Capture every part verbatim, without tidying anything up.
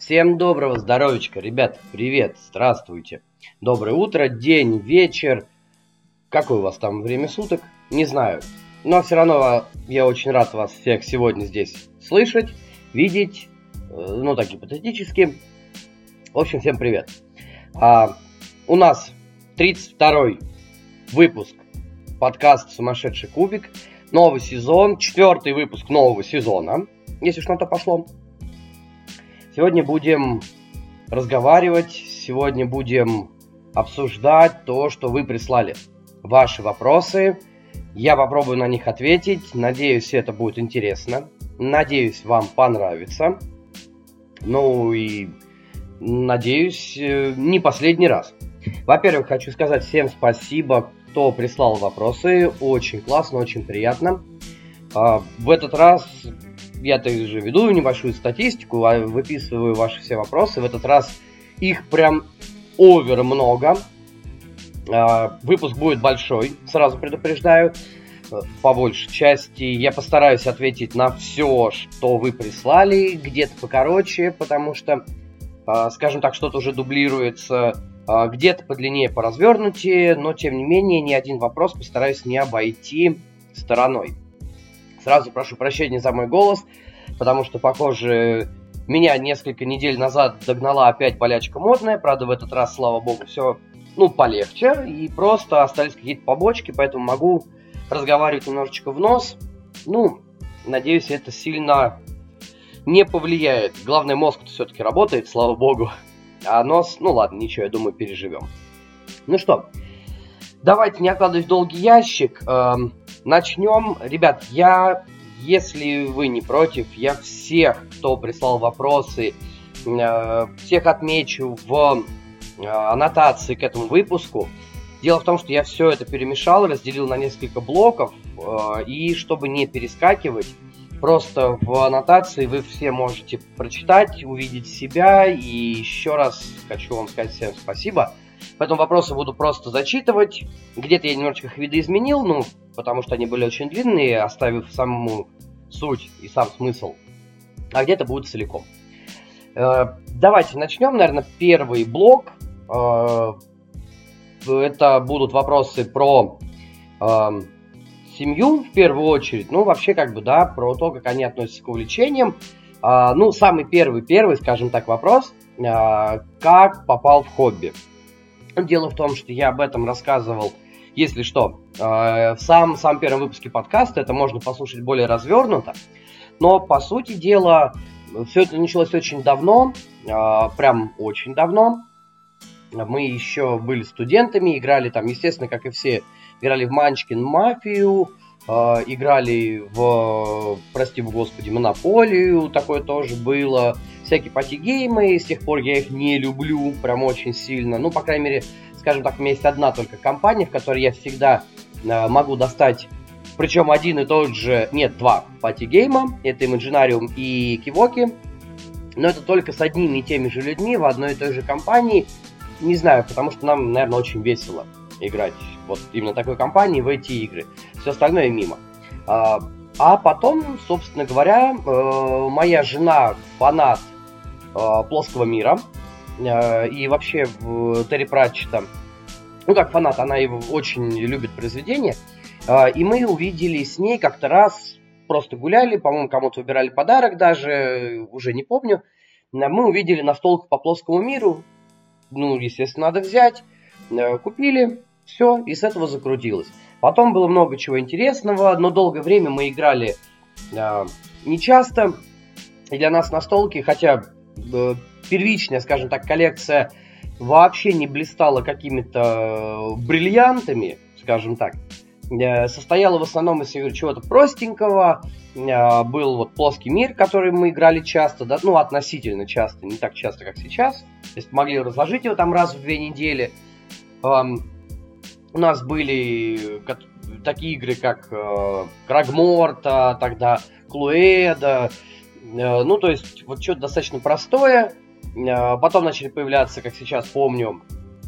Всем доброго здоровичка, ребят, привет, здравствуйте. Доброе утро, день, вечер. Какое у вас там время суток? Не знаю. Но все равно я очень рад вас всех сегодня здесь слышать, видеть. Ну, так гипотетически. В общем, всем привет. А, у нас тридцать второй выпуск подкаста «Сумасшедший кубик». Новый сезон, четвертый выпуск нового сезона, если уж на то пошло. Сегодня будем разговаривать, сегодня будем обсуждать то, что вы прислали. Ваши вопросы, я попробую на них ответить. Надеюсь, это будет интересно. Надеюсь, вам понравится. Ну и надеюсь, не последний раз. Во-первых, хочу сказать всем спасибо, кто прислал вопросы. Очень классно, очень приятно. В этот раз я также веду небольшую статистику, выписываю ваши все вопросы. В этот раз их прям овер много. Выпуск будет большой, сразу предупреждаю. По большей части я постараюсь ответить на все, что вы прислали, где-то покороче, потому что, скажем так, что-то уже дублируется, где-то подлиннее, поразвернутее, но тем не менее ни один вопрос постараюсь не обойти стороной. Сразу прошу прощения за мой голос, потому что, похоже, меня несколько недель назад догнала опять болячка модная. Правда, в этот раз, слава богу, все ну, полегче. И просто остались какие-то побочки, поэтому могу разговаривать немножечко в нос. Ну, надеюсь, это сильно не повлияет. Главное, мозг все-таки работает, слава богу. А нос, ну ладно, ничего, я думаю, переживем. Ну что, давайте не откладывать в долгий ящик. Эм, начнем. Ребят, я, если вы не против, я всех, кто прислал вопросы, э, всех отмечу в э, аннотации к этому выпуску. Дело в том, что я все это перемешал, разделил на несколько блоков, э, и чтобы не перескакивать, просто в аннотации вы все можете прочитать, увидеть себя, и еще раз хочу вам сказать всем спасибо. Поэтому вопросы буду просто зачитывать. Где-то я немножечко их видоизменил, ну, потому что они были очень длинные, оставив саму суть и сам смысл. А где-то будут целиком. Э, давайте начнем, наверное, первый блок. Э, это будут вопросы про э, семью, в первую очередь. Ну, вообще, как бы, да, про то, как они относятся к увлечениям. Э, ну, самый первый-первый, скажем так, вопрос. Э, как попал в хобби? Дело в том, что я об этом рассказывал, если что, в самом, самом первом выпуске подкаста, это можно послушать более развернуто, но, по сути дела, все это началось очень давно, прям очень давно. Мы еще были студентами, играли там, естественно, как и все, играли в Munchkin Мафию, играли в, прости господи, Монополию, такое тоже было. Всякие пати-геймы, с тех пор я их не люблю прям очень сильно. Ну, по крайней мере, скажем так, у меня есть одна только компания, в которой я всегда э, могу достать, причем один и тот же, нет, два пати-гейма, это Imaginarium и Kivoki, но это только с одними и теми же людьми в одной и той же компании. Не знаю, потому что нам, наверное, очень весело играть вот именно такой компании в эти игры. Все остальное мимо. А, а потом, собственно говоря, э, моя жена фанат плоского мира и вообще Терри Пратчетта, ну как фанат, она его очень любит произведение, и мы увидели с ней как-то раз, просто гуляли, по-моему, кому-то выбирали подарок даже, уже не помню, мы увидели настолку по плоскому миру, ну, естественно, надо взять, купили, все, и с этого закрутилось. Потом было много чего интересного, но долгое время мы играли нечасто, и для нас настолки, хотя первичная, скажем так, коллекция вообще не блистала какими-то бриллиантами, скажем так. Состояла в основном из чего-то простенького. Был вот плоский мир, который мы играли часто, да, ну, относительно часто, не так часто, как сейчас. То есть могли разложить его там раз в две недели. У нас были такие игры, как Крагморта, тогда Клуэда. Ну, то есть, вот что-то достаточно простое. Потом начали появляться, как сейчас помню,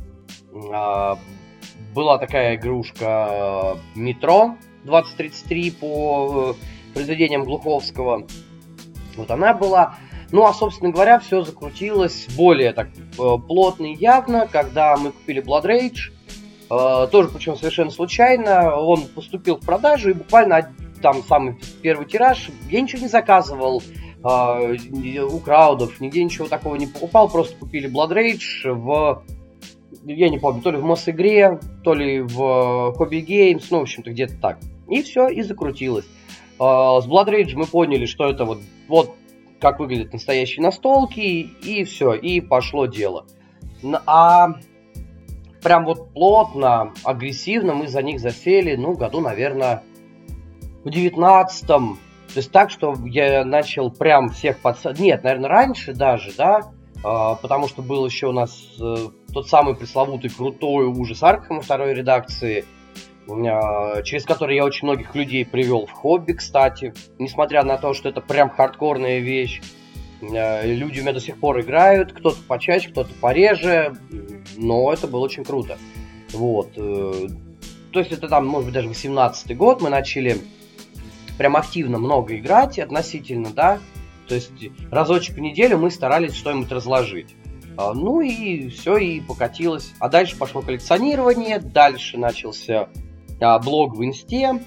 была такая игрушка Метро двадцать тридцать три по произведениям Глуховского. Вот она была. Ну, а, собственно говоря, все закрутилось более так плотно и явно, когда мы купили Blood Rage. Тоже, причем совершенно случайно, он поступил в продажу, и буквально там самый первый тираж, я ничего не заказывал у краудов, нигде ничего такого не покупал, просто купили Blood Rage в, я не помню, то ли в Мосигре, то ли в Hobby Games, ну, в общем-то, где-то так. И все, и закрутилось. С Blood Rage мы поняли, что это вот, вот как выглядят настоящие настолки, и все, и пошло дело. А прям вот плотно, агрессивно мы за них засели, ну, году, наверное, в девятнадцатом. То есть так, что я начал прям всех подсадить. Нет, наверное, раньше даже, да, потому что был еще у нас тот самый пресловутый крутой ужас Аркхема второй редакции, через который я очень многих людей привел в хобби, кстати. Несмотря на то, что это прям хардкорная вещь. Люди у меня до сих пор играют, кто-то почаще, кто-то пореже, но это было очень круто. Вот. То есть это там, может быть, даже восемнадцатый год, мы начали прям активно много играть относительно, да. То есть разочек в неделю мы старались что-нибудь разложить. Ну и все, и покатилось. А дальше пошло коллекционирование, дальше начался блог в инсте,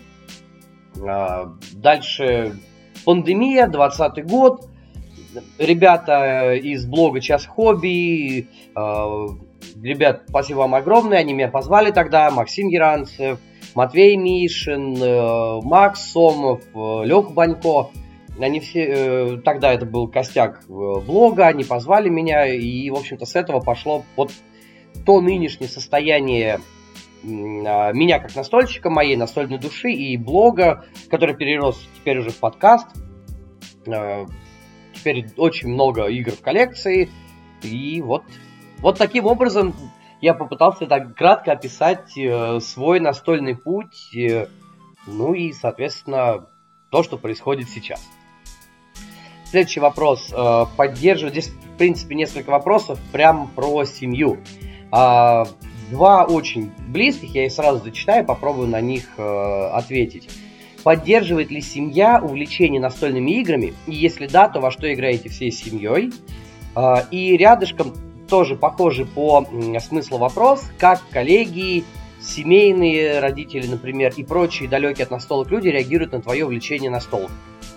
дальше пандемия, двадцатый год. Ребята из блога «Час хобби», ребят, спасибо вам огромное, они меня позвали тогда, Максим Яранцев, Матвей Мишин, Макс Сомов, Леха Банько. Они все, тогда это был костяк блога, они позвали меня, и, в общем-то, с этого пошло вот то нынешнее состояние меня как настольщика, моей настольной души и блога, который перерос теперь уже в подкаст. Теперь очень много игр в коллекции, и вот, вот таким образом я попытался так кратко описать э, свой настольный путь, э, ну и, соответственно, то, что происходит сейчас. Следующий вопрос. Э, поддерживаю, здесь, в принципе, несколько вопросов прямо про семью. Э, два очень близких, я их сразу зачитаю, попробую на них э, ответить. Поддерживает ли семья увлечение настольными играми? И если да, то во что играете всей семьей? И рядышком тоже похожий по смыслу вопрос, как коллеги, семейные родители, например, и прочие далекие от настолок люди реагируют на твое увлечение настолкой?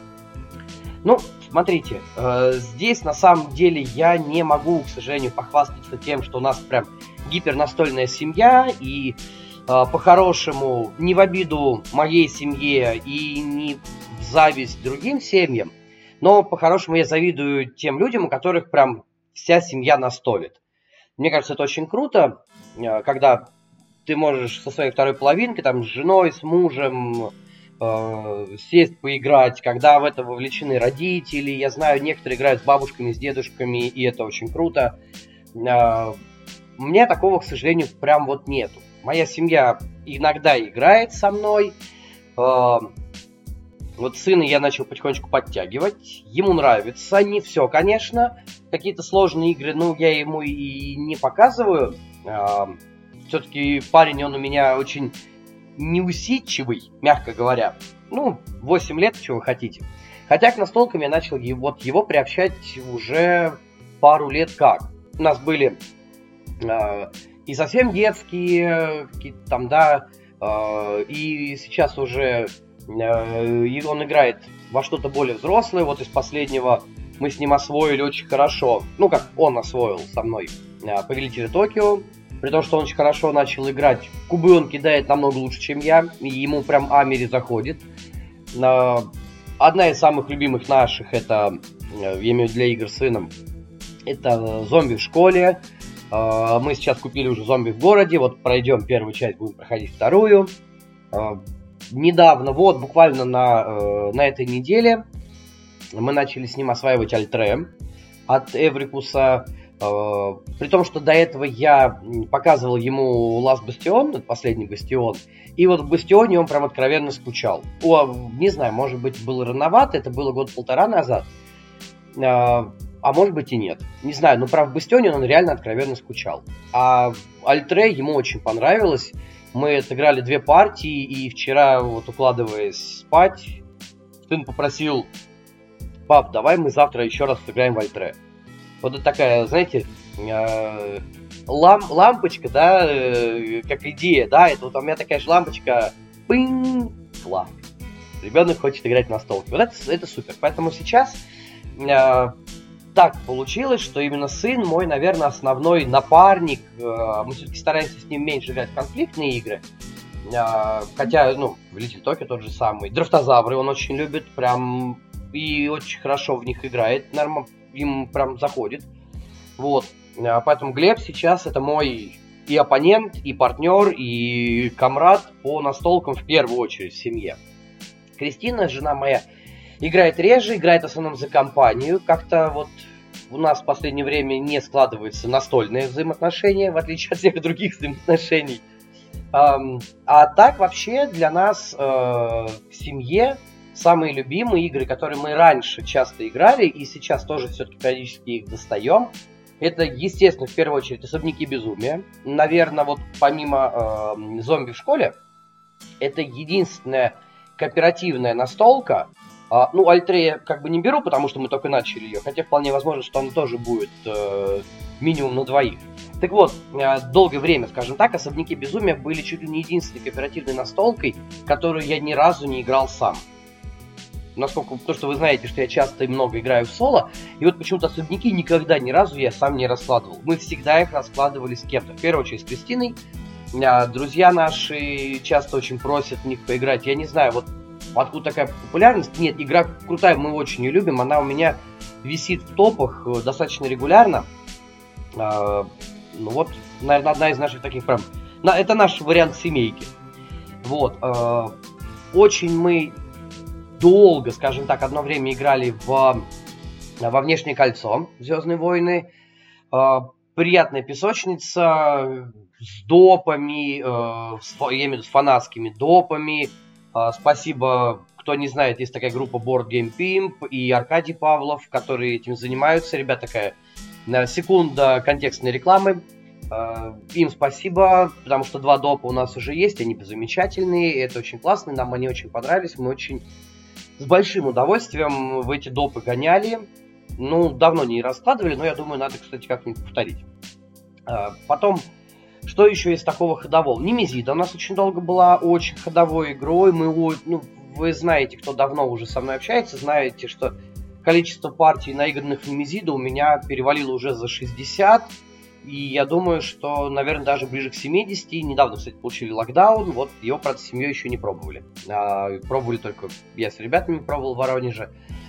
Ну, смотрите, здесь на самом деле я не могу, к сожалению, похвастаться тем, что у нас прям гипернастольная семья, и по-хорошему, не в обиду моей семье и не в зависть другим семьям, но по-хорошему я завидую тем людям, у которых прям вся семья настолит. Мне кажется, это очень круто, когда ты можешь со своей второй половинкой, там, с женой, с мужем э, сесть, поиграть, когда в это вовлечены родители. Я знаю, некоторые играют с бабушками, с дедушками, и это очень круто. Э, у меня такого, к сожалению, прям вот нету. Моя семья иногда играет со мной. Э, вот сына я начал потихонечку подтягивать. Ему нравится. Не все, конечно. Какие-то сложные игры, ну, я ему и не показываю. Э, все-таки парень, он у меня очень неусидчивый, мягко говоря. Ну, восемь лет, чего вы хотите. Хотя к настолкам я начал его, вот, его приобщать уже пару лет как. У нас были... Э, И совсем детские, какие-то там, да, э, и сейчас уже э, он играет во что-то более взрослое. Вот из последнего мы с ним освоили очень хорошо, ну, как он освоил со мной, э, Повелителя Токио. При том, что он очень хорошо начал играть, кубы он кидает намного лучше, чем я, и ему прям Амери заходит. Э, одна из самых любимых наших, это, э, я имею в виду для игр с сыном, это «Зомби в школе». Мы сейчас купили уже «Зомби в городе», вот пройдем первую часть, будем проходить вторую. Недавно, вот буквально на, на этой неделе мы начали с ним осваивать Альтре от Эврикуса. При том, что до этого я показывал ему Last Bastion, последний Бастион, и вот в Бастионе он прям откровенно скучал. О, не знаю, может быть, было рановато, это было год-полтора назад. А может быть и нет. Не знаю, но прав в Бастионе он реально откровенно скучал. А Альтре ему очень понравилось. Мы отыграли две партии, и вчера, вот укладываясь спать, сын попросил пап, давай мы завтра еще раз сыграем в Альтре. Вот это такая, знаете, э, лам, лампочка, да, э, как идея, да, это вот у меня такая же лампочка, пынь, класс. Ребенок хочет играть на столке. Вот это, это супер. Поэтому сейчас э, так получилось, что именно сын мой, наверное, основной напарник. Э, мы все-таки стараемся с ним меньше играть в конфликтные игры. Э, хотя, ну, Властелин Токио тот же самый. Драфтозавры он очень любит, прям, и очень хорошо в них играет. Нормально, им прям заходит. Вот. Э, поэтому Глеб сейчас это мой и оппонент, и партнер, и комрад по настолкам в первую очередь в семье. Кристина, жена моя, играет реже, играет в основном за компанию. Как-то вот у нас в последнее время не складываются настольные взаимоотношения, в отличие от всех других взаимоотношений. А так вообще для нас в семье самые любимые игры, которые мы раньше часто играли, и сейчас тоже все-таки периодически их достаем, это, естественно, в первую очередь «Особняки безумия». Наверное, вот помимо «Зомби в школе», это единственная кооперативная настолка. А, ну, Альтре я как бы не беру, потому что мы только начали ее, хотя вполне возможно, что она тоже будет э, минимум на двоих. Так вот, э, долгое время, скажем так, «Особняки безумия» были чуть ли не единственной кооперативной настолкой, которую я ни разу не играл сам. Насколько, то, что вы знаете, что я часто и много играю в соло, и вот почему-то «Особняки» никогда ни разу я сам не раскладывал. Мы всегда их раскладывали с кем-то. В первую очередь с Кристиной. Друзья наши часто очень просят в них поиграть. Я не знаю, вот откуда такая популярность. Нет, игра крутая, мы очень ее любим. Она у меня висит в топах достаточно регулярно. Ну вот, наверное, одна из наших таких прям... Это наш вариант семейки. Вот. Очень мы долго, скажем так, одно время играли в... во «Внешнее кольцо» «Звездные войны». Приятная песочница с допами, э, с, я имею в виду с фанатскими допами. Э, спасибо, кто не знает, есть такая группа Board Game Pimp и Аркадий Павлов, которые этим занимаются. Ребята, такая э, секунда контекстной рекламы. Э, им спасибо, потому что два допа у нас уже есть, они замечательные, это очень классно, нам они очень понравились, мы очень с большим удовольствием в эти допы гоняли. Ну, давно не раскладывали, но я думаю, надо, кстати, как-нибудь повторить. Потом, что еще из такого ходового? Немезида у нас очень долго была очень ходовой игрой. Мы, ну, вы знаете, кто давно уже со мной общается, знаете, что количество партий, наигранных в Немезиду, у меня перевалило уже за шестьдесят. И я думаю, что, наверное, даже ближе к семидесяти. Недавно, кстати, получили локдаун. Вот его, правда, с семьей еще не пробовали. А, пробовали только я с ребятами пробовал в Воронеже.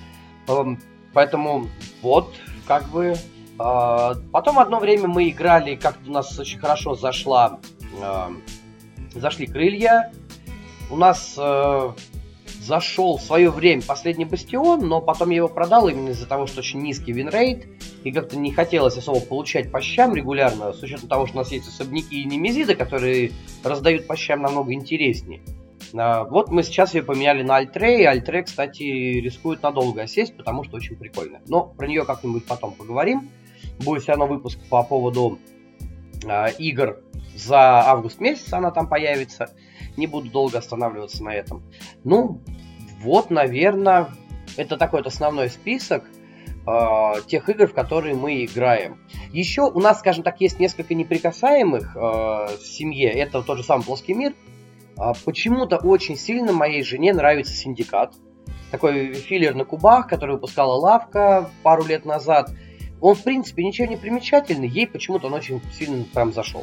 Поэтому вот, как бы... Э, потом одно время мы играли, как-то у нас очень хорошо зашла, э, зашли крылья. У нас э, зашел в свое время последний Бастион, но потом я его продал именно из-за того, что очень низкий винрейт. И как-то не хотелось особо получать по щам регулярно, с учетом того, что у нас есть особняки и немезиды, которые раздают по щам намного интереснее. Вот мы сейчас ее поменяли на Альтре, и Альтре, кстати, рискует надолго осесть, потому что очень прикольно. Но про нее как-нибудь потом поговорим. Будет все равно выпуск по поводу э, игр за август месяц, она там появится. Не буду долго останавливаться на этом. Ну, вот, наверное, это такой вот основной список э, тех игр, в которые мы играем. Еще у нас, скажем так, есть несколько неприкасаемых э, в семье. Это тот же самый «Плоский мир». Почему-то очень сильно моей жене нравится «Синдикат». Такой филлер на кубах, который выпускала Лавка пару лет назад. Он, в принципе, ничего не примечательный. Ей почему-то он очень сильно прям зашел.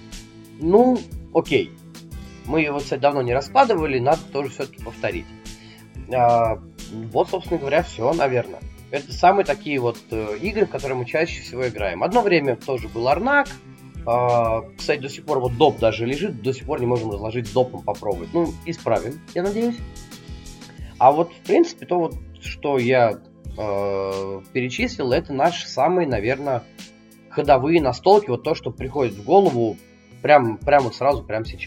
Ну, окей. Мы его, кстати, давно не раскладывали. Надо тоже все-таки повторить. А, вот, собственно говоря, все, наверное. Это самые такие вот э, игры, в которые мы чаще всего играем. Одно время тоже был Арнак. Uh, кстати, до сих пор вот доп даже лежит, до сих пор не можем разложить с допом попробовать. Ну, исправим, я надеюсь. А вот, в принципе, то вот, что я uh, перечислил, это наши самые, наверное, ходовые настолки. Вот то, что приходит в голову прямо, прямо сразу, прямо сейчас.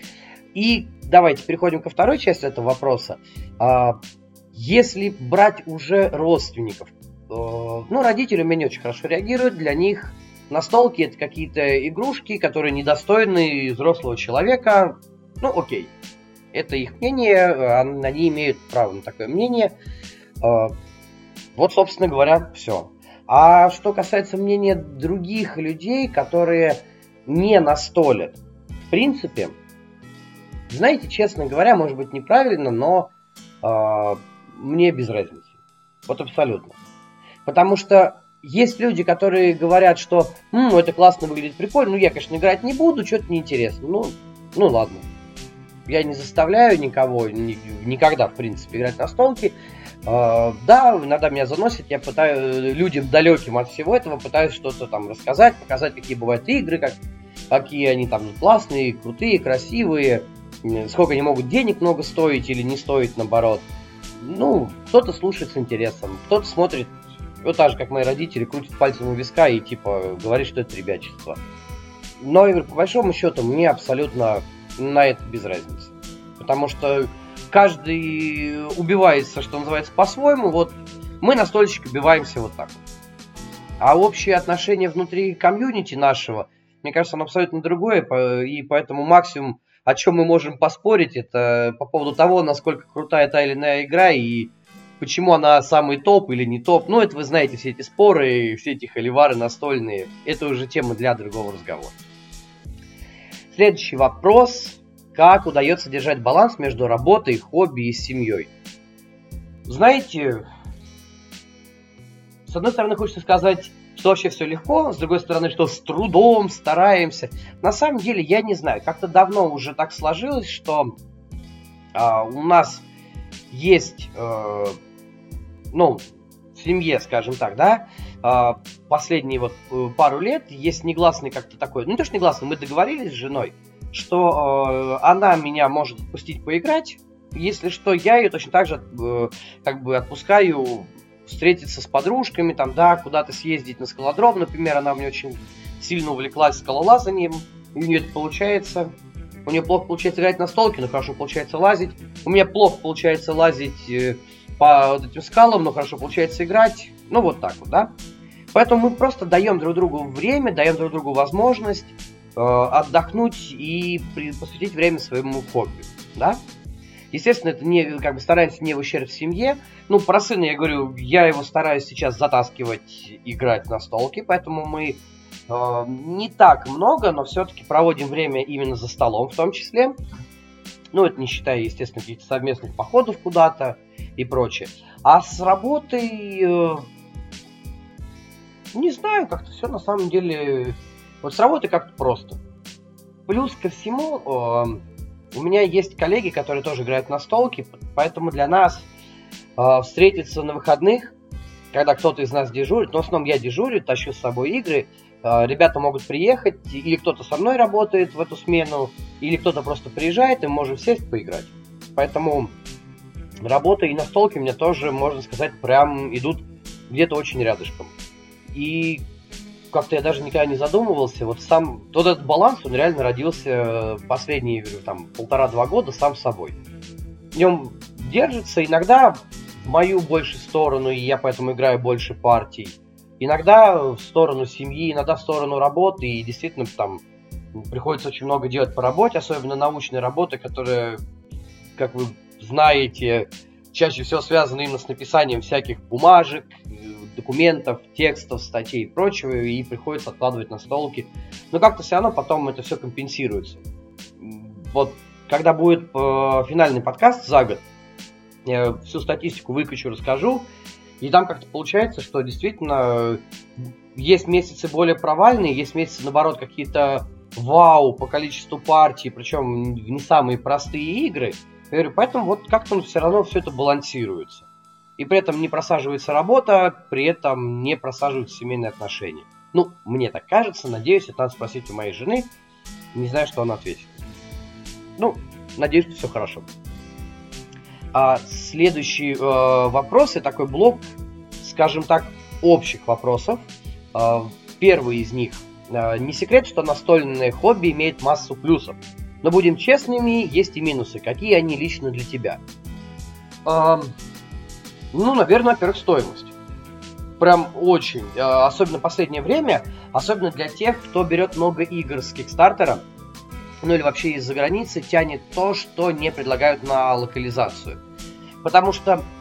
И давайте переходим ко второй части этого вопроса. Uh, если брать уже родственников, uh, ну, родители у меня не очень хорошо реагируют, для них... Настолки — это какие-то игрушки, которые недостойны взрослого человека. Ну, окей. Это их мнение, они имеют право на такое мнение. Вот, собственно говоря, все. А что касается мнения других людей, которые не настолят, в принципе, знаете, честно говоря, может быть неправильно, но э, мне без разницы. Вот абсолютно. Потому что есть люди, которые говорят, что «М, это классно выглядит, прикольно, ну я, конечно, играть не буду, что-то неинтересно». Ну, ну ладно. Я не заставляю никого, ни, никогда, в принципе, играть на столке. Э, да, иногда меня заносит, я пытаюсь людям далеким от всего этого, пытаюсь что-то там рассказать, показать, какие бывают игры, как, какие они там классные, крутые, красивые, сколько они могут денег много стоить или не стоить, наоборот. Ну, кто-то слушает с интересом, кто-то смотрит, вот так же, как мои родители, крутят пальцем у виска и типа говорит, что это ребячество. Но, я говорю, по большому счету, мне абсолютно на это без разницы. Потому что каждый убивается, что называется, по-своему. Вот мы на стольчик убиваемся вот так вот. А общее отношение внутри комьюнити нашего, мне кажется, оно абсолютно другое. И поэтому максимум, о чем мы можем поспорить, это по поводу того, насколько крутая та или иная игра и почему она самый топ или не топ. Ну, это вы знаете, все эти споры, все эти холивары настольные. Это уже тема для другого разговора. Следующий вопрос. Как удается держать баланс между работой, хобби и семьей? Знаете, с одной стороны, хочется сказать, что вообще все легко, с другой стороны, что с трудом стараемся. На самом деле, я не знаю, как-то давно уже так сложилось, что а, у нас есть, э, ну, в семье, скажем так, да, э, последние вот пару лет есть негласный как-то такой, ну не то что негласный, мы договорились с женой, что э, она меня может отпустить поиграть, если что, я ее точно так же э, как бы отпускаю встретиться с подружками, там, да, куда-то съездить на скалодром, например, она мне очень сильно увлеклась скалолазанием, и у нее это получается. У нее плохо получается играть на столке, но хорошо получается лазить. У меня плохо получается лазить э, по вот этим скалам, но хорошо получается играть. Ну, вот так вот, да. Поэтому мы просто даем друг другу время, даем друг другу возможность э, отдохнуть и при, посвятить время своему хобби, да. Естественно, это не, как бы стараемся не в ущерб семье. Ну, про сына я говорю, я его стараюсь сейчас затаскивать играть на столке, поэтому мы э, не так много, но все-таки проводим время именно за столом в том числе. Ну, это не считая, естественно, каких-то совместных походов куда-то и прочее. А с работой, э, не знаю, как-то все на самом деле... Вот с работой как-то просто. Плюс ко всему... Э, У меня есть коллеги, которые тоже играют на столке, поэтому для нас э, встретиться на выходных, когда кто-то из нас дежурит, но в основном я дежурю, тащу с собой игры, э, ребята могут приехать, или кто-то со мной работает в эту смену, или кто-то просто приезжает, и мы можем сесть поиграть. Поэтому работа и на столке у меня тоже, можно сказать, прям идут где-то очень рядышком. И как-то я даже никогда не задумывался. Вот сам вот этот баланс, он реально родился последние там полтора-два года сам собой. В нем держится иногда в мою больше сторону, и я поэтому играю больше партий. Иногда в сторону семьи, иногда в сторону работы, и действительно там приходится очень много делать по работе, особенно научной работы, которая, как вы знаете, чаще всего связана именно с написанием всяких бумажек, документов, текстов, статей и прочего, и приходится откладывать на столки. Но как-то все равно потом это все компенсируется. Вот, когда будет э, финальный подкаст за год, я всю статистику выкачу, расскажу, и там как-то получается, что действительно есть месяцы более провальные, есть месяцы, наоборот, какие-то вау по количеству партий, причем не самые простые игры. Я говорю, поэтому вот как-то все равно все это балансируется. И при этом не просаживается работа, при этом не просаживаются семейные отношения. Ну, мне так кажется, надеюсь, это надо спросить у моей жены. Не знаю, что она ответит. Ну, надеюсь, что все хорошо. А следующий э, вопрос, и такой блок, скажем так, общих вопросов. Э, первый из них. Э, не секрет, что настольное хобби имеет массу плюсов. Но будем честными, есть и минусы. Какие они лично для тебя? Э, Ну, наверное, во-первых, стоимость. Прям очень. Особенно в последнее время. Особенно для тех, кто берет много игр с Кикстартера. Ну или вообще из-за границы тянет то, что не предлагают на локализацию. Потому что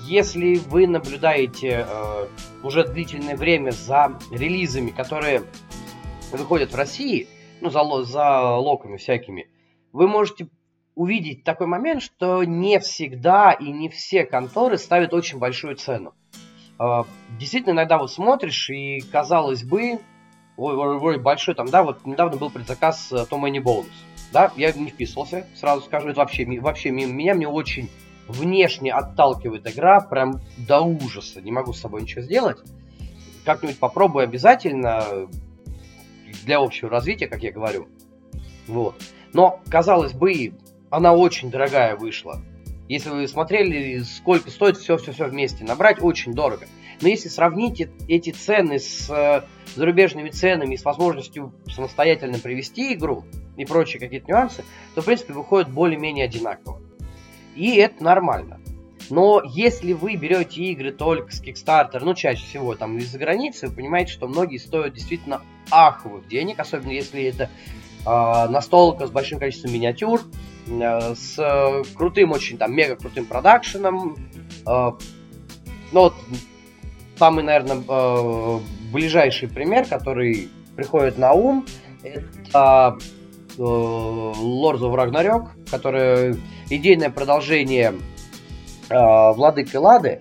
если вы наблюдаете э, уже длительное время за релизами, которые выходят в России, ну, за, за локами всякими, вы можете увидеть такой момент, что не всегда и не все конторы ставят очень большую цену. Э, действительно, иногда вот смотришь, и казалось бы, ой, ой, ой, большой там, да, вот недавно был предзаказ Tom Any Bonus. Да, я не вписывался, сразу скажу, это вообще, вообще мимо меня, мне очень внешне отталкивает игра, прям до ужаса, не могу с собой ничего сделать. Как-нибудь попробую обязательно, для общего развития, как я говорю. Вот. Но, казалось бы, она очень дорогая вышла. Если вы смотрели, сколько стоит все-все-все вместе набрать, очень дорого. Но если сравнить эти цены с зарубежными ценами, с возможностью самостоятельно привести игру и прочие какие-то нюансы, то, в принципе, выходит более-менее одинаково. И это нормально. Но если вы берете игры только с Kickstarter, ну, чаще всего там из-за границы, вы понимаете, что многие стоят действительно аховых денег, особенно если это э, настолка с большим количеством миниатюр, э, с э, крутым, очень там, мега крутым продакшеном. Э, ну, вот, самый, наверное, э, ближайший пример, который приходит на ум, это э, Lords of Ragnarok, которое идейное продолжение э, Владыки Лады.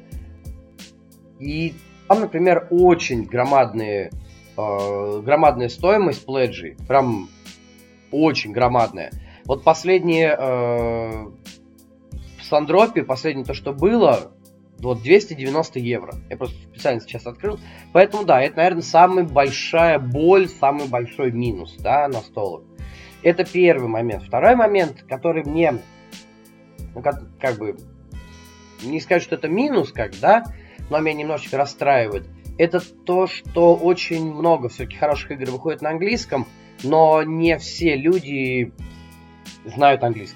И там, например, очень громадные, э, громадная стоимость пледжей. Прям очень громадная. Вот последнее э, в Сандропе, последнее то, что было, вот двести девяносто евро. Я просто специально сейчас открыл. Поэтому, да, это, наверное, самая большая боль, самый большой минус, да, настолок. Это первый момент. Второй момент, который мне, ну, как, как бы, не сказать, что это минус, как, да, но меня немножечко расстраивает, это то, что очень много все-таки хороших игр выходит на английском, но не все люди знают английский.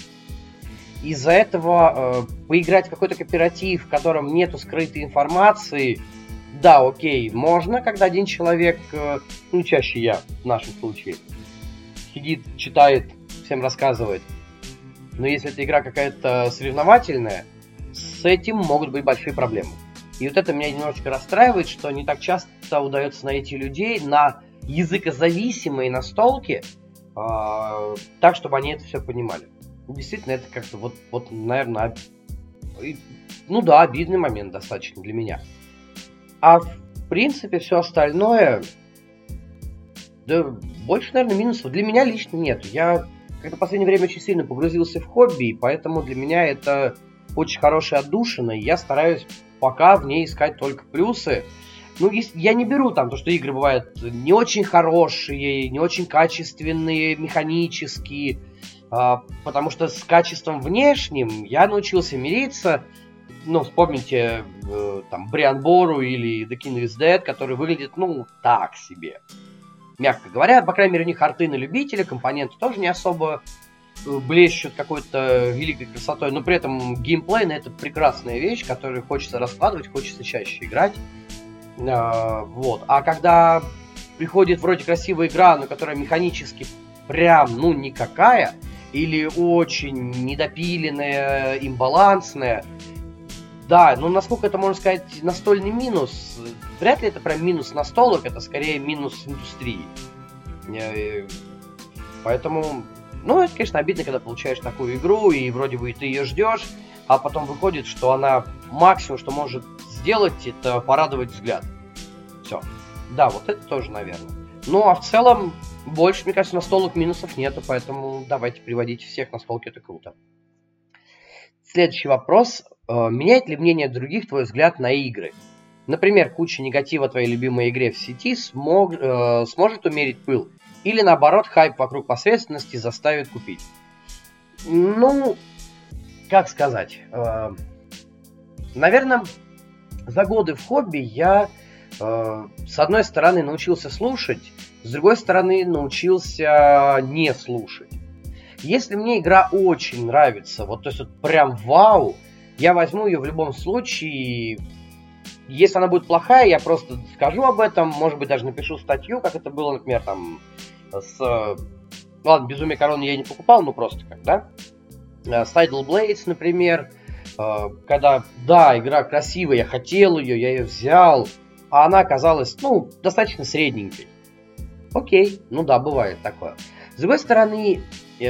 Из-за этого э, поиграть в какой-то кооператив, в котором нету скрытой информации, да, окей, можно, когда один человек, э, ну, чаще я в нашем случае, сидит, читает, всем рассказывает. Но если эта игра какая-то соревновательная, с этим могут быть большие проблемы. И вот это меня немножечко расстраивает, что не так часто удается найти людей на языкозависимые настолки, э, так, чтобы они это все понимали. Действительно, это как-то вот, вот, наверное, об... ну да, обидный момент достаточно для меня. А в принципе все остальное, да, больше, наверное, минусов для меня лично нет. Я как-то в последнее время очень сильно погрузился в хобби, и поэтому для меня это очень хорошая отдушина, и я стараюсь пока в ней искать только плюсы. Ну, я не беру там то, что игры бывают не очень хорошие, не очень качественные, механические, потому что с качеством внешним я научился мириться. Ну, вспомните там Бриан Бору или The King is Dead, который выглядит, ну, так себе. Мягко говоря, по крайней мере, у них арты на любителя, компоненты тоже не особо блещут какой-то великой красотой, но при этом геймплейно это прекрасная вещь, которую хочется раскладывать, хочется чаще играть. Вот. А когда приходит вроде красивая игра, но которая механически прям, ну, никакая, или очень недопиленная, имбалансная, да, ну, насколько это, можно сказать, настольный минус, вряд ли это прям минус настолок, это скорее минус индустрии. Поэтому, ну, это, конечно, обидно, когда получаешь такую игру, и вроде бы ты ее ждешь, а потом выходит, что она максимум, что может сделать, это порадовать взгляд. Все. Да, вот это тоже, наверное. Ну, а в целом, больше, мне кажется, настолок минусов нету, поэтому давайте приводить всех настолки, это круто. Следующий вопрос. Меняет ли мнение других твой взгляд на игры? Например, куча негатива твоей любимой игре в сети смог, э, сможет умерить пыл? Или наоборот, хайп вокруг посредственности заставит купить? Ну, как сказать? Э, наверное, за годы в хобби я, э, с одной стороны, научился слушать, с другой стороны, научился не слушать. Если мне игра очень нравится, вот, то есть вот прям вау, я возьму ее в любом случае. Если она будет плохая, я просто скажу об этом, может быть, даже напишу статью, как это было, например, там, с... Ладно, Безумие Короны я не покупал, ну просто как, да? С Idle Blades, например, когда, да, игра красивая, я хотел ее, я ее взял, а она оказалась, ну, достаточно средненькой. Окей, ну да, бывает такое. С другой стороны,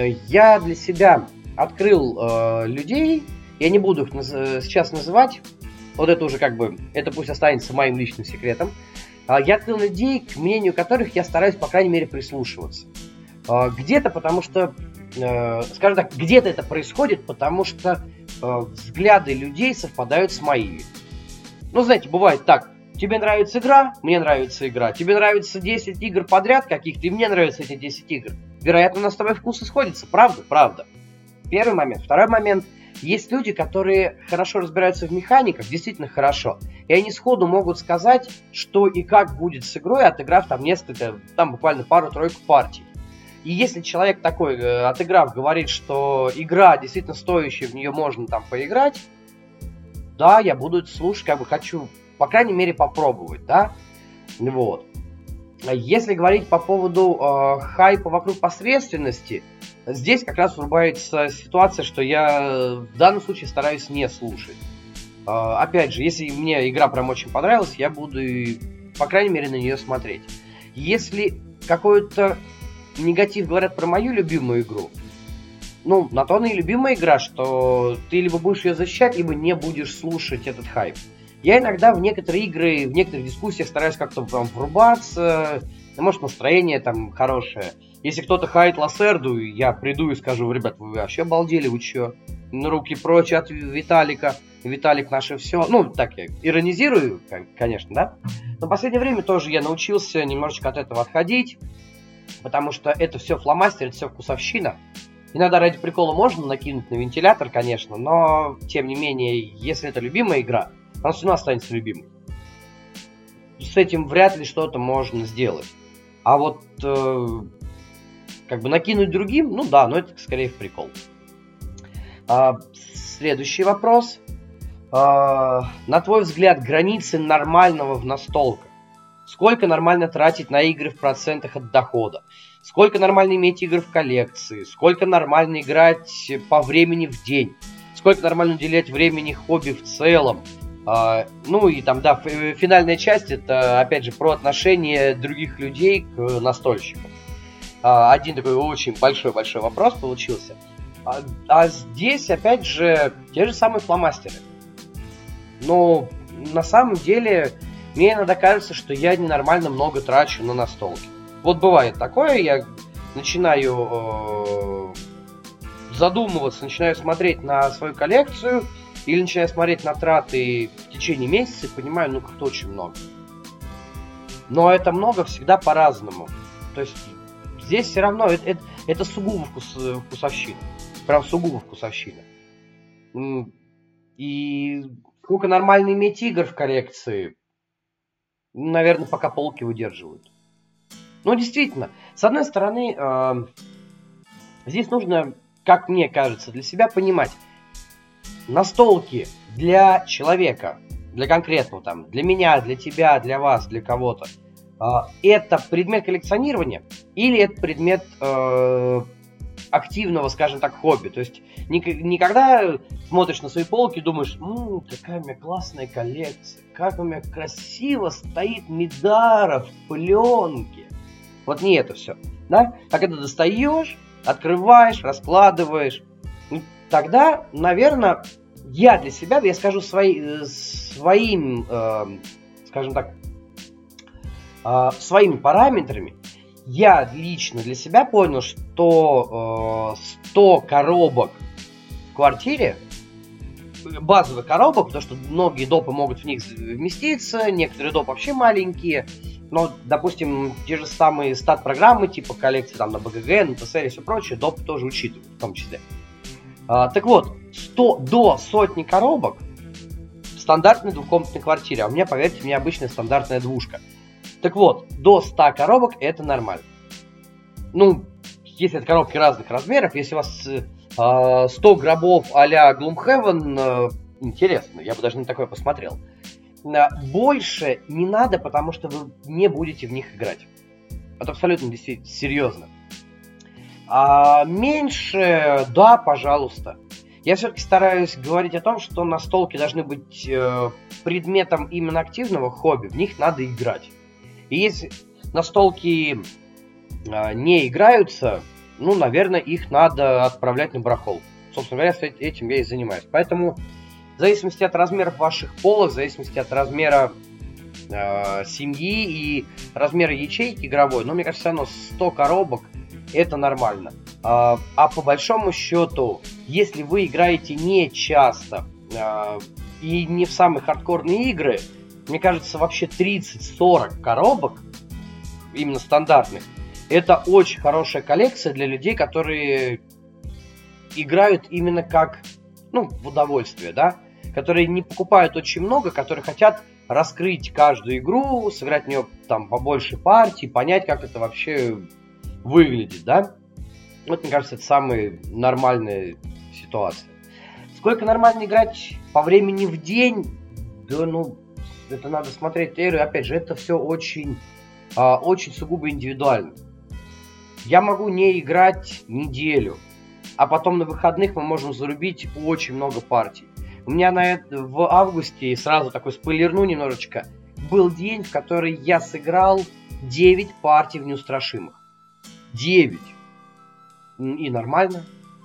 я для себя открыл э, людей, я не буду их наз- сейчас называть, вот это уже как бы, это пусть останется моим личным секретом. Я открыл людей, к мнению которых я стараюсь, по крайней мере, прислушиваться. Где-то потому что, скажем так, где-то это происходит, потому что взгляды людей совпадают с моими. Ну, знаете, бывает так, тебе нравится игра, мне нравится игра, тебе нравится десять игр подряд каких-то, и мне нравятся эти десять игр. Вероятно, у нас с тобой вкусы сходятся, правда? Правда. Первый момент. Второй момент. Есть люди, которые хорошо разбираются в механиках, действительно хорошо, и они сходу могут сказать, что и как будет с игрой, отыграв там несколько, там буквально пару-тройку партий. И если человек такой, отыграв, говорит, что игра действительно стоящая, в нее можно там поиграть, да, я буду это слушать, как бы хочу, по крайней мере, попробовать, да, вот. Если говорить по поводу э, хайпа вокруг посредственности, здесь как раз врубается ситуация, что я в данном случае стараюсь не слушать. Э, опять же, если мне игра прям очень понравилась, я буду, по крайней мере, на нее смотреть. Если какой-то негатив говорят про мою любимую игру, ну, на то она и любимая игра, что ты либо будешь ее защищать, либо не будешь слушать этот хайп. Я иногда в некоторые игры, в некоторых дискуссиях стараюсь как-то прям врубаться, может, настроение там хорошее. Если кто-то хаит Лассерду, я приду и скажу: ребят, вы вообще обалдели, вы чё? На руки прочь от Виталика, Виталик наше все. Ну, так я иронизирую, конечно, да? Но в последнее время тоже я научился немножечко от этого отходить, потому что это все фломастер, это все вкусовщина. Иногда ради прикола можно накинуть на вентилятор, конечно, но, тем не менее, если это любимая игра, она все равно останется любимой. С этим вряд ли что-то можно сделать. А вот э, как бы накинуть другим, ну да, но это скорее в прикол. А, следующий вопрос. А, на твой взгляд, границы нормального в настолках? Сколько нормально тратить на игры в процентах от дохода? Сколько нормально иметь игр в коллекции? Сколько нормально играть по времени в день? Сколько нормально уделять времени хобби в целом? Uh, ну и там, да, финальная часть, это, опять же, про отношение других людей к настольщикам. Uh, один такой очень большой-большой вопрос получился. Uh, а здесь, опять же, те же самые фломастеры. Но на самом деле, мне иногда кажется, что я ненормально много трачу на настолки. Вот бывает такое, я начинаю э, задумываться, начинаю смотреть на свою коллекцию, или начинаю смотреть на траты в течение месяца и понимаю, ну как-то очень много. Но это много всегда по-разному. То есть здесь все равно это, это, это сугубо вкус, вкусовщина. Прям сугубо вкусовщина. И сколько нормально иметь игр в коллекции, наверное, пока полки выдерживают. Ну, действительно, с одной стороны, э, здесь нужно, как мне кажется, для себя понимать, настолки для человека, для конкретного, там, для меня, для тебя, для вас, для кого-то, э, это предмет коллекционирования или это предмет э, активного, скажем так, хобби. То есть никогда смотришь на свои полки и думаешь: «Ммм, какая у меня классная коллекция, как у меня красиво стоит Мидара в пленке». Вот не это все, да? А когда достаешь, открываешь, раскладываешь, тогда, наверное, я для себя, я скажу свои, своим, э, скажем так, э, своими параметрами, я лично для себя понял, что э, сто коробок в квартире, базовых коробок, потому что многие допы могут в них вместиться, некоторые допы вообще маленькие, но, допустим, те же самые стат-программы, типа коллекции там на БГГ, на ТСР и все прочее, допы тоже учитывают в том числе. А, так вот, сто до сотни коробок в стандартной двухкомнатной квартире, а у меня, поверьте мне, обычная стандартная двушка. Так вот, до ста коробок это нормально. Ну, если это коробки разных размеров, если у вас э, сто гробов а-ля Gloomhaven, э, интересно, я бы даже на такое посмотрел. Э, больше не надо, потому что вы не будете в них играть. Это абсолютно действительно серьезно. А меньше, да, пожалуйста. Я все-таки стараюсь говорить о том, что настолки должны быть э, предметом именно активного хобби, в них надо играть. И если настолки э, не играются, ну, наверное, их надо отправлять на барахолку. Собственно говоря, этим я и занимаюсь. Поэтому в зависимости от размеров ваших полок, в зависимости от размера э, семьи и размера ячейки игровой, ну, мне кажется, все равно сто коробок это нормально. А, а по большому счету, если вы играете не часто а, и не в самые хардкорные игры, мне кажется, вообще тридцать-сорок коробок, именно стандартных, это очень хорошая коллекция для людей, которые играют именно как, ну, в удовольствие, да, которые не покупают очень много, которые хотят раскрыть каждую игру, сыграть в нее там побольше партий, понять, как это вообще выглядит, да. Вот, мне кажется, это самая нормальная ситуация. Сколько нормально играть по времени в день? Да, ну, это надо смотреть. И опять же, это все очень, а, очень сугубо индивидуально. Я могу не играть неделю, а потом на выходных мы можем зарубить очень много партий. У меня на это, в августе, сразу такой спойлерну немножечко, был день, в который я сыграл девять партий в неустрашимых. девять. И нормально.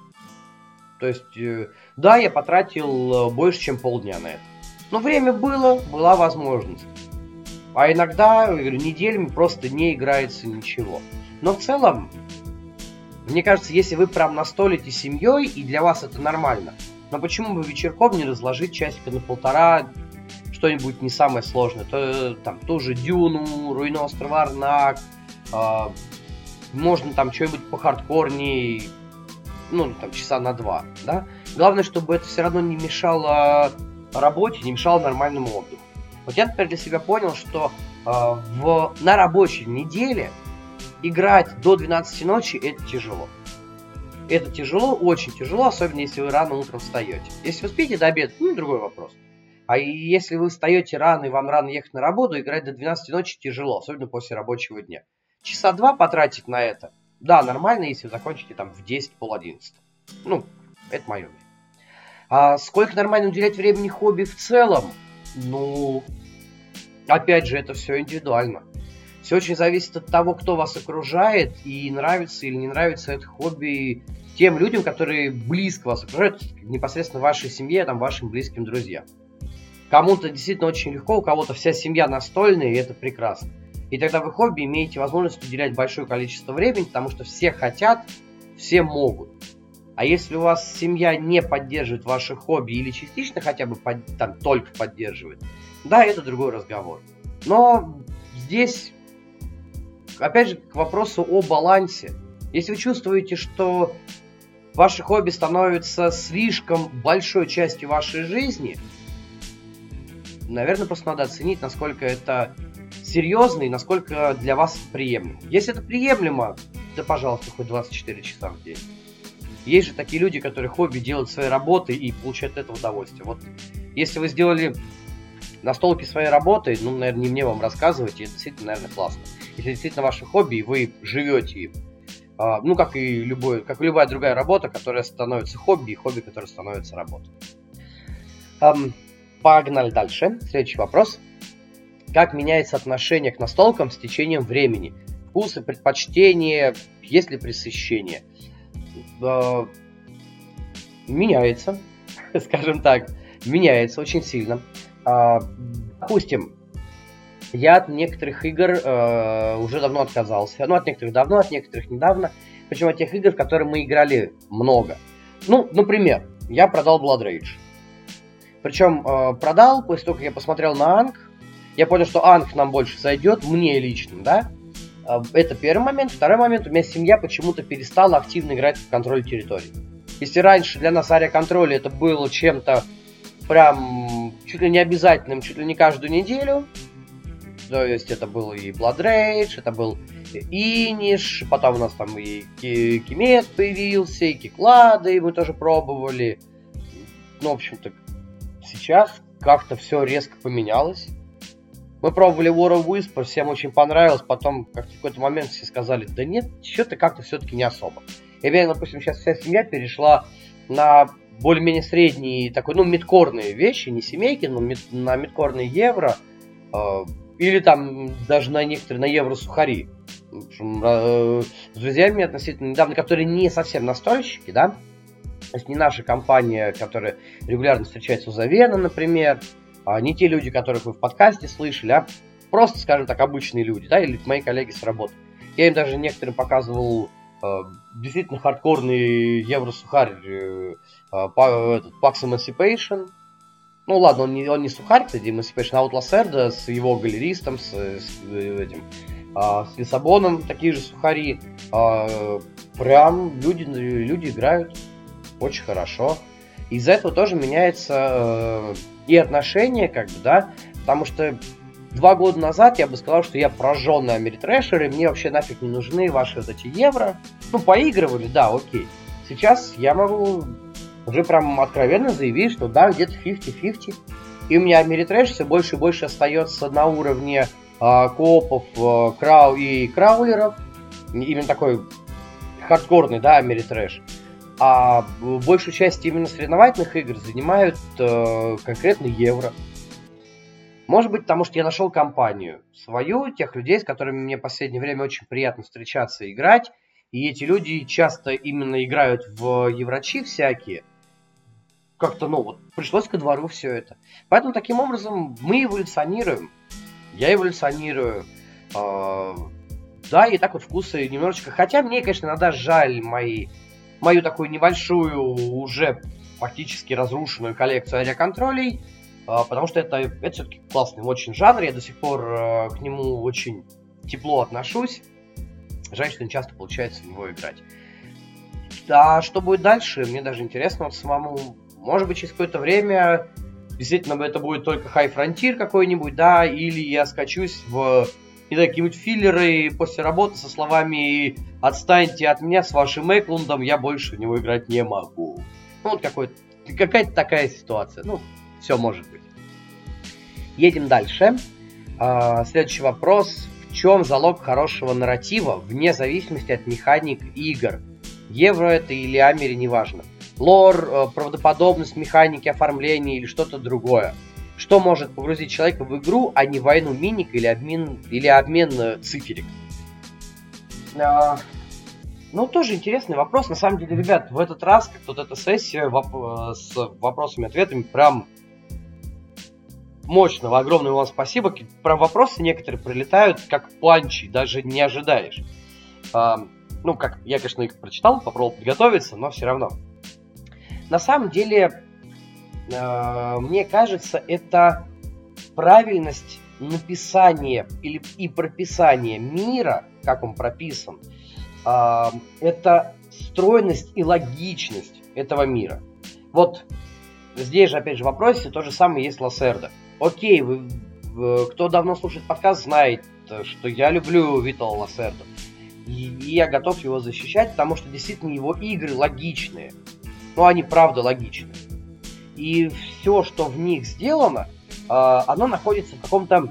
То есть, э, да, я потратил больше, чем полдня на это. Но время было, была возможность. А иногда, я говорю, неделями просто не играется ничего. Но в целом, мне кажется, если вы прям настолите семьей, и для вас это нормально, но почему бы вечерком не разложить часика на полтора, что-нибудь не самое сложное, то там тоже Дюну, Руины острова Арнак, э, можно там что-нибудь похардкорнее, ну, там, часа на два, да. Главное, чтобы это все равно не мешало работе, не мешало нормальному отдыху. Вот я, например, для себя понял, что э, в, на рабочей неделе играть до двенадцати ночи – это тяжело. Это тяжело, очень тяжело, особенно если вы рано утром встаете. Если вы спите до обеда, ну, другой вопрос. А если вы встаете рано и вам рано ехать на работу, играть до двенадцати ночи тяжело, особенно после рабочего дня. Часа два потратить на это, да, нормально, если вы закончите там в десять, пол одиннадцатого. Ну, это мое мнение. А сколько нормально уделять времени хобби в целом? Ну, опять же, это все индивидуально. Все очень зависит от того, кто вас окружает, и нравится или не нравится это хобби тем людям, которые близко вас окружают, непосредственно вашей семье, там, вашим близким друзьям. Кому-то действительно очень легко, у кого-то вся семья настольная, и это прекрасно. И тогда вы хобби имеете возможность уделять большое количество времени, потому что все хотят, все могут. А если у вас семья не поддерживает ваше хобби или частично хотя бы под, там, только поддерживает, да, это другой разговор. Но здесь, опять же, к вопросу о балансе. Если вы чувствуете, что ваше хобби становится слишком большой частью вашей жизни, наверное, просто надо оценить, насколько это серьезно и насколько для вас приемлемо. Если это приемлемо, да, пожалуйста, хоть двадцать четыре часа в день. Есть же такие люди, которые хобби делают своей работой и получают от этого удовольствие. Вот если вы сделали настолки своей работой, ну, наверное, не мне вам рассказывать, и это действительно, наверное, классно. Если действительно ваше хобби, и вы живете им, а, ну, как и, любой, как и любая другая работа, которая становится хобби, и хобби, которая становится работой. Um, погнали дальше. Следующий вопрос. Как меняется отношение к настолкам с течением времени? Вкусы, предпочтения, есть ли пресыщение? Uh, меняется, скажем так, меняется очень сильно. Uh, допустим, я от некоторых игр uh, уже давно отказался. Ну, от некоторых давно, от некоторых недавно. Причем от тех игр, в которые мы играли много. Ну, например, я продал Blood Rage. Причем uh, продал, после того, как я посмотрел на Анг, я понял, что Анг нам больше зайдет, мне лично, да? Это первый момент. Второй момент. У меня семья почему-то перестала активно играть в контроль территории. Если раньше для нас авиаконтроль это было чем-то прям чуть ли не обязательным, чуть ли не каждую неделю. То есть это был и Blood Rage, это был Иниш, потом у нас там и Кимет появился, и Киклады мы тоже пробовали. Ну, в общем-то, сейчас как-то все резко поменялось. Мы пробовали War of Wisps, всем очень понравилось, потом как-то в какой-то момент все сказали, да нет, что-то как-то все-таки не особо. И, допустим, сейчас вся семья перешла на более-менее средние, такой, ну, мидкорные вещи, не семейки, но мид, на мидкорные евро, э, или там даже на некоторые на евро сухари. Э, с друзьями относительно недавно, которые не совсем настольщики, да, то есть не наша компания, которая регулярно встречается у Завена, например, а не те люди, которых вы в подкасте слышали, а просто, скажем так, обычные люди, да, или мои коллеги с работы. Я им даже некоторым показывал э, действительно хардкорный евро-сухарь э, э, Pax Emancipation. Ну ладно, он не, он не сухарь, кстати, Emancipation, а вот Лассерда с его галеристом, с, с этим, э, с Лиссабоном, такие же сухари. Э, прям люди, люди играют очень хорошо. Из-за этого тоже меняется э, и отношение, как бы, да, потому что два года назад я бы сказал, что я прожженный америтрэшер, и мне вообще нафиг не нужны ваши вот эти евро. Ну, поигрывали, да, окей. Сейчас я могу уже прям откровенно заявить, что да, где-то пятьдесят на пятьдесят. И у меня америтрэш все больше и больше остается на уровне э, коопов э, крау и краулеров. Именно такой хардкорный, да, америтрэш. А большую часть именно соревновательных игр занимают э, конкретно евро. Может быть, потому что я нашел компанию свою, тех людей, с которыми мне в последнее время очень приятно встречаться и играть. И эти люди часто именно играют в еврочи всякие. Как-то, ну, вот, пришлось ко двору все это. Поэтому, таким образом, мы эволюционируем. Я эволюционирую. Э, да, и так вот вкусы немножечко... Хотя мне, конечно, иногда жаль мои... мою такую небольшую, уже фактически разрушенную коллекцию авиаконтролей, потому что это, это все-таки классный очень жанр, я до сих пор к нему очень тепло отношусь. Жаль, что не часто получается в него играть. А что будет дальше, мне даже интересно вот самому. Может быть, через какое-то время действительно это будет только High Frontier какой-нибудь, да, или я скачусь в... и какие-нибудь филлеры после работы со словами «Отстаньте от меня с вашим Эклундом, я больше в него играть не могу». Ну, вот какой-то, какая-то такая ситуация. Ну, все может быть. Едем дальше. А, следующий вопрос. В чем залог хорошего нарратива, вне зависимости от механик игр? Евро это или Амери, неважно. Лор, правдоподобность, механики, оформления или что-то другое. Что может погрузить человека в игру, а не войну миник или обмен, или обмен циферек? А, ну, тоже интересный вопрос. На самом деле, ребят, в этот раз, как вот эта сессия воп- с вопросами-ответами, прям мощно. Огромное вам спасибо. Про вопросы некоторые прилетают как панчи, даже не ожидаешь. А, ну, как я, конечно, их прочитал, попробовал подготовиться, но все равно. На самом деле... Мне кажется, это правильность написания или и прописания мира, как он прописан, это стройность и логичность этого мира. Вот здесь же, опять же, в вопросе то же самое есть Лассерда. Окей, вы, кто давно слушает подкаст, знает, что я люблю Витала Лассерда. И я готов его защищать, потому что действительно его игры логичные. Ну, они правда логичные. И все, что в них сделано, э, оно находится в каком-то...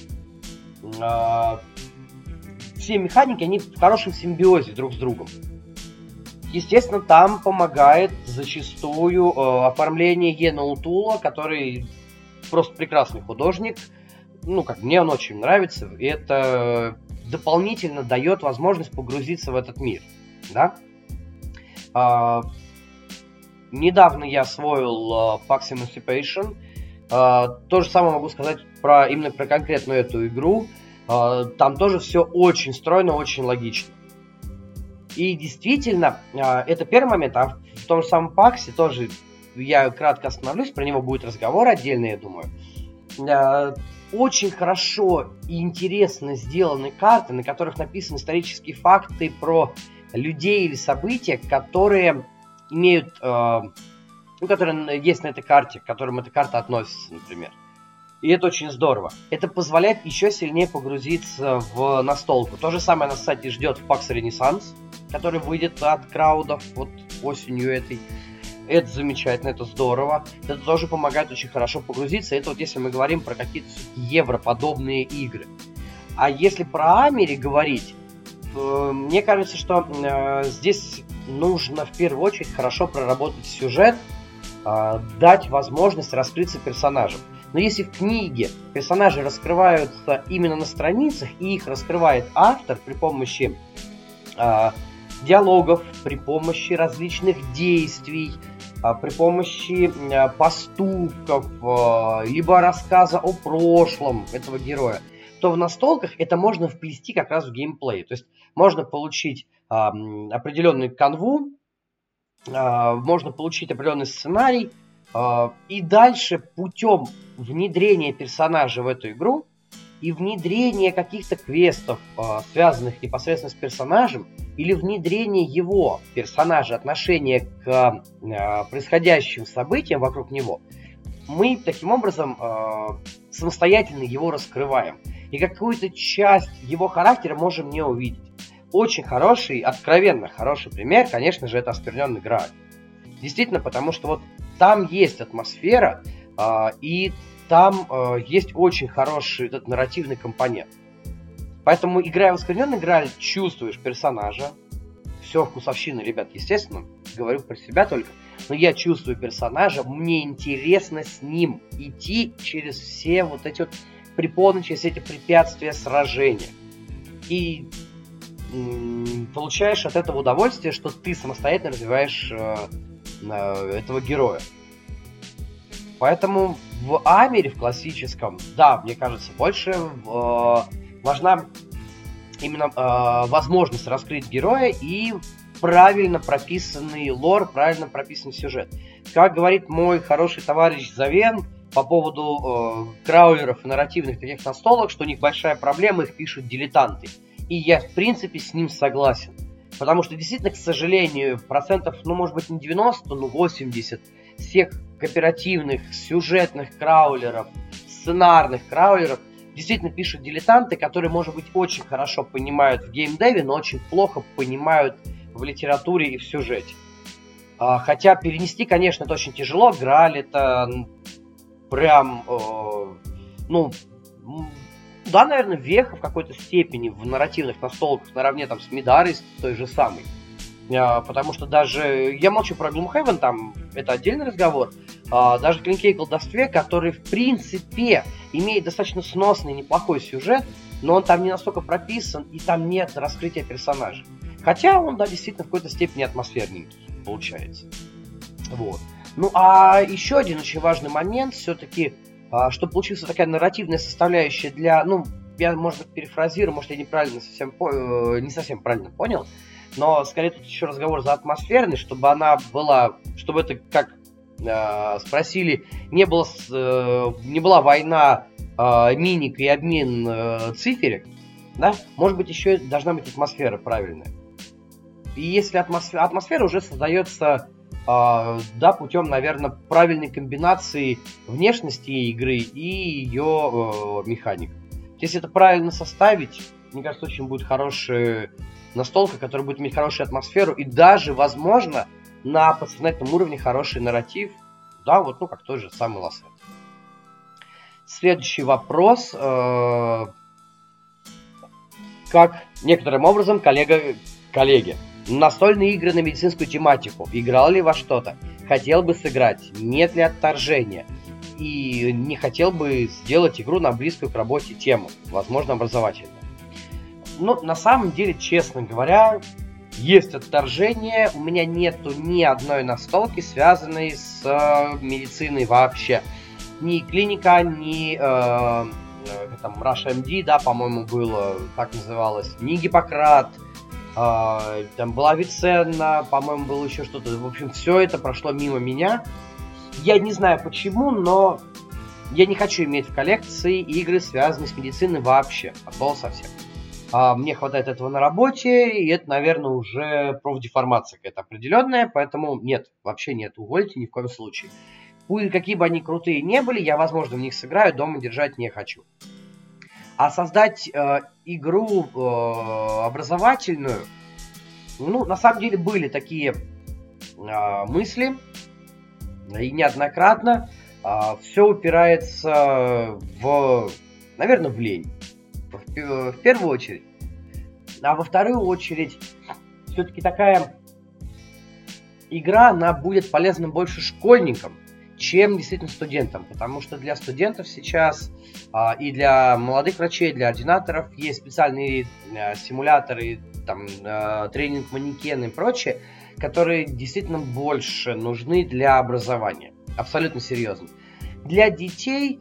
Э, все механики, они в хорошем симбиозе друг с другом. Естественно, там помогает зачастую э, оформление Йена Утула, который просто прекрасный художник. Ну, как мне он очень нравится. И это дополнительно дает возможность погрузиться в этот мир. Да? Э, Недавно я освоил uh, Pax Emancipation. Uh, то же самое могу сказать про, именно про конкретную эту игру. Uh, там тоже все очень стройно, очень логично. И действительно, uh, это первый момент. А в том же самом Паксе тоже я кратко остановлюсь. Про него будет разговор отдельный, я думаю. Uh, очень хорошо и интересно сделаны карты, на которых написаны исторические факты про людей или события, которые... имеют, э, ну, которые есть на этой карте, к которым эта карта относится, например. И это очень здорово. Это позволяет еще сильнее погрузиться в настолку. То же самое нас, кстати, ждет в Pax Renaissance, который выйдет от краудов вот осенью этой. Это замечательно, это здорово. Это тоже помогает очень хорошо погрузиться. Это вот если мы говорим про какие-то европодобные игры. А если про Амери говорить, то мне кажется, что э, здесь нужно в первую очередь хорошо проработать сюжет, э, дать возможность раскрыться персонажам. Но если в книге персонажи раскрываются именно на страницах, и их раскрывает автор при помощи э, диалогов, при помощи различных действий, э, при помощи э, поступков, э, либо рассказа о прошлом этого героя, то в настолках это можно вплести как раз в геймплей. То есть можно получить э, определенную канву, э, можно получить определенный сценарий, э, и дальше путем внедрения персонажа в эту игру и внедрения каких-то квестов, э, связанных непосредственно с персонажем, или внедрение его, персонажа, отношения к э, происходящим событиям вокруг него, мы таким образом э, самостоятельно его раскрываем. И какую-то часть его характера можем не увидеть. Очень хороший, откровенно хороший пример, конечно же, это «Оскверненный Грааль». Действительно, потому что вот там есть атмосфера, э, и там э, есть очень хороший этот нарративный компонент. Поэтому, играя в «Оскверненный Грааль», чувствуешь персонажа. Все вкусовщина, ребят, естественно, говорю про себя только. Но я чувствую персонажа, мне интересно с ним идти через все вот эти вот препоны, через эти препятствия сражения. И м- получаешь от этого удовольствие, что ты самостоятельно развиваешь э, э, этого героя. Поэтому в Амере, в классическом, да, мне кажется, больше э, важна именно э, возможность раскрыть героя и правильно прописанный лор, правильно прописанный сюжет. Как говорит мой хороший товарищ Завен по поводу э, краулеров и нарративных таких настолок, что у них большая проблема, их пишут дилетанты. И я, в принципе, с ним согласен. Потому что, действительно, к сожалению, процентов, ну, может быть, не девяносто, но восемьдесят всех кооперативных, сюжетных краулеров, сценарных краулеров действительно пишут дилетанты, которые, может быть, очень хорошо понимают в геймдеве, но очень плохо понимают в литературе и в сюжете. А, хотя перенести, конечно, это очень тяжело. Грааль это прям, э, ну, да, наверное, веха в какой-то степени в нарративных настолках наравне там с Мидарой, с той же самой. А, потому что даже, я молчу про Gloomhaven, там это отдельный разговор, а, даже в Клинке и колдовстве, который в принципе имеет достаточно сносный, неплохой сюжет, но он там не настолько прописан, и там нет раскрытия персонажей. Хотя он, да, действительно в какой-то степени атмосферненький получается. Вот. Ну, а еще один очень важный момент, все-таки, а, что получилась такая нарративная составляющая для, ну, я, может быть, перефразирую, может, я неправильно совсем, по, не совсем правильно понял, но, скорее, тут еще разговор за атмосферность, чтобы она была, чтобы это, как э, спросили, не, было, э, не была война э, миник и обмен э, циферек, да, может быть, еще должна быть атмосфера правильная. И если атмосфера, атмосфера уже создается, э, да, путем, наверное, правильной комбинации внешности игры и ее э, механик. Если это правильно составить, мне кажется, очень будет хорошая настолка, которая будет иметь хорошую атмосферу и даже, возможно, на подсознательном уровне хороший нарратив. Да, вот, ну, как тот же самый Lost Red. Следующий вопрос. Э, как некоторым образом коллега, коллеги, настольные игры на медицинскую тематику. Играл ли во что-то? Хотел бы сыграть? Нет ли отторжения? И не хотел бы сделать игру на близкую к работе тему, возможно, образовательную. Ну, на самом деле, честно говоря, есть отторжение. У меня нету ни одной настолки, связанной с э, медициной вообще. Ни клиника, ни э, э, там RushMD, да, по-моему, было, так называлось, ни Гиппократ, э, там была Авиценна, по-моему, было еще что-то. В общем, все это прошло мимо меня. Я не знаю почему, но я не хочу иметь в коллекции игры, связанные с медициной вообще, от слова совсем. А мне хватает этого на работе, и это, наверное, уже профдеформация какая-то определенная, поэтому нет, вообще нет, увольте ни в коем случае. Пусть какие бы они крутые не были, я, возможно, в них сыграю, дома держать не хочу. А создать э, игру э, образовательную, ну, на самом деле были такие э, мысли, и неоднократно. Э, все упирается в, наверное, в лень. В, в первую очередь. А во вторую очередь, все-таки такая игра, она будет полезна больше школьникам, чем действительно студентам, потому что для студентов сейчас а, и для молодых врачей, для ординаторов есть специальные а, симуляторы, там, а, тренинг-манекены и прочее, которые действительно больше нужны для образования. Абсолютно серьезно. Для детей,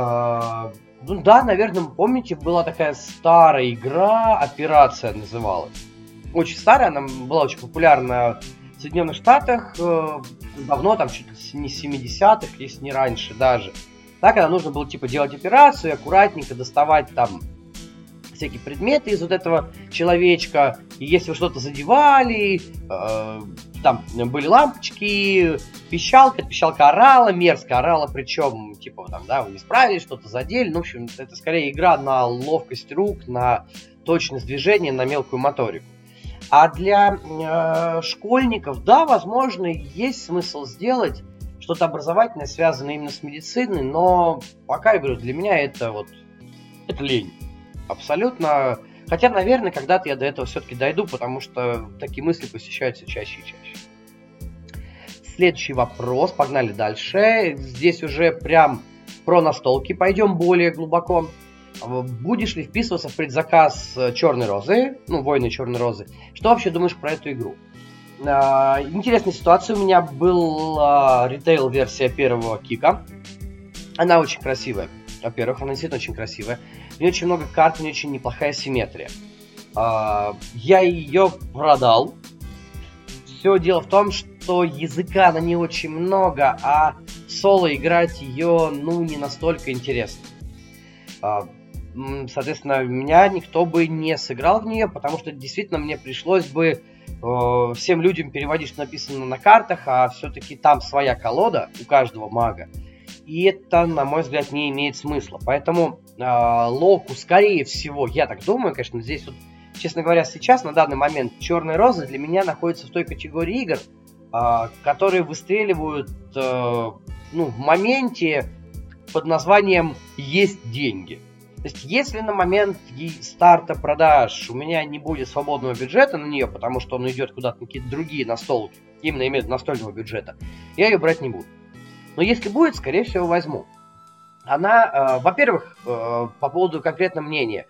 а, ну да, наверное, помните, была такая старая игра, «Операция» называлась. Очень старая, она была очень популярна в Соединенных Штатах э, давно, там чуть ли не семидесятых, если не раньше даже. Так, когда нужно было типа делать операцию, аккуратненько доставать там всякие предметы из вот этого человечка. И если вы что-то задевали, э, там были лампочки, пищалка, пищалка орала, мерзко орала, причем, типа, там, да, вы не справились, что-то задели. Ну, в общем, это скорее игра на ловкость рук, на точность движения, на мелкую моторику. А для э, школьников, да, возможно, есть смысл сделать что-то образовательное, связанное именно с медициной, но пока, я говорю, для меня это вот, это лень. Абсолютно. Хотя, наверное, когда-то я до этого все-таки дойду, потому что такие мысли посещаются чаще и чаще. Следующий вопрос, погнали дальше. Здесь уже прям про настолки пойдем более глубоко. Будешь ли вписываться в предзаказ Черной Розы, ну, Войны Черной Розы? Что вообще думаешь про эту игру? А, интересная ситуация. У меня была ритейл-версия первого Кика. Она очень красивая. Во-первых, она действительно очень красивая. У нее очень много карт, у нее очень неплохая симметрия. А, я ее продал. Все дело в том, что языка на не очень много, а соло играть ее, ну, не настолько интересно. А, соответственно, меня никто бы не сыграл в нее, потому что действительно мне пришлось бы э, всем людям переводить, что написано на картах, а все-таки там своя колода у каждого мага. И это, на мой взгляд, не имеет смысла. Поэтому э, Локу, скорее всего, я так думаю, конечно, здесь вот, честно говоря, сейчас, на данный момент, Черная Роза для меня находится в той категории игр, э, которые выстреливают э, ну, в моменте под названием «есть деньги». То есть, если на момент старта продаж у меня не будет свободного бюджета на нее, потому что он идет куда-то на какие-то другие настолки, именно имеют настольного бюджета, я ее брать не буду. Но если будет, скорее всего, возьму. Она, э, во-первых, э, по поводу конкретного мнения.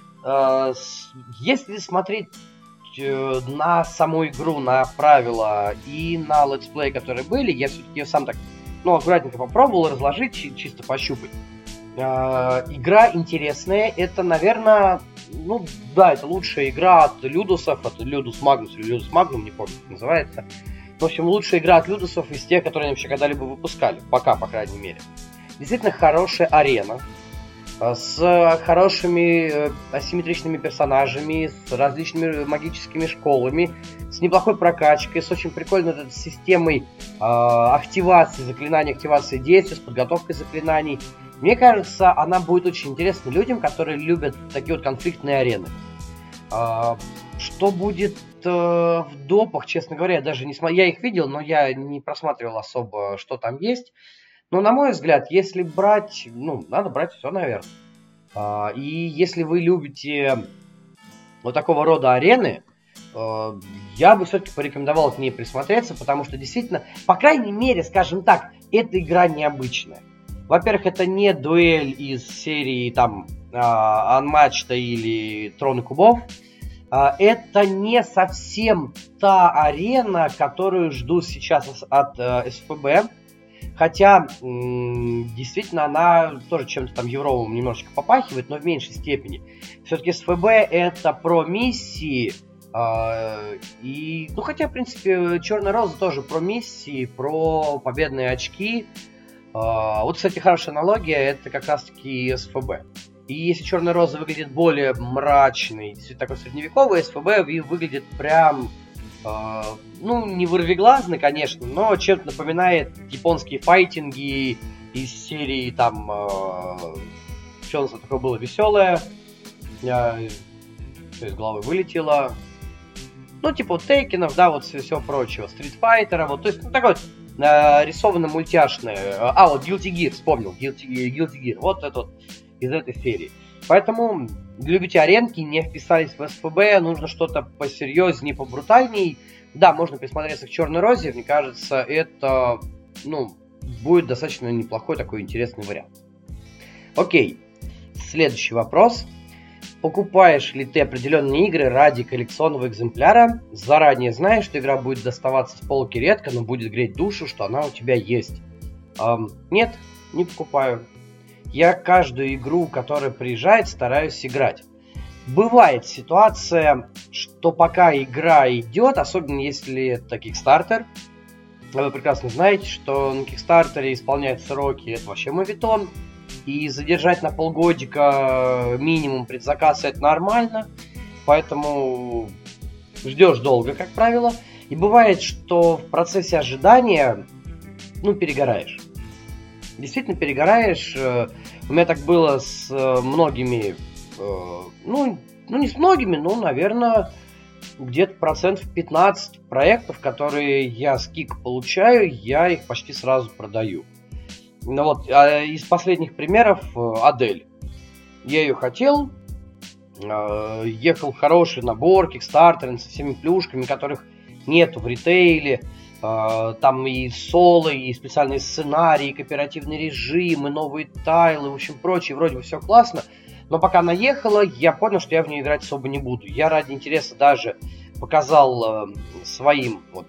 Э, с, если смотреть э, на саму игру, на правила и на летсплей, которые были, я все-таки ее сам так, ну, аккуратненько попробовал разложить, чи- чисто пощупать. Э, игра интересная. Это, наверное, ну, да, это лучшая игра от Людусов, от Ludus Magnus или Ludus Magnum, не помню, как называется. В общем, лучшая игра от Людусов из тех, которые они вообще когда-либо выпускали. Пока, по крайней мере. Действительно хорошая арена. С хорошими асимметричными персонажами, с различными магическими школами, с неплохой прокачкой, с очень прикольной этой системой э, активации заклинаний, активации действий, с подготовкой заклинаний. Мне кажется, она будет очень интересна людям, которые любят такие вот конфликтные арены. Э, что будет э, в допах, честно говоря, я даже не смотрел. Я их видел, но я не просматривал особо, что там есть. Но, на мой взгляд, если брать, ну, надо брать все, наверное. А, и если вы любите вот такого рода арены, а, я бы все-таки порекомендовал к ней присмотреться, потому что действительно, по крайней мере, скажем так, эта игра необычная. Во-первых, это не дуэль из серии там а, Unmatched или Троны Кубов. А, это не совсем та арена, которую жду сейчас от а, эс эф бэ. Хотя, действительно, она тоже чем-то там Евровым немножечко попахивает, но в меньшей степени. Все-таки эс эф бэ это про миссии. Э, и, ну, хотя, в принципе, Черная Роза тоже про миссии, про победные очки. Э, вот, кстати, хорошая аналогия, это как раз-таки эс эф бэ. И если Черная Роза выглядит более мрачной, действительно такой средневековый, эс эф бэ выглядит прям... Ну, не вырвиглазно, конечно, но чем-то напоминает японские файтинги из серии там... Э, что у нас такое было веселое? Я... Все из головы вылетело. Ну, типа вот Тейкенов, да, вот всего прочего. Стритфайтера, вот, то есть, ну, такое вот э, рисовано-мультяшное. А, вот Guilty Gear, вспомнил, Guilty, Guilty Gear, вот это вот из этой серии. Поэтому любите аренки, не вписались в СПБ, нужно что-то посерьезнее, побрутальней. Да, можно присмотреться к «Черной розе», мне кажется, это, ну, будет достаточно неплохой такой интересный вариант. Окей, следующий вопрос. Покупаешь ли ты определенные игры ради коллекционного экземпляра, заранее зная, что игра будет доставаться с полки редко, но будет греть душу, что она у тебя есть? Эм, нет, не покупаю. Я каждую игру, которая приезжает, стараюсь играть. Бывает ситуация, что пока игра идет, особенно если это Kickstarter, вы прекрасно знаете, что на Kickstarter исполняют сроки, это вообще моветон. И задержать на полгодика минимум предзаказ — это нормально. Поэтому ждешь долго, как правило. И бывает, что в процессе ожидания, ну, перегораешь. Действительно перегораешь. У меня так было с многими, ну, ну не с многими, но, наверное, где-то процентов пятнадцать проектов, которые я с Кик получаю, я их почти сразу продаю. Ну вот, а из последних примеров Адель. Я ее хотел, э, ехал хороший набор, Kickstarter со всеми плюшками, которых нету в ритейле. Э, там и соло, и специальные сценарии, и кооперативный режим, и новые тайлы, в общем, прочее. Вроде бы все классно. Но пока она ехала, я понял, что я в нее играть особо не буду. Я ради интереса даже показал э, своим вот,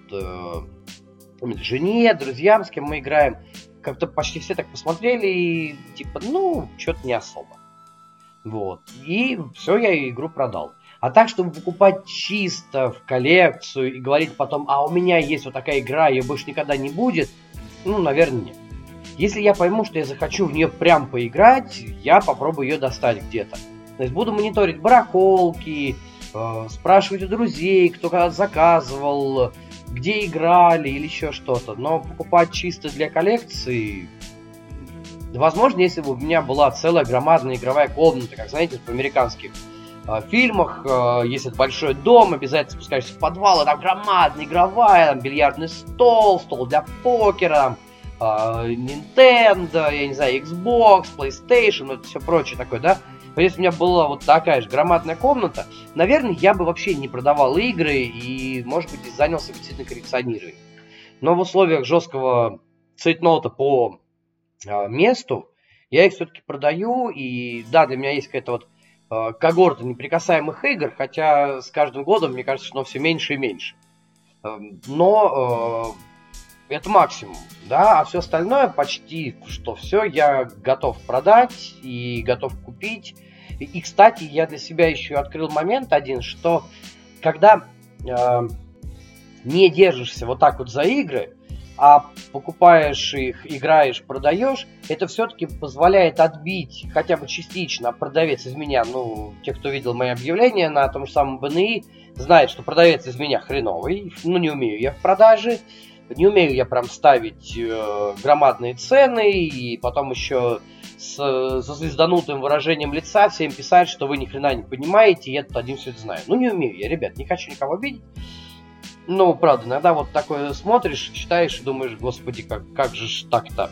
э, жене, друзьям, с кем мы играем. Как-то почти все так посмотрели и типа, ну, что-то не особо. Вот. И все, я игру продал. А так, чтобы покупать чисто в коллекцию и говорить потом, а у меня есть вот такая игра, ее больше никогда не будет, ну, наверное, нет. Если я пойму, что я захочу в нее прям поиграть, я попробую ее достать где-то. То есть буду мониторить барахолки, э, спрашивать у друзей, кто когда заказывал, где играли или еще что-то. Но покупать чисто для коллекции... Возможно, если бы у меня была целая громадная игровая комната, как, знаете, в американских э, фильмах, э, есть этот большой дом, обязательно спускаешься в подвал, и там громадная игровая, там бильярдный стол, стол для покера, там, э, Nintendo, я не знаю, Xbox, PlayStation, это все прочее такое, да? Но если у меня была вот такая же громадная комната, наверное, я бы вообще не продавал игры и, может быть, занялся действительно коллекционированием. Но в условиях жесткого цейтнота по э, месту я их все-таки продаю. И да, для меня есть какая-то вот э, когорта неприкасаемых игр, хотя с каждым годом, мне кажется, что все меньше и меньше. Э, но э, это максимум, да, а все остальное, почти что все, я готов продать и готов купить. И, кстати, я для себя еще открыл момент один, что когда э, не держишься вот так вот за игры, а покупаешь их, играешь, продаешь, это все-таки позволяет отбить хотя бы частично продавец из меня. Ну, те, кто видел мои объявления на том же самом бэ эн и, знают, что продавец из меня хреновый. Ну, не умею я в продаже. Не умею я прям ставить э, громадные цены и потом еще с э, зазвезданутым выражением лица всем писать, что вы ни хрена не понимаете, и я тут один все это знаю. Ну, не умею я, ребят, не хочу никого видеть. Ну, правда, иногда вот такое смотришь, читаешь и думаешь, господи, как, как же ж так-то.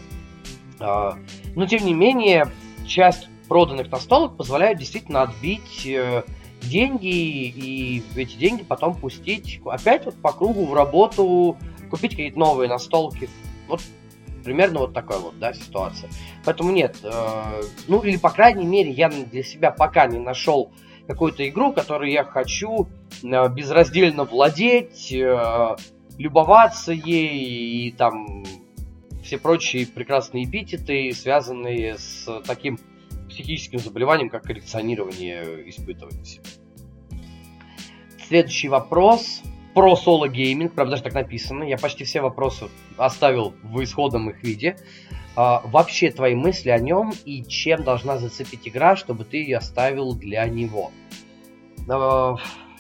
А, но, тем не менее, часть проданных настолок позволяет действительно отбить э, деньги, и эти деньги потом пустить опять вот по кругу в работу, купить какие-то новые настолки. Вот примерно вот такая вот, да, ситуация. Поэтому нет, э, ну или по крайней мере я для себя пока не нашел какую-то игру, которую я хочу э, безраздельно владеть, э, любоваться ей и там все прочие прекрасные эпитеты, связанные с таким психическим заболеванием, как коллекционирование, испытывать. Следующий вопрос про соло-гейминг, правда, даже так написано. Я почти все вопросы оставил в исходном их виде. А, вообще, твои мысли о нем и чем должна зацепить игра, чтобы ты ее оставил для него? А,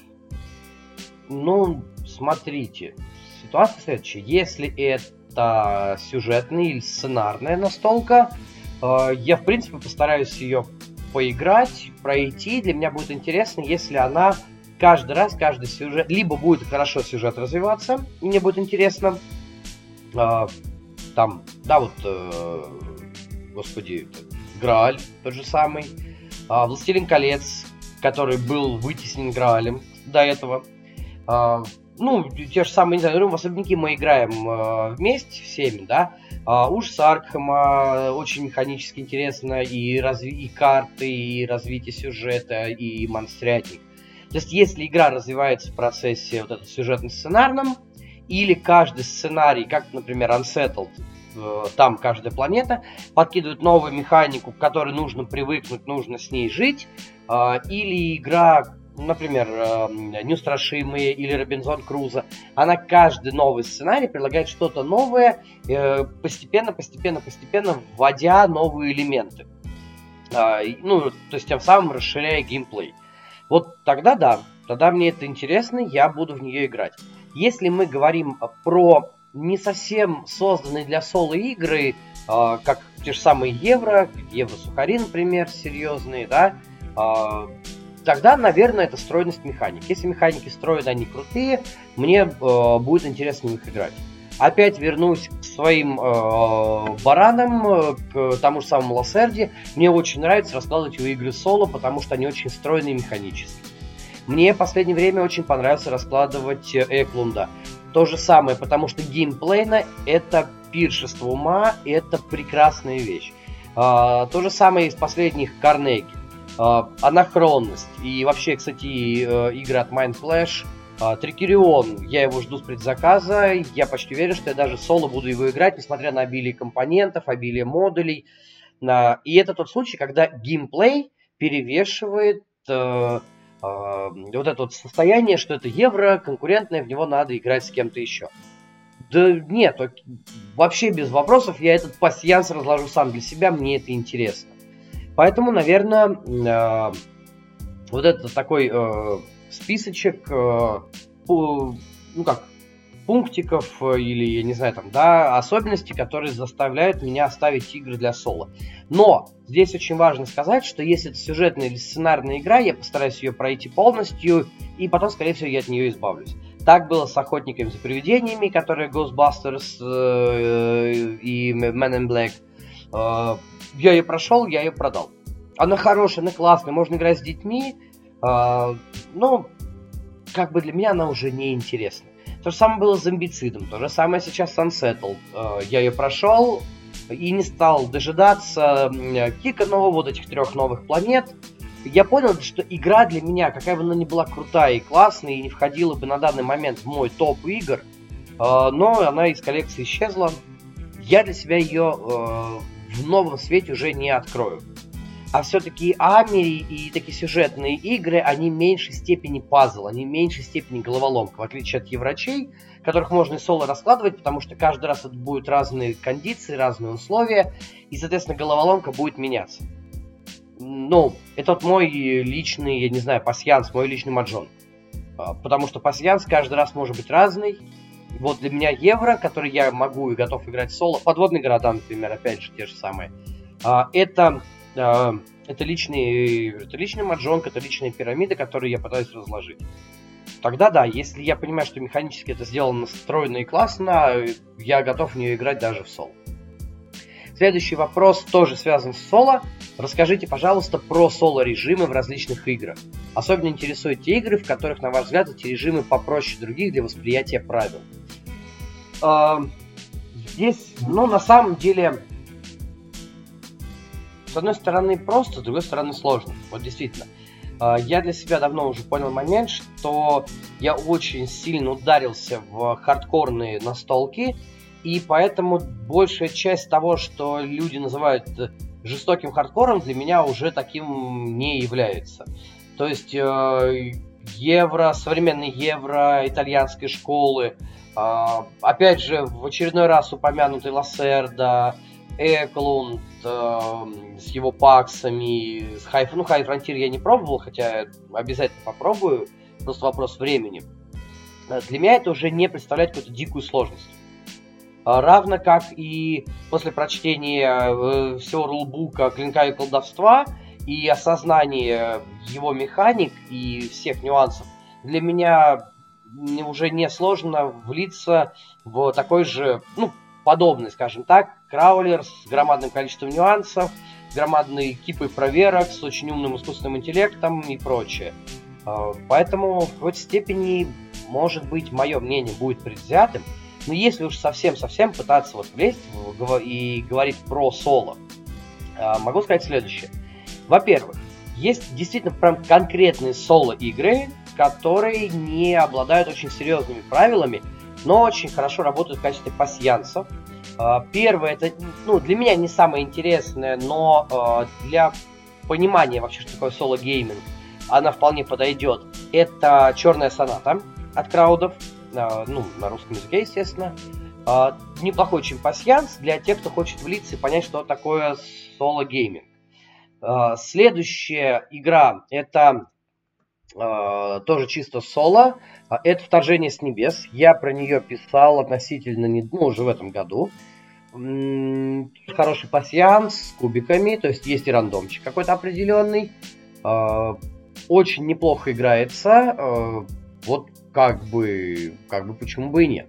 ну, смотрите. Ситуация следующая. Если это сюжетная или сценарная настолка, а, я, в принципе, постараюсь ее поиграть, пройти. Для меня будет интересно, если она каждый раз, каждый сюжет, либо будет хорошо сюжет развиваться, и мне будет интересно, э, там, да, вот, э, господи, Грааль, тот же самый, э, Властелин колец, который был вытеснен Граалем до этого. А, ну, те же самые, не знаю, в особняки мы играем а, вместе всеми, да. А, Ужас Аркхема очень механически интересно, и, разви... и карты, и развитие сюжета, и монстрятник. То есть, если игра развивается в процессе вот этом сюжетно-сценарном, или каждый сценарий, как, например, Unsettled, э, там каждая планета, подкидывает новую механику, к которой нужно привыкнуть, нужно с ней жить, э, или игра, например, э, Неустрашимые или Робинзон Крузо, она каждый новый сценарий предлагает что-то новое, э, постепенно, постепенно, постепенно вводя новые элементы. Э, ну, то есть, тем самым расширяя геймплей. Вот тогда да, тогда мне это интересно, я буду в нее играть. Если мы говорим про не совсем созданные для соло игры, э, как те же самые Евро, Евро-Сухари, например, серьезные, да, э, тогда, наверное, это стройность механик. Если механики стройны, они крутые, мне э, будет интересно в них играть. Опять вернусь к своим э, баранам, к тому же самому Лассерди. Мне очень нравится раскладывать его игры соло, потому что они очень стройные механически. Мне в последнее время очень понравилось раскладывать Эклунда. То же самое, потому что геймплейно это пиршество ума, это прекрасная вещь. А, то же самое из последних Карнеги. А, Анахронность. И вообще, кстати, игры от Mind Clash. А, Трикерион, я его жду с предзаказа. Я почти уверен, что я даже соло буду его играть, несмотря на обилие компонентов, обилие модулей. А, и это тот случай, когда геймплей перевешивает... А, вот это вот состояние, что это евро конкурентное, в него надо играть с кем-то еще. Да нет, вообще без вопросов, я этот пасьянс разложу сам для себя, мне это интересно. Поэтому, наверное, вот это такой списочек, ну как, пунктиков или, я не знаю, там, да, особенностей, которые заставляют меня оставить игры для соло. Но здесь очень важно сказать, что если это сюжетная или сценарная игра, я постараюсь ее пройти полностью, и потом, скорее всего, я от нее избавлюсь. Так было с Охотниками за привидениями, которые Ghostbusters э, и Men in Black. Э, я ее прошел, я ее продал. Она хорошая, она классная, можно играть с детьми, э, но как бы для меня она уже не интересна. То же самое было с Зомбицидом, то же самое сейчас с Unsettled. Я ее прошел и не стал дожидаться кика нового, вот этих трех новых планет. Я понял, что игра для меня, какая бы она ни была крутая и классная, и не входила бы на данный момент в мой топ игр, но она из коллекции исчезла. Я для себя ее в новом свете уже не открою. А все-таки Амери и такие сюжетные игры, они в меньшей степени пазл, они в меньшей степени головоломка, в отличие от Еврачей, которых можно и соло раскладывать, потому что каждый раз это будут разные кондиции, разные условия, и, соответственно, головоломка будет меняться. Ну, это вот мой личный, я не знаю, пасьянс, мой личный маджон. Потому что пасьянс каждый раз может быть разный. Вот для меня Евро, который я могу и готов играть соло, подводные города, например, опять же, те же самые, это... Это личный, это личный маджонг, это личная пирамида, которую я пытаюсь разложить. Тогда да, если я понимаю, что механически это сделано стройно и классно, я готов в нее играть даже в соло. Следующий вопрос тоже связан с соло. Расскажите, пожалуйста, про соло-режимы в различных играх. Особенно интересуют те игры, в которых, на ваш взгляд, эти режимы попроще других для восприятия правил. Здесь, ну, на самом деле... С одной стороны просто, с другой стороны сложно. Вот действительно. Я для себя давно уже понял момент, что я очень сильно ударился в хардкорные настолки, и поэтому большая часть того, что люди называют жестоким хардкором, для меня уже таким не является. То есть евро, современный евро, итальянской школы, опять же, в очередной раз упомянутый Лассерда, Эклунд э, с его паксами, с High, ну, High Frontier я не пробовал, хотя обязательно попробую, просто вопрос времени. Для меня это уже не представляет какую-то дикую сложность. Равно как и после прочтения э, всего рулбука «Клинка и колдовства» и осознания его механик и всех нюансов, для меня уже не сложно влиться в такой же, ну, подобный, скажем так, краулер с громадным количеством нюансов, громадные кипы проверок с очень умным искусственным интеллектом и прочее. Поэтому в какой-то степени, может быть, мое мнение будет предвзятым, но если уж совсем-совсем пытаться вот влезть и говорить про соло, могу сказать следующее. Во-первых, есть действительно прям конкретные соло-игры, которые не обладают очень серьезными правилами, но очень хорошо работают в качестве пасьянсов. Первое, это ну, для меня не самое интересное, но для понимания вообще, что такое соло-гейминг, она вполне подойдет. Это «Черная соната» от Краудов, ну, на русском языке, естественно. Неплохой очень пасьянс для тех, кто хочет влиться и понять, что такое соло-гейминг. Следующая игра, это тоже чисто соло. Это «Вторжение с небес». Я про нее писал относительно, ну, уже в этом году. Хороший пасьянс с кубиками, то есть есть и рандомчик какой-то определенный. Очень неплохо играется. Вот как бы, как бы почему бы и нет.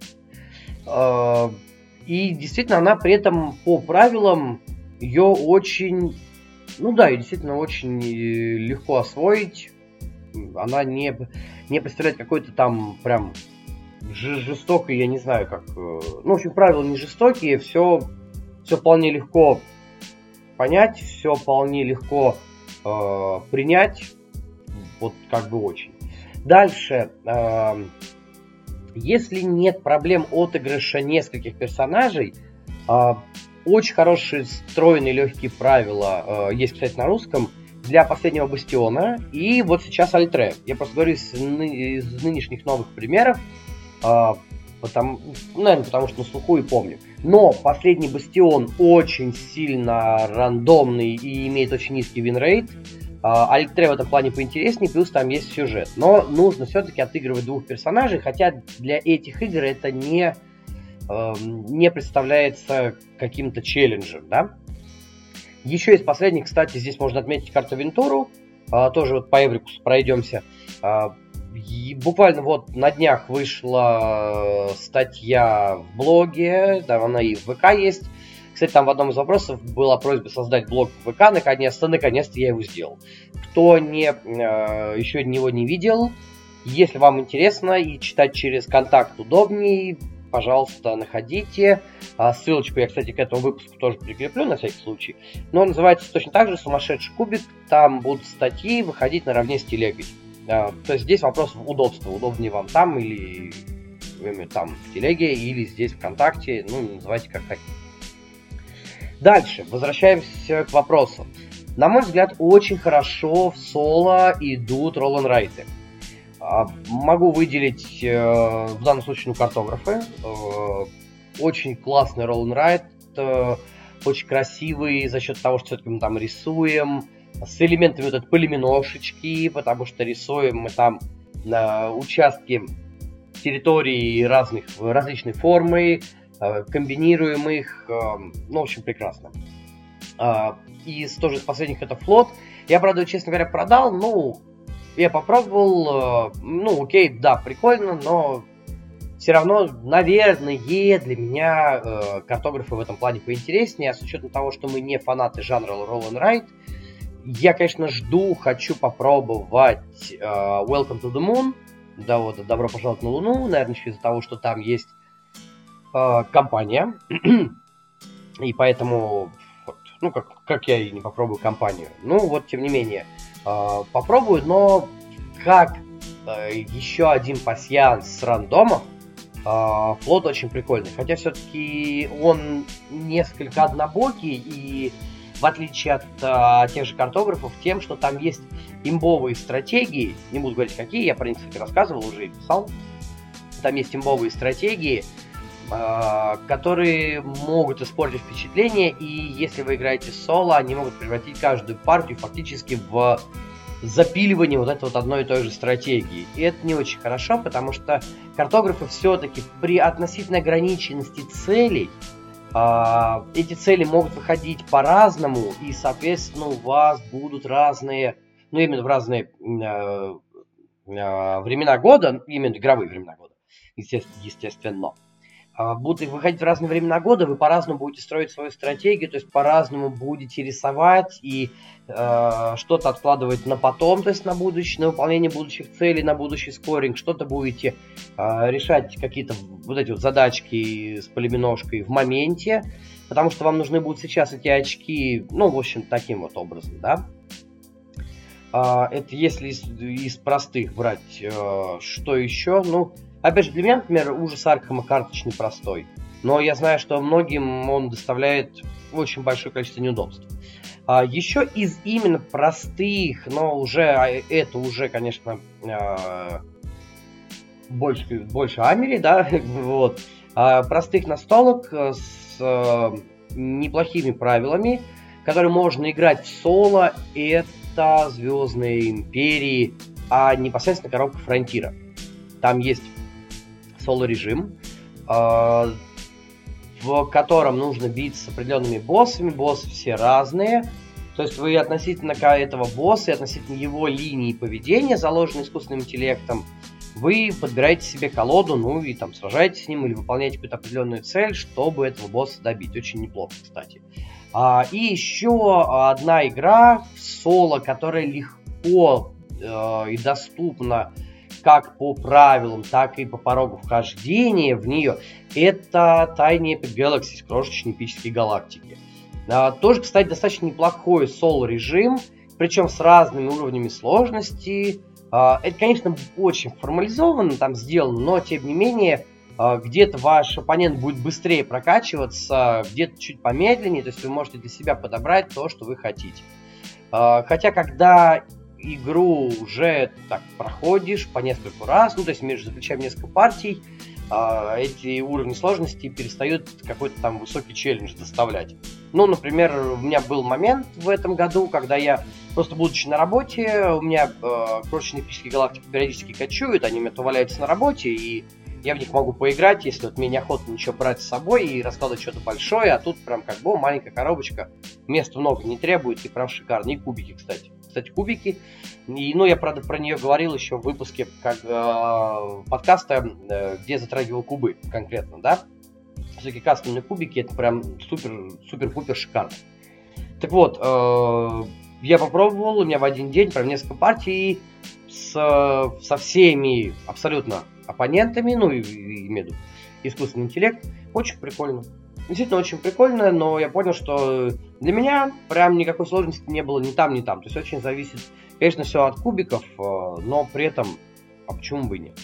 И действительно она при этом по правилам ее очень, ну да, и действительно очень легко освоить. Она не, не представляет какой-то там прям жестокой, я не знаю как. Ну, в общем, правила не жестокие, все, все вполне легко понять, все вполне легко э, принять. Вот как бы очень. Дальше. Э, если нет проблем отыгрыша нескольких персонажей, э, очень хорошие стройные легкие правила э, есть, кстати, на русском. Для последнего бастиона. И вот сейчас Альтре. Я просто говорю из, ны- из нынешних новых примеров. Э, потому, наверное, потому что на слуху и помню. Но последний бастион очень сильно рандомный и имеет очень низкий винрейт. Альтре в этом плане поинтереснее, плюс там есть сюжет. Но нужно все-таки отыгрывать двух персонажей, хотя для этих игр это не, э, не представляется каким-то челленджем, да? Еще из последних, кстати, здесь можно отметить карту Вентуру. Э, тоже вот по Эврикусу пройдемся. Э, буквально вот на днях вышла статья в блоге, да, она и в ВК есть. Кстати, там в одном из вопросов была просьба создать блог в ВК, наконец-то, наконец-то я его сделал. Кто не, э, еще его не видел, если вам интересно и читать через контакт удобнее, пожалуйста, находите. А, ссылочку я, кстати, к этому выпуску тоже прикреплю на всякий случай. Но называется точно так же «Сумасшедший кубик». Там будут статьи выходить наравне с телегой. А, то есть здесь вопрос удобства. Удобнее вам там или там в телеге, или здесь ВКонтакте. Ну, называйте как хотите. Дальше, возвращаемся к вопросу. На мой взгляд, очень хорошо в соло идут ролл-н-райты. Могу выделить э, в данном случае ну, картографы. Э, очень классный ролл-н-райт, э, очень красивый за счет того, что все-таки мы там рисуем, с элементами вот этой полиминошечки, потому что рисуем мы там э, участки территории разных, различной формы, комбинируем их, ну, в общем, прекрасно. Из тоже из последних это флот. Я, правда, честно говоря, продал, ну, я попробовал, ну, окей, да, прикольно, но все равно, наверное, для меня картографы в этом плане поинтереснее, а с учетом того, что мы не фанаты жанра Roll and Ride, я, конечно, жду, хочу попробовать Welcome to the Moon, да, вот, добро пожаловать на Луну, наверное, еще из-за того, что там есть компания, и поэтому, вот, ну, как, как я и не попробую компанию. Ну, вот, тем не менее, э, попробую, но как э, еще один пасьянс с рандомов, э, флот очень прикольный. Хотя все-таки он несколько однобокий, и в отличие от э, тех же картографов, тем, что там есть имбовые стратегии, не буду говорить какие, я про них, кстати, рассказывал уже и писал, там есть имбовые стратегии, которые могут испортить впечатление, и если вы играете соло, они могут превратить каждую партию фактически в запиливание вот этой вот одной и той же стратегии. И это не очень хорошо, потому что картографы все-таки при относительной ограниченности целей, эти цели могут выходить по-разному, и, соответственно, у вас будут разные, ну, именно в разные времена года, именно игровые времена года, естественно, естественно. будут выходить в разные времена года, вы по-разному будете строить свою стратегию, то есть по-разному будете рисовать и э, что-то откладывать на потом, то есть на будущее, на выполнение будущих целей, на будущий скоринг, что-то будете э, решать какие-то вот эти вот задачки с полиминошкой в моменте, потому что вам нужны будут сейчас эти очки, ну, в общем, таким вот образом, да. Э, это если из, из простых брать, э, что еще, ну... Опять же, для меня, например, ужас Аркхема карточный простой. Но я знаю, что многим он доставляет очень большое количество неудобств. А еще из именно простых, но уже это уже, конечно, больше, больше Амери, да, вот. Простых настолок с неплохими правилами, которые можно играть в соло, это Звездные Империи, а непосредственно коробка Фронтира. Там есть соло-режим, э, в котором нужно биться с определенными боссами. Боссы все разные. То есть вы относительно этого босса и относительно его линии поведения, заложенной искусственным интеллектом, вы подбираете себе колоду, ну и там сражаетесь с ним или выполняете какую-то определенную цель, чтобы этого босса добить. Очень неплохо, кстати. А, и еще одна игра соло, которая легко э, и доступна как по правилам, так и по порогу вхождения в нее, это Tiny Epic Galaxies, крошечные эпические галактики. А, тоже, кстати, достаточно неплохой соло-режим, причем с разными уровнями сложности. А, это, конечно, очень формализованно там сделано, но, тем не менее, а, где-то ваш оппонент будет быстрее прокачиваться, где-то чуть помедленнее, то есть вы можете для себя подобрать то, что вы хотите. А, хотя, когда игру уже так проходишь по нескольку раз, ну, то есть между заключаем несколько партий, э, эти уровни сложности перестают какой-то там высокий челлендж доставлять. Ну, например, у меня был момент в этом году, когда я, просто будучи на работе, у меня э, крошечные эпические галактики периодически качуют, они у меня то валяются на работе, и я в них могу поиграть, если вот мне неохота ничего брать с собой и раскладывать что-то большое, а тут прям как бы маленькая коробочка, места много не требует, и прям шикарно. И кубики, кстати. Кстати, кубики. И, ну, я, правда, про нее говорил еще в выпуске как, э, подкаста, э, где затрагивал кубы конкретно, да. Всякие кастомные кубики, это прям супер, супер-пупер шикарно. Так вот, э, я попробовал, у меня в один день прям несколько партий с, со всеми абсолютно оппонентами, ну, и, и имею в виду искусственный интеллект. Очень прикольно. Действительно очень прикольно, но я понял, что для меня прям никакой сложности не было ни там, ни там. То есть очень зависит, конечно, все от кубиков, но при этом, а почему бы и нет?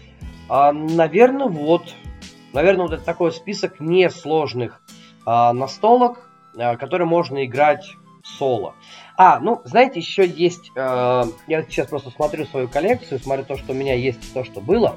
А, наверное, вот. Наверное, вот это такой список несложных а, настолок, а, которые можно играть соло. А, ну, знаете, еще есть... Э, я сейчас просто смотрю свою коллекцию, смотрю то, что у меня есть, и то, что было.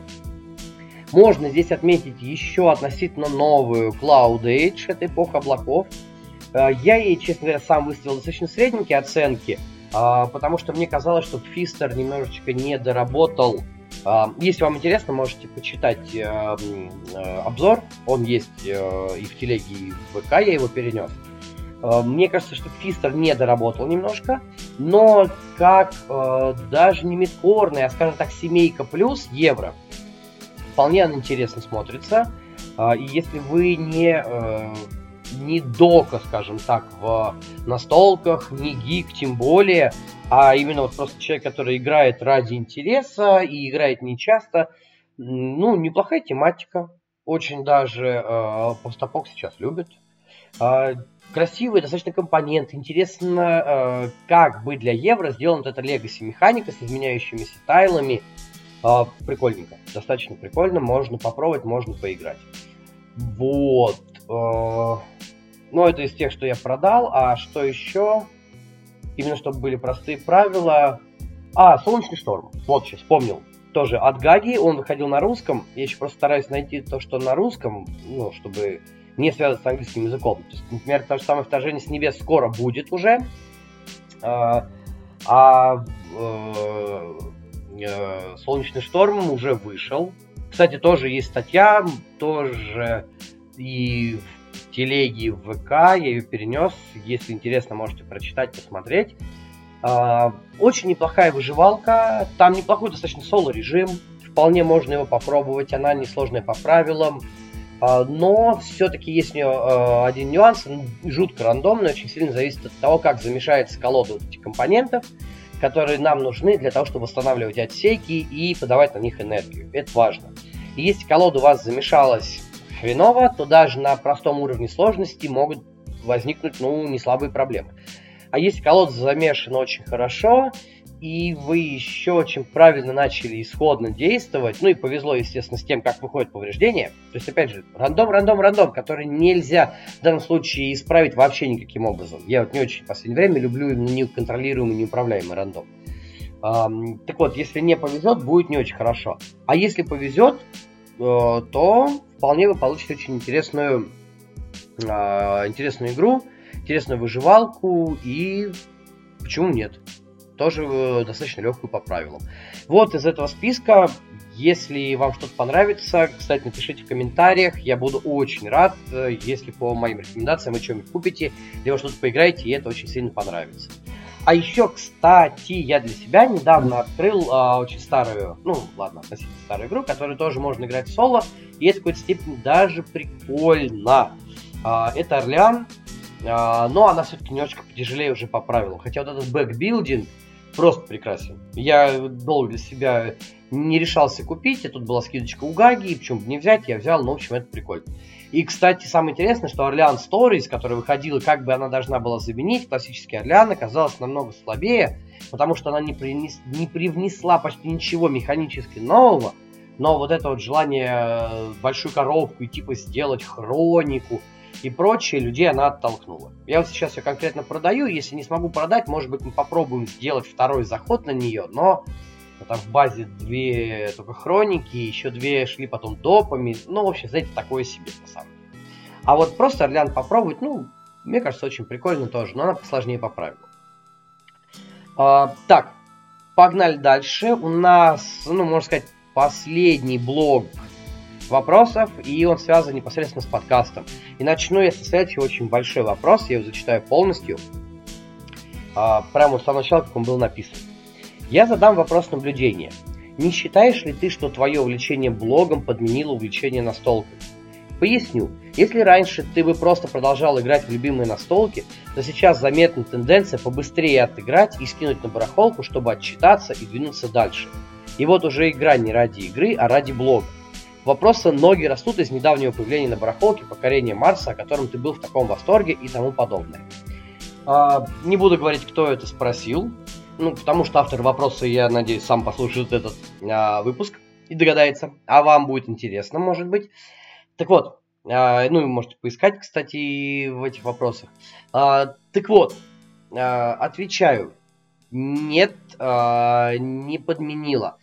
Можно здесь отметить еще относительно новую Cloud Age, это эпоха облаков. Э, я ей, честно говоря, сам выставил достаточно средненькие оценки, э, потому что мне казалось, что Pfister немножечко не доработал. Э, если вам интересно, можете почитать э, э, обзор. Он есть э, и в телеге, и в ВК, я его перенес. Мне кажется, что Pfister не доработал немножко, но как э, даже не мидкорная, а, скажем так, семейка плюс евро, вполне она интересно смотрится. Э, и если вы не, э, не дока, скажем так, в настолках, не гик тем более, а именно вот просто человек, который играет ради интереса и играет нечасто, ну, неплохая тематика. Очень даже э, постапок сейчас любят. Э, Красивый достаточно компонент. Интересно, э, как бы для евро сделана вот эта Legacy механика с изменяющимися тайлами. Э, прикольненько. Достаточно прикольно. Можно попробовать, можно поиграть. Вот. Э, ну, это из тех, что я продал. А что еще? Именно чтобы были простые правила. А, Солнечный шторм. Вот, сейчас вспомнил. Тоже от Гаги. Он выходил на русском. Я еще просто стараюсь найти то, что на русском. Ну, чтобы... не связано с английским языком. То есть, например, то же самое «Вторжение с небес» скоро будет уже. А, а э, э, «Солнечный шторм» уже вышел. Кстати, тоже есть статья, тоже и в телеге, в ВК. Я ее перенес. Если интересно, можете прочитать, посмотреть. А, очень неплохая выживалка. Там неплохой достаточно соло-режим. Вполне можно его попробовать. Она несложная по правилам. Но все-таки есть у нее один нюанс, жутко рандомный, очень сильно зависит от того, как замешается колода вот этих компонентов, которые нам нужны для того, чтобы восстанавливать отсеки и подавать на них энергию. Это важно. И если колода у вас замешалась хреново, то даже на простом уровне сложности могут возникнуть, ну, не слабые проблемы. А если колода замешана очень хорошо, и вы еще очень правильно начали исходно действовать, ну и повезло, естественно, с тем, как выходит повреждение, то есть, опять же, рандом, рандом, рандом, который нельзя в данном случае исправить вообще никаким образом. Я вот не очень в последнее время люблю неконтролируемый, неуправляемый рандом. Эм, так вот, если не повезет, будет не очень хорошо. А если повезет, э, то вполне вы получите очень интересную, э, интересную игру, интересную выживалку и почему нет? Тоже достаточно легкую по правилам. Вот из этого списка, если вам что-то понравится, кстати, напишите в комментариях, я буду очень рад, если по моим рекомендациям вы что-нибудь купите, либо что-то поиграете, и это очень сильно понравится. А еще, кстати, я для себя недавно открыл а, очень старую, ну ладно, относительно старую игру, которую тоже можно играть в соло, и это в какой-то степени даже прикольно. А, это Орлеан, а, но она все-таки немножко потяжелее уже по правилам, хотя вот этот бэкбилдинг просто прекрасен. Я долго для себя не решался купить, и тут была скидочка у Гаги, и почему бы не взять, я взял, но, в общем, это прикольно. И, кстати, самое интересное, что Орлеан Stories, которая выходила, как бы она должна была заменить классический Орлеан, оказалась намного слабее, потому что она не, принес, не привнесла почти ничего механически нового, но вот это вот желание большую коробку и типа сделать хронику и прочее, людей она оттолкнула. Я вот сейчас ее конкретно продаю, если не смогу продать, может быть, мы попробуем сделать второй заход на нее, но там в базе две только хроники, еще две шли потом допами, ну, в общем, знаете, такое себе, на самом деле. А вот просто Орлеан попробовать, ну, мне кажется, очень прикольно тоже, но она посложнее по правилам. А, так, погнали дальше. У нас, ну, можно сказать, последний блок вопросов, и он связан непосредственно с подкастом. И начну я со следующего очень большой вопрос, я его зачитаю полностью, а, прямо с самого начала, как он был написан. Я задам вопрос наблюдения. Не считаешь ли ты, что твое увлечение блогом подменило увлечение настолками? Поясню. Если раньше ты бы просто продолжал играть в любимые настолки, то сейчас заметна тенденция побыстрее отыграть и скинуть на барахолку, чтобы отчитаться и двинуться дальше. И вот уже игра не ради игры, а ради блога. Вопросы ноги растут из недавнего появления на барахолке покорения Марса, о котором ты был в таком восторге и тому подобное. А, не буду говорить, кто это спросил, ну, потому что автор вопроса, я надеюсь, сам послушает этот а, выпуск и догадается, а вам будет интересно, может быть. Так вот, а, ну, вы можете поискать, кстати, в этих вопросах. А, так вот, а, отвечаю, нет, а, не подменила.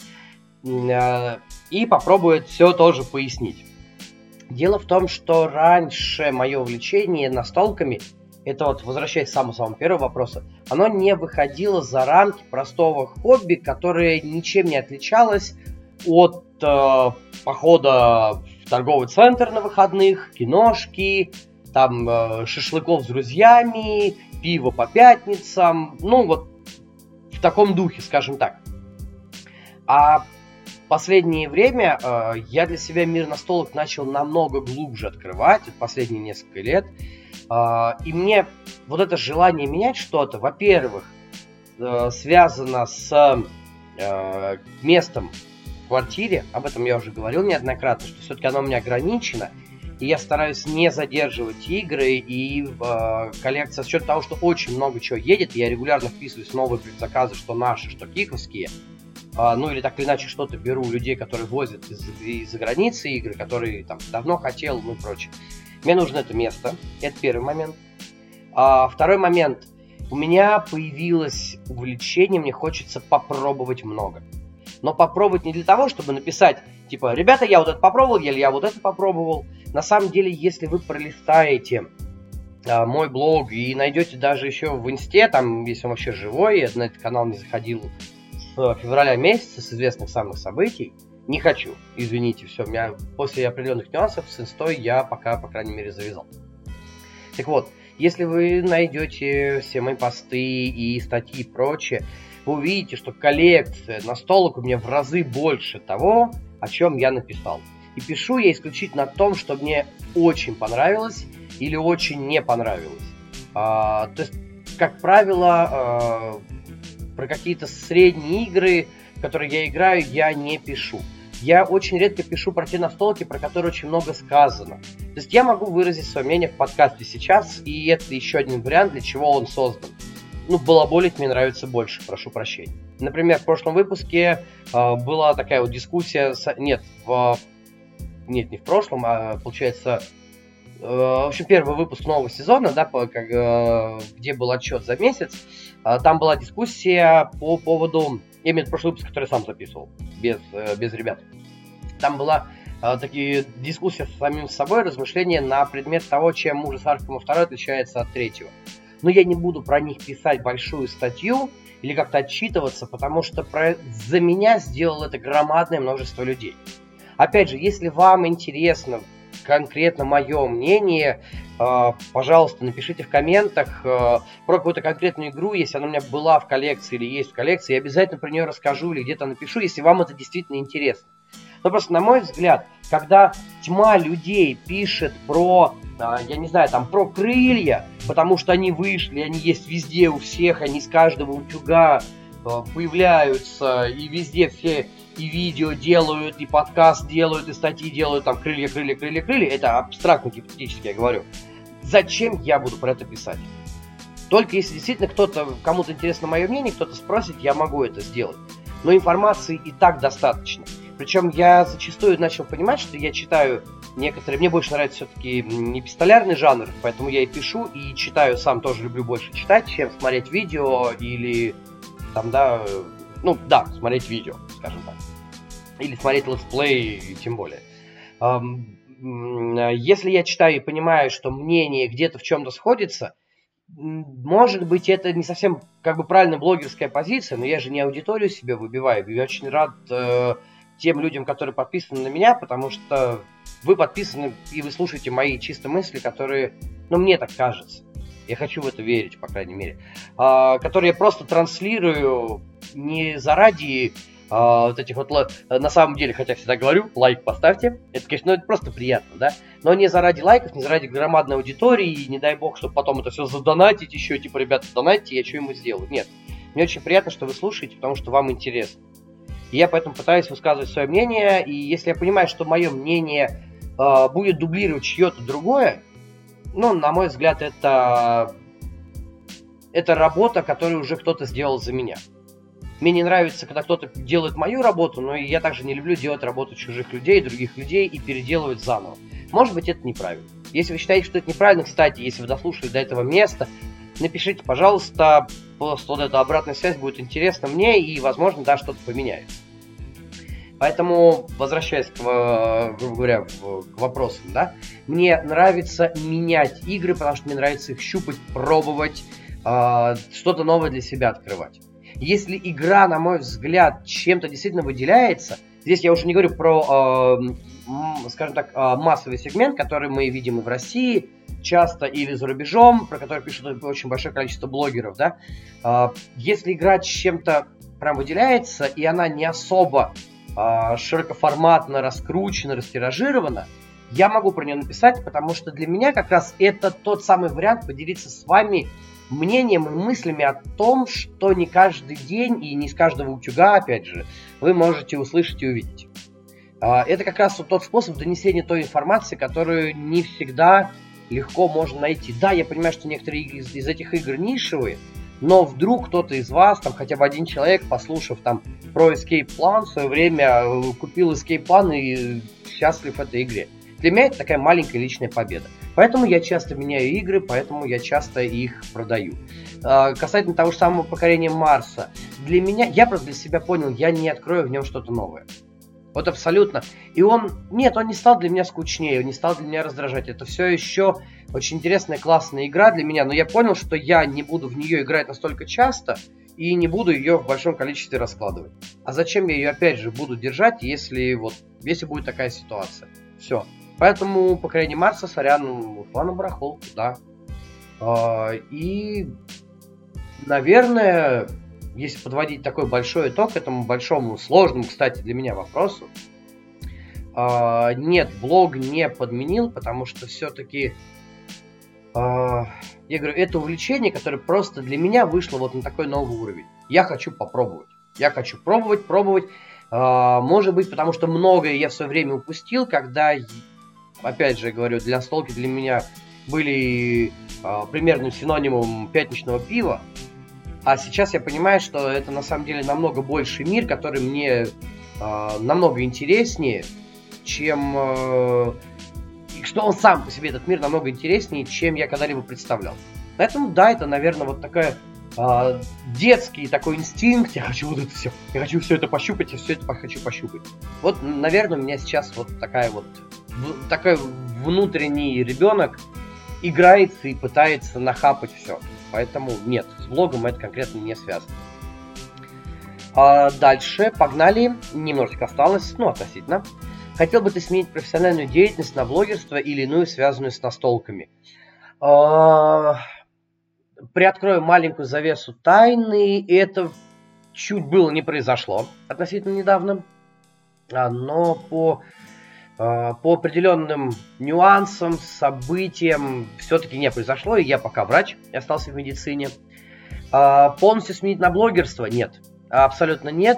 И попробую все тоже пояснить. Дело в том, что раньше мое увлечение настолками, это вот, возвращаясь к самому-самому первому вопросу, оно не выходило за рамки простого хобби, которое ничем не отличалось от э, похода в торговый центр на выходных, киношки, там э, шашлыков с друзьями, пиво по пятницам, ну вот в таком духе, скажем так. А в последнее время э, я для себя мир настолок начал намного глубже открывать, последние несколько лет. Э, и мне вот это желание менять что-то, во-первых, э, связано с э, местом в квартире. Об этом я уже говорил неоднократно, что все-таки оно у меня ограничено. И я стараюсь не задерживать игры. И э, коллекция, с учетом того, что очень много чего едет, я регулярно вписываюсь в новые предзаказы, что наши, что киковские. Uh, ну или так или иначе что-то беру у людей, которые возят из- из-за границы игры, которые там давно хотел, ну и прочее. Мне нужно это место, это первый момент. Uh, второй момент. У меня появилось увлечение, мне хочется попробовать много. Но попробовать не для того, чтобы написать, типа, ребята, я вот это попробовал, или я вот это попробовал. На самом деле, если вы пролистаете uh, мой блог и найдете даже еще в инсте, там, если он вообще живой, я на этот канал не заходил с февраля месяца, с известных самых событий, не хочу, извините, все, у меня после определенных нюансов с инстой я пока, по крайней мере, завязал. Так вот, если вы найдете все мои посты и статьи и прочее, вы увидите, что коллекция настолок у меня в разы больше того, о чем я написал. И пишу я исключительно о том, что мне очень понравилось или очень не понравилось. А, то есть, как правило, а, про какие-то средние игры, в которые я играю, я не пишу. Я очень редко пишу про те настолки, про которые очень много сказано. То есть я могу выразить свое мнение в подкасте сейчас, и это еще один вариант, для чего он создан. Ну, балаболить мне нравится больше, прошу прощения. Например, в прошлом выпуске э, была такая вот дискуссия, с... нет, в... нет, не в прошлом, а получается, э, в общем, первый выпуск нового сезона, да, по, как, э, где был отчет за месяц, э, там была дискуссия по поводу, я имею в виду прошлый выпуск, который я сам записывал, без, э, без ребят. Там была э, такие дискуссия с самим собой, размышления на предмет того, чем ужас Аркхема два отличается от третьего. Но я не буду про них писать большую статью или как-то отчитываться, потому что про... за меня сделало это громадное множество людей. Опять же, если вам интересно конкретно мое мнение, э, пожалуйста, напишите в комментах э, про какую-то конкретную игру, если она у меня была в коллекции или есть в коллекции, я обязательно про нее расскажу или где-то напишу, если вам это действительно интересно. Но просто, на мой взгляд, когда тьма людей пишет про, я не знаю, там, про крылья, потому что они вышли, они есть везде у всех, они с каждого утюга появляются, и везде все и видео делают, и подкаст делают, и статьи делают, там, крылья, крылья, крылья, крылья, это абстрактно, гипотетически я говорю. Зачем я буду про это писать? Только если действительно кто-то, кому-то интересно мое мнение, кто-то спросит, я могу это сделать. Но информации и так достаточно. Причем я зачастую начал понимать, что я читаю некоторые... Мне больше нравится все-таки не эпистолярный жанр, поэтому я и пишу, и читаю сам, тоже люблю больше читать, чем смотреть видео или там, да... Ну, да, смотреть видео, скажем так. Или смотреть летсплей, тем более. Если я читаю и понимаю, что мнение где-то в чем-то сходится, может быть, это не совсем как бы правильная блогерская позиция, но я же не аудиторию себе выбиваю. Я очень рад... тем людям, которые подписаны на меня, потому что вы подписаны и вы слушаете мои чистые мысли, которые, ну, мне так кажется. Я хочу в это верить, по крайней мере. А, которые я просто транслирую не заради а, вот этих вот... На самом деле, хотя всегда говорю, лайк поставьте. Это, конечно, ну, это просто приятно, да? Но не заради лайков, не заради громадной аудитории, и не дай бог, чтобы потом это все задонатить еще, типа, ребята, донатьте, я что ему сделаю. Нет. Мне очень приятно, что вы слушаете, потому что вам интересно. И я поэтому пытаюсь высказывать свое мнение, и если я понимаю, что мое мнение э, будет дублировать чье-то другое, ну, на мой взгляд, это, это работа, которую уже кто-то сделал за меня. Мне не нравится, когда кто-то делает мою работу, но я также не люблю делать работу чужих людей, других людей и переделывать заново. Может быть, это неправильно. Если вы считаете, что это неправильно, кстати, если вы дослушали до этого места, напишите, пожалуйста, просто вот эта обратная связь будет интересна мне, и, возможно, да, что-то поменяется. Поэтому, возвращаясь, к, грубо говоря, к вопросам, да, мне нравится менять игры, потому что мне нравится их щупать, пробовать, э, что-то новое для себя открывать. Если игра, на мой взгляд, чем-то действительно выделяется, здесь я уже не говорю про, э, скажем так, массовый сегмент, который мы видим и в России часто, или за рубежом, про который пишут очень большое количество блогеров, да, э, если игра чем-то прям выделяется, и она не особо широкоформатно раскручена, растиражирована, я могу про нее написать, потому что для меня как раз это тот самый вариант поделиться с вами мнением и мыслями о том, что не каждый день и не с каждого утюга, опять же, вы можете услышать и увидеть. Это как раз вот тот способ донесения той информации, которую не всегда легко можно найти. Да, я понимаю, что некоторые из, из этих игр нишевые, но вдруг кто-то из вас, там хотя бы один человек, послушав там про Escape Plan, в свое время купил Escape Plan и счастлив в этой игре. Для меня это такая маленькая личная победа. Поэтому я часто меняю игры, поэтому я часто их продаю. Э, касательно того же самого покорения Марса. Для меня, я просто для себя понял, я не открою в нем что-то новое. Вот абсолютно. И он, нет, он не стал для меня скучнее, он не стал для меня раздражать. Это все еще очень интересная, классная игра для меня, но я понял, что я не буду в нее играть настолько часто и не буду ее в большом количестве раскладывать. А зачем я ее опять же буду держать, если вот, если будет такая ситуация? Все. Поэтому покорение Марса, сорян, ушла на барахолку, да. И, наверное, если подводить такой большой итог этому большому, сложному, кстати, для меня вопросу, э, нет, блог не подменил, потому что все-таки, э, я говорю, это увлечение, которое просто для меня вышло вот на такой новый уровень. Я хочу попробовать. Я хочу пробовать, пробовать. Э, может быть, потому что многое я в свое время упустил, когда, опять же, говорю, для настолки для меня были э, примерным синонимом пятничного пива. А сейчас я понимаю, что это на самом деле намного больший мир, который мне э, намного интереснее, чем... Э, что он сам по себе, этот мир, намного интереснее, чем я когда-либо представлял. Поэтому, да, это, наверное, вот такая э, детский такой инстинкт. Я хочу вот это все. Я хочу все это пощупать, я все это хочу пощупать. Вот, наверное, у меня сейчас вот такая вот... В, такой внутренний ребенок играется и пытается нахапать все. Поэтому нет, с блогом это конкретно не связано. А дальше, погнали. Немножечко осталось, ну, относительно. Хотел бы ты сменить профессиональную деятельность на блогерство или иную, связанную с настолками? А, приоткрою маленькую завесу тайны. Это чуть было не произошло относительно недавно. Но по... По определенным нюансам, событиям все-таки не произошло, и я пока врач, я остался в медицине. Полностью сменить на блогерство? Нет, абсолютно нет.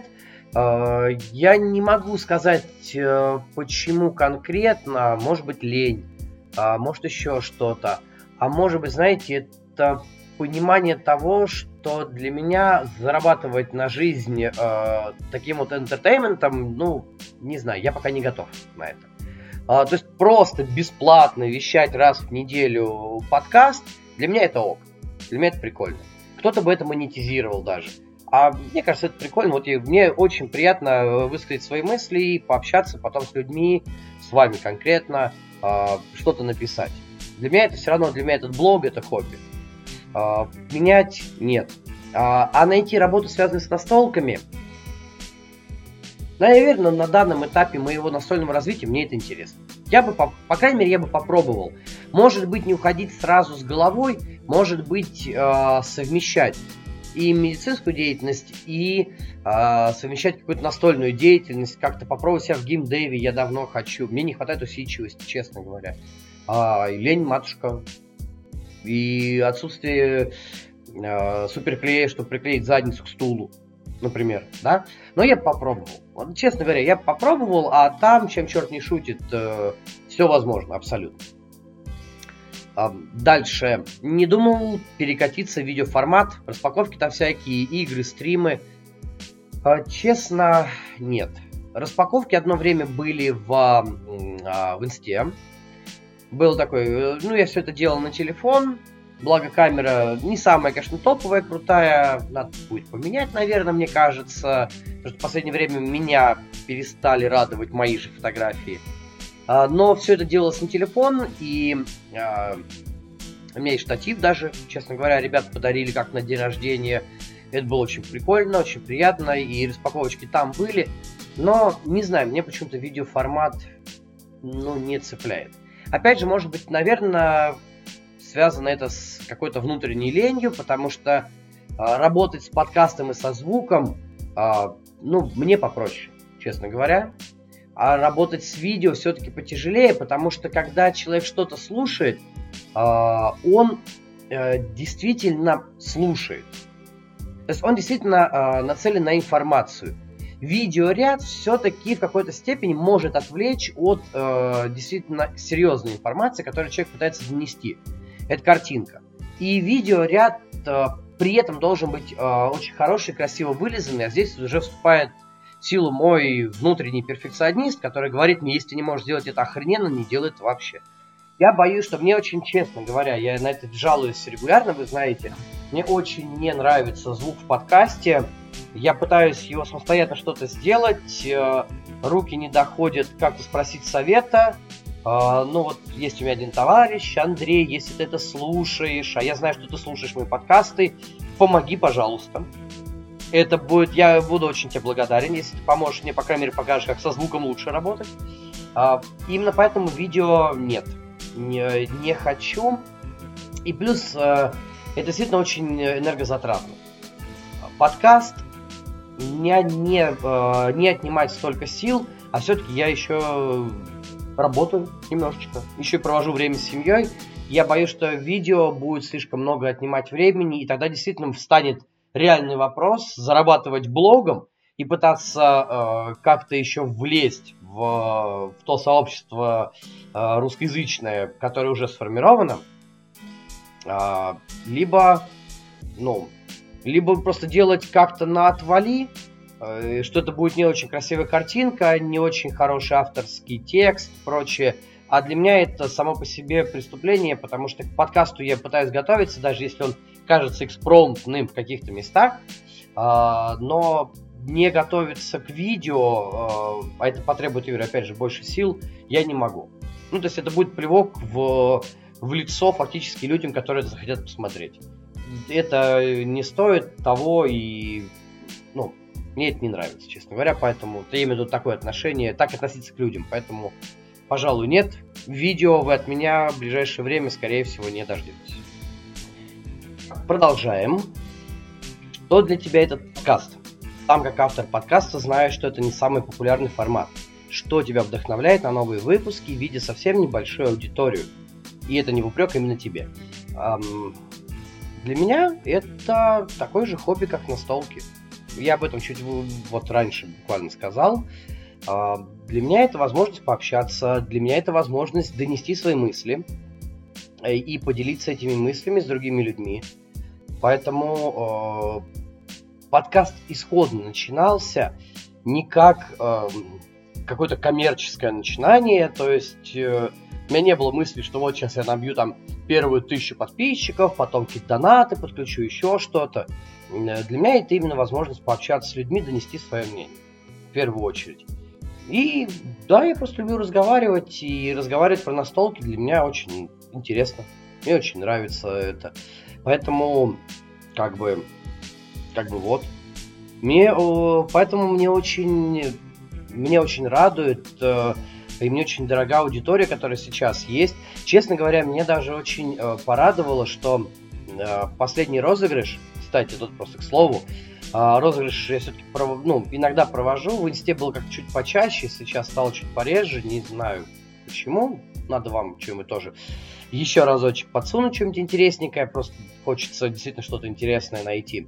Я не могу сказать, почему конкретно, может быть лень, может еще что-то, а может быть, знаете, это понимание того, что для меня зарабатывать на жизнь э, таким вот энтертейментом, ну, не знаю, я пока не готов на это. А, то есть просто бесплатно вещать раз в неделю подкаст, для меня это ок, для меня это прикольно. Кто-то бы это монетизировал даже. А мне кажется, это прикольно. Вот и мне очень приятно высказать свои мысли и пообщаться потом с людьми, с вами конкретно, э, что-то написать. Для меня это все равно, для меня этот блог, это хобби. Uh, менять нет. Uh, а найти работу, связанную с настолками, наверное, на данном этапе моего настольного развития мне это интересно. Я бы, по, по крайней мере, я бы попробовал. Может быть, не уходить сразу с головой, может быть, uh, совмещать и медицинскую деятельность, и uh, совмещать какую-то настольную деятельность, как-то попробовать себя в геймдеве я давно хочу. Мне не хватает усидчивости, честно говоря. Uh, лень, матушка. И отсутствие э, суперклея, чтобы приклеить задницу к стулу, например, да? Но я попробовал. Вот, честно говоря, я попробовал, а там, чем черт не шутит, э, все возможно, абсолютно. А, дальше. Не думал перекатиться в видеоформат. Распаковки там всякие, игры, стримы. А, честно, нет. Распаковки одно время были в, а, в инсте. Был такой, ну, я все это делал на телефон, благо камера не самая, конечно, топовая, крутая, надо будет поменять, наверное, мне кажется, потому что в последнее время меня перестали радовать мои же фотографии. Но все это делалось на телефон, и а, у меня есть штатив даже, честно говоря, ребята подарили как на день рождения, это было очень прикольно, очень приятно, и распаковочки там были, но, не знаю, мне почему-то видеоформат, ну, не цепляет. Опять же, может быть, наверное, связано это с какой-то внутренней ленью, потому что а, работать с подкастом и со звуком, а, ну, мне попроще, честно говоря. А работать с видео все-таки потяжелее, потому что когда человек что-то слушает, а, он а, действительно слушает. То есть он действительно а, нацелен на информацию. Видеоряд все-таки в какой-то степени может отвлечь от э, действительно серьезной информации, которую человек пытается донести. Это картинка. И видеоряд э, при этом должен быть э, очень хороший, красиво вылизанный, а здесь уже вступает в силу мой внутренний перфекционист, который говорит мне, если ты не можешь сделать это охрененно, не делай это вообще. Я боюсь, что мне очень, честно говоря, я на это жалуюсь регулярно, вы знаете, мне очень не нравится звук в подкасте. Я пытаюсь его самостоятельно что-то сделать, руки не доходят как-то спросить совета. Ну вот есть у меня один товарищ, Андрей, если ты это слушаешь, а я знаю, что ты слушаешь мои подкасты, помоги, пожалуйста. Это будет, я буду очень тебе благодарен, если ты поможешь мне, по крайней мере, покажешь, как со звуком лучше работать. Именно поэтому видео нет, не, не хочу. И плюс это действительно очень энергозатратно. Подкаст не, не, не отнимает столько сил, а все-таки я еще работаю немножечко, еще и провожу время с семьей. Я боюсь, что видео будет слишком много отнимать времени, и тогда действительно встанет реальный вопрос зарабатывать блогом и пытаться э, как-то еще влезть в, в то сообщество э, русскоязычное, которое уже сформировано, э, либо, ну, либо просто делать как-то на отвали, э, что это будет не очень красивая картинка, не очень хороший авторский текст, прочее. А для меня это само по себе преступление, потому что к подкасту я пытаюсь готовиться, даже если он кажется экспромтным в каких-то местах, э, но не готовиться к видео, э, а это потребует, Юрий, опять же, больше сил, я не могу. Ну, то есть это будет плевок в, в лицо фактически людям, которые это захотят посмотреть. Это не стоит того, и, ну, мне это не нравится, честно говоря, поэтому я имею в виду такое отношение, так относиться к людям, поэтому, пожалуй, нет. Видео вы от меня в ближайшее время, скорее всего, не дождетесь. Продолжаем. Что для тебя этот подкаст? Сам как автор подкаста знаю, что это не самый популярный формат. Что тебя вдохновляет на новые выпуски, видя совсем небольшую аудиторию? И это не в упрек именно тебе. Эм, для меня это такое же хобби, как настолки. Я об этом чуть вот раньше буквально сказал. Э, для меня это возможность пообщаться, для меня это возможность донести свои мысли и поделиться этими мыслями с другими людьми. Поэтому э, подкаст исходно начинался не как э, какое-то коммерческое начинание, то есть э, у меня не было мысли, что вот сейчас я набью там первую тысячу подписчиков, потом какие-то донаты подключу, еще что-то. Для меня это именно возможность пообщаться с людьми, донести свое мнение, в первую очередь. И да, я просто люблю разговаривать, и разговаривать про настолки для меня очень интересно, мне очень нравится это. Поэтому, как бы, как бы вот, мне, поэтому мне очень, мне очень радует, и мне очень дорога аудитория, которая сейчас есть. Честно говоря, мне даже очень порадовало, что последний розыгрыш, кстати, тут просто к слову, розыгрыш я все-таки ну, иногда провожу, в инсте было как-то чуть почаще, сейчас стало чуть пореже, не знаю почему, надо вам что-нибудь тоже еще разочек подсунуть, что-нибудь интересненькое, просто хочется действительно что-то интересное найти.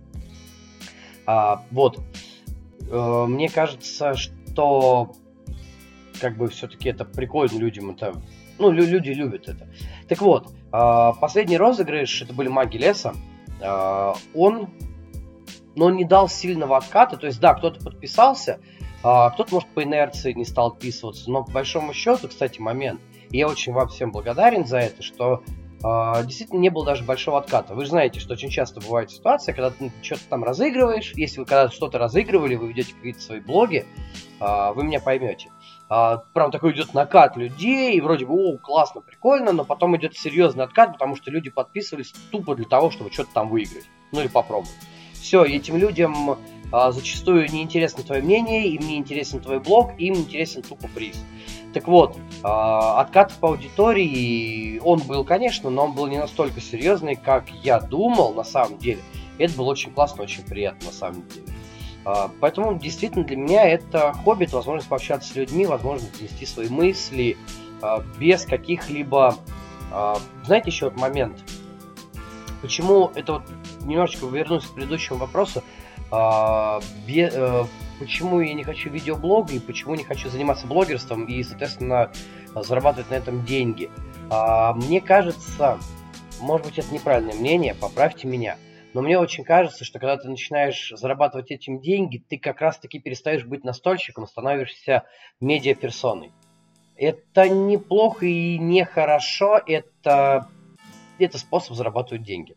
А, вот, э, мне кажется, что как бы все-таки это прикольно людям, это, ну, лю- люди любят это. Так вот, э, последний розыгрыш, это были маги леса, э, он, но он не дал сильного отката, то есть, да, кто-то подписался, э, кто-то, может, по инерции не стал отписываться, но по большому счету, кстати, момент, и я очень вам всем благодарен за это, что э, действительно не было даже большого отката. Вы же знаете, что очень часто бывает ситуация, когда ты что-то там разыгрываешь, если вы когда-то что-то разыгрывали, вы ведете какие-то свои блоги, э, вы меня поймете. Э, прям такой идет накат людей, и вроде бы, о, классно, прикольно, но потом идет серьезный откат, потому что люди подписывались тупо для того, чтобы что-то там выиграть, ну или попробовать. Все, этим людям э, зачастую неинтересно твое мнение, им не интересен твой блог, им интересен тупо приз. Так вот, э, откат по аудитории, он был, конечно, но он был не настолько серьезный, как я думал на самом деле. Это было очень классно, очень приятно на самом деле. Э, поэтому действительно для меня это хобби, это возможность пообщаться с людьми, возможность донести свои мысли э, без каких-либо... Э, знаете, еще вот момент, почему это вот немножечко вернусь к предыдущему вопросу, э, без... Э, почему я не хочу видеоблога и почему не хочу заниматься блогерством и, соответственно, зарабатывать на этом деньги. А, мне кажется, может быть, это неправильное мнение, поправьте меня, но мне очень кажется, что когда ты начинаешь зарабатывать этим деньги, ты как раз-таки перестаешь быть настольщиком, становишься медиаперсоной. Это неплохо и нехорошо, это, это способ зарабатывать деньги.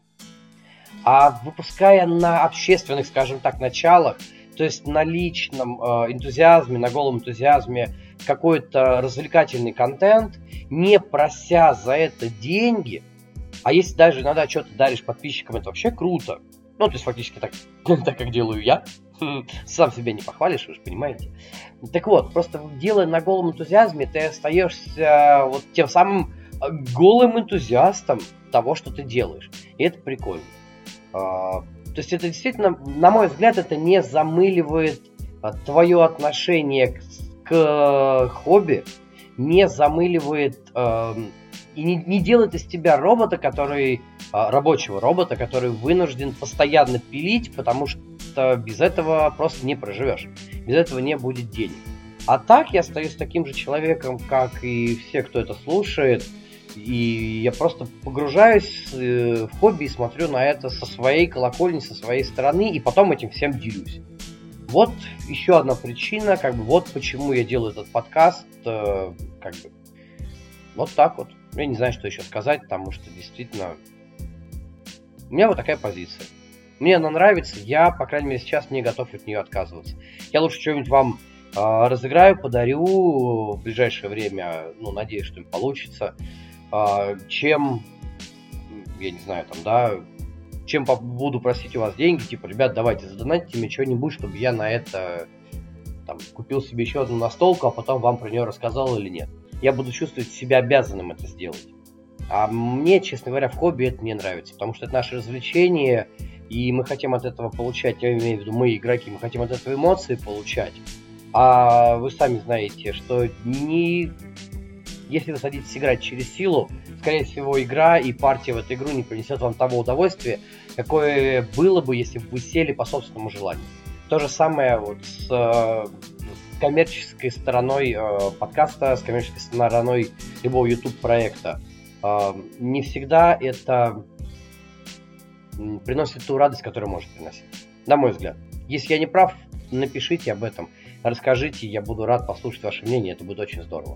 А выпуская на общественных, скажем так, началах, то есть на личном э, энтузиазме, на голом энтузиазме какой-то развлекательный контент, не прося за это деньги, а если даже иногда что-то даришь подписчикам, это вообще круто. Ну, то есть фактически так, так как делаю я. Сам себя не похвалишь, вы же понимаете. Так вот, просто делая на голом энтузиазме, ты остаешься вот тем самым голым энтузиастом того, что ты делаешь. И это прикольно. То есть это действительно, на мой взгляд, это не замыливает твое отношение к, к хобби не замыливает э, и не, не делает из тебя робота, который, э, рабочего робота, который вынужден постоянно пилить, потому что без этого просто не проживешь. Без этого не будет денег. А так я остаюсь таким же человеком, как и все, кто это слушает. И я просто погружаюсь в хобби и смотрю на это со своей колокольни, со своей стороны, и потом этим всем делюсь. Вот еще одна причина, как бы вот почему я делаю этот подкаст, э, как бы вот так вот. Я не знаю, что еще сказать, потому что действительно у меня вот такая позиция. Мне она нравится, я, по крайней мере, сейчас не готов от нее отказываться. Я лучше что-нибудь вам э, разыграю, подарю в ближайшее время, ну, надеюсь, что им получится, э, чем, я не знаю, там, да, чем буду просить у вас деньги, типа, ребят, давайте задонатьте мне что-нибудь, чтобы я на это там, купил себе еще одну настолку, а потом вам про нее рассказал или нет. Я буду чувствовать себя обязанным это сделать. А мне, честно говоря, в хобби это не нравится, потому что это наше развлечение, и мы хотим от этого получать, я имею в виду, мы, игроки, мы хотим от этого эмоции получать. А вы сами знаете, что не... если вы садитесь играть через силу, скорее всего, игра и партия в эту игру не принесет вам того удовольствия, какое было бы, если бы вы сели по собственному желанию. То же самое вот с э, коммерческой стороной э, подкаста, с коммерческой стороной любого YouTube-проекта. Э, не всегда это приносит ту радость, которую может приносить, на мой взгляд. Если я не прав, напишите об этом, расскажите, я буду рад послушать ваше мнение, это будет очень здорово.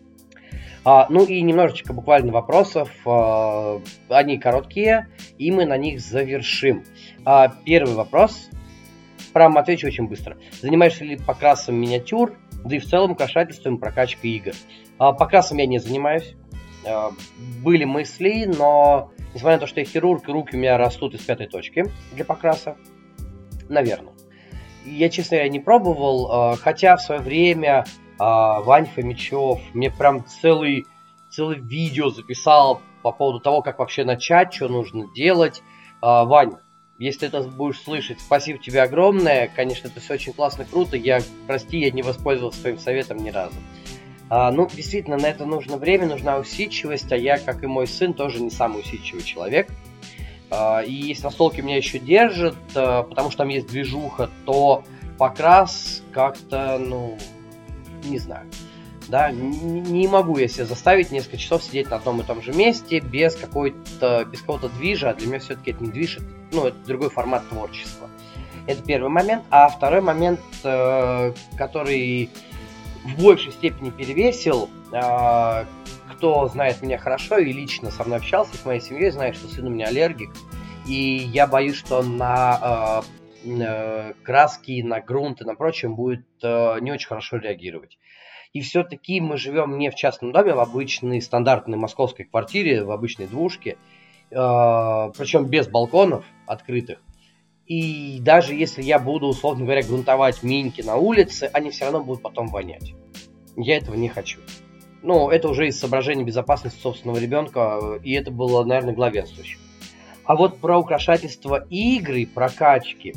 А, ну и немножечко буквально вопросов, а, они короткие, и мы на них завершим. А, первый вопрос, прям отвечу очень быстро. Занимаешься ли покрасом миниатюр, да и в целом украшательством и прокачкой игр? А, покрасом я не занимаюсь, а, были мысли, но несмотря на то, что я хирург, руки у меня растут из пятой точки для покраса, наверное. Я, честно говоря, не пробовал, а, хотя в свое время... Uh, Вань Фомичев мне прям целый, целый видео записал по поводу того, как вообще начать, что нужно делать. Uh, Вань, если ты это будешь слышать, спасибо тебе огромное. Конечно, это все очень классно, круто. Я, прости, я не воспользовался твоим советом ни разу. Uh, ну, действительно, на это нужно время, нужна усидчивость, а я, как и мой сын, тоже не самый усидчивый человек. Uh, и если настолки меня еще держат, uh, потому что там есть движуха, то покрас как-то, ну... не знаю, да, не, не могу я себя заставить несколько часов сидеть на одном и том же месте без какой-то, без какого-то движа, а для меня все-таки это не движ, это, ну, это другой формат творчества. Это первый момент, а второй момент, э, который в большей степени перевесил, э, кто знает меня хорошо и лично со мной общался, с моей семьей, знает, что сын у меня аллергик, и я боюсь, что на... Э, краски, на грунт и на прочем будет э, не очень хорошо реагировать. И все-таки мы живем не в частном доме, а в обычной стандартной московской квартире, в обычной двушке, э, причем без балконов открытых. И даже если я буду, условно говоря, грунтовать миньки на улице, они все равно будут потом вонять. Я этого не хочу. Ну, это уже из соображений безопасности собственного ребенка, и это было, наверное, главенствующим. А вот про украшательство игры, прокачки,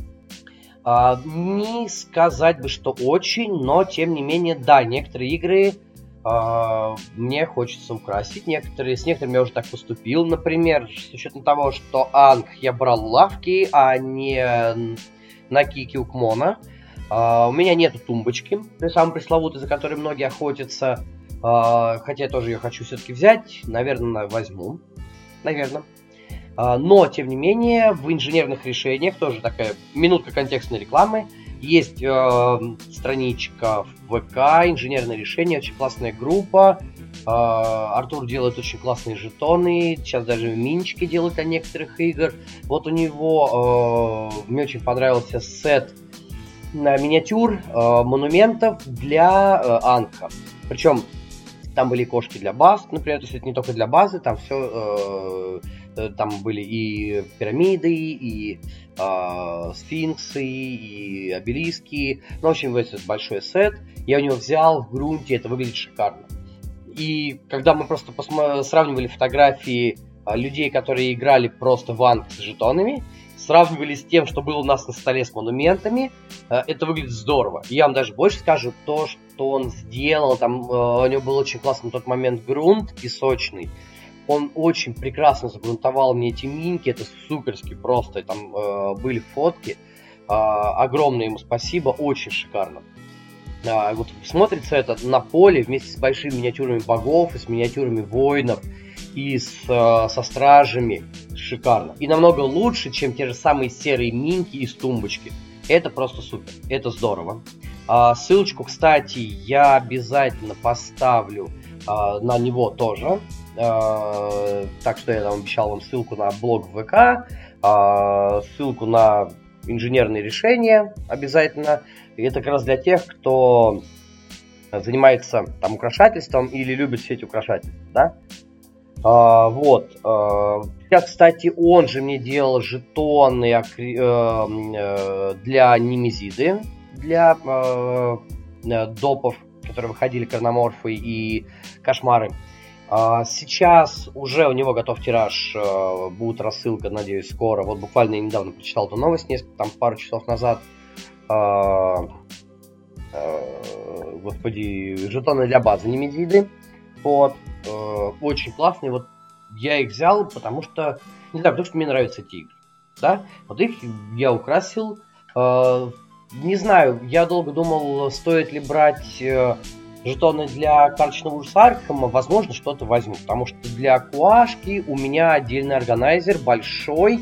а, не сказать бы, что очень, но тем не менее, да, некоторые игры а, мне хочется украсить, некоторые, с некоторыми я уже так поступил, например, с учетом того, что Анг я брал у лавки, а не на Кики у Кмона. А, у меня нету тумбочки, самой пресловутой, за которой многие охотятся, а, хотя я тоже ее хочу все-таки взять, наверное, возьму, наверное. Но, тем не менее, в инженерных решениях, тоже такая минутка контекстной рекламы, есть э, страничка в ВК, инженерные решения, очень классная группа. Э, Артур делает очень классные жетоны, сейчас даже минички делают о некоторых игр. Вот у него, э, мне очень понравился сет на миниатюр э, монументов для э, Анка. Причем там были кошки для баз, например, то есть это не только для базы, там все... Э, Там были и пирамиды, и э, сфинксы, и обелиски. Ну, в общем, этот большой сет. Я у него взял в грунте, это выглядит шикарно. И когда мы просто посма- сравнивали фотографии э, людей, которые играли просто в Анг с жетонами, сравнивали с тем, что было у нас на столе с монументами, это выглядит здорово. И я вам даже больше скажу, то, что он сделал, там у него был очень классный на тот момент грунт песочный, он очень прекрасно загрунтовал мне эти миньки, это суперски просто, там были фотки, огромное ему спасибо, очень шикарно. Вот смотрится это на поле вместе с большими миниатюрами богов и с миниатюрами воинов и с, со стражами. Шикарно. И намного лучше, чем те же самые серые миньки из тумбочки. Это просто супер. Это здорово. А, ссылочку, кстати, я обязательно поставлю а, на него тоже. А, так что я там обещал вам ссылку на блог в ВК, а, ссылку на инженерные решения обязательно. И это как раз для тех, кто занимается там украшательством или любит все эти украшательства, да? А, вот. А, сейчас, кстати, он же мне делал жетоны акри... э, для Немезиды, для э, допов, которые выходили, Карноморфы и Кошмары. А, сейчас уже у него готов тираж, э, будет рассылка, надеюсь, скоро. Вот буквально я недавно прочитал эту новость, несколько, там пару часов назад. А, а, господи, жетоны для базы Немезиды. Вот. Очень классные, вот я их взял, потому что, не знаю, потому что мне нравятся эти игры, да, вот их я украсил, э, не знаю, я долго думал, стоит ли брать э, жетоны для карточного ужаса Аркхема, возможно, что-то возьму, потому что для Куашки у меня отдельный органайзер большой э,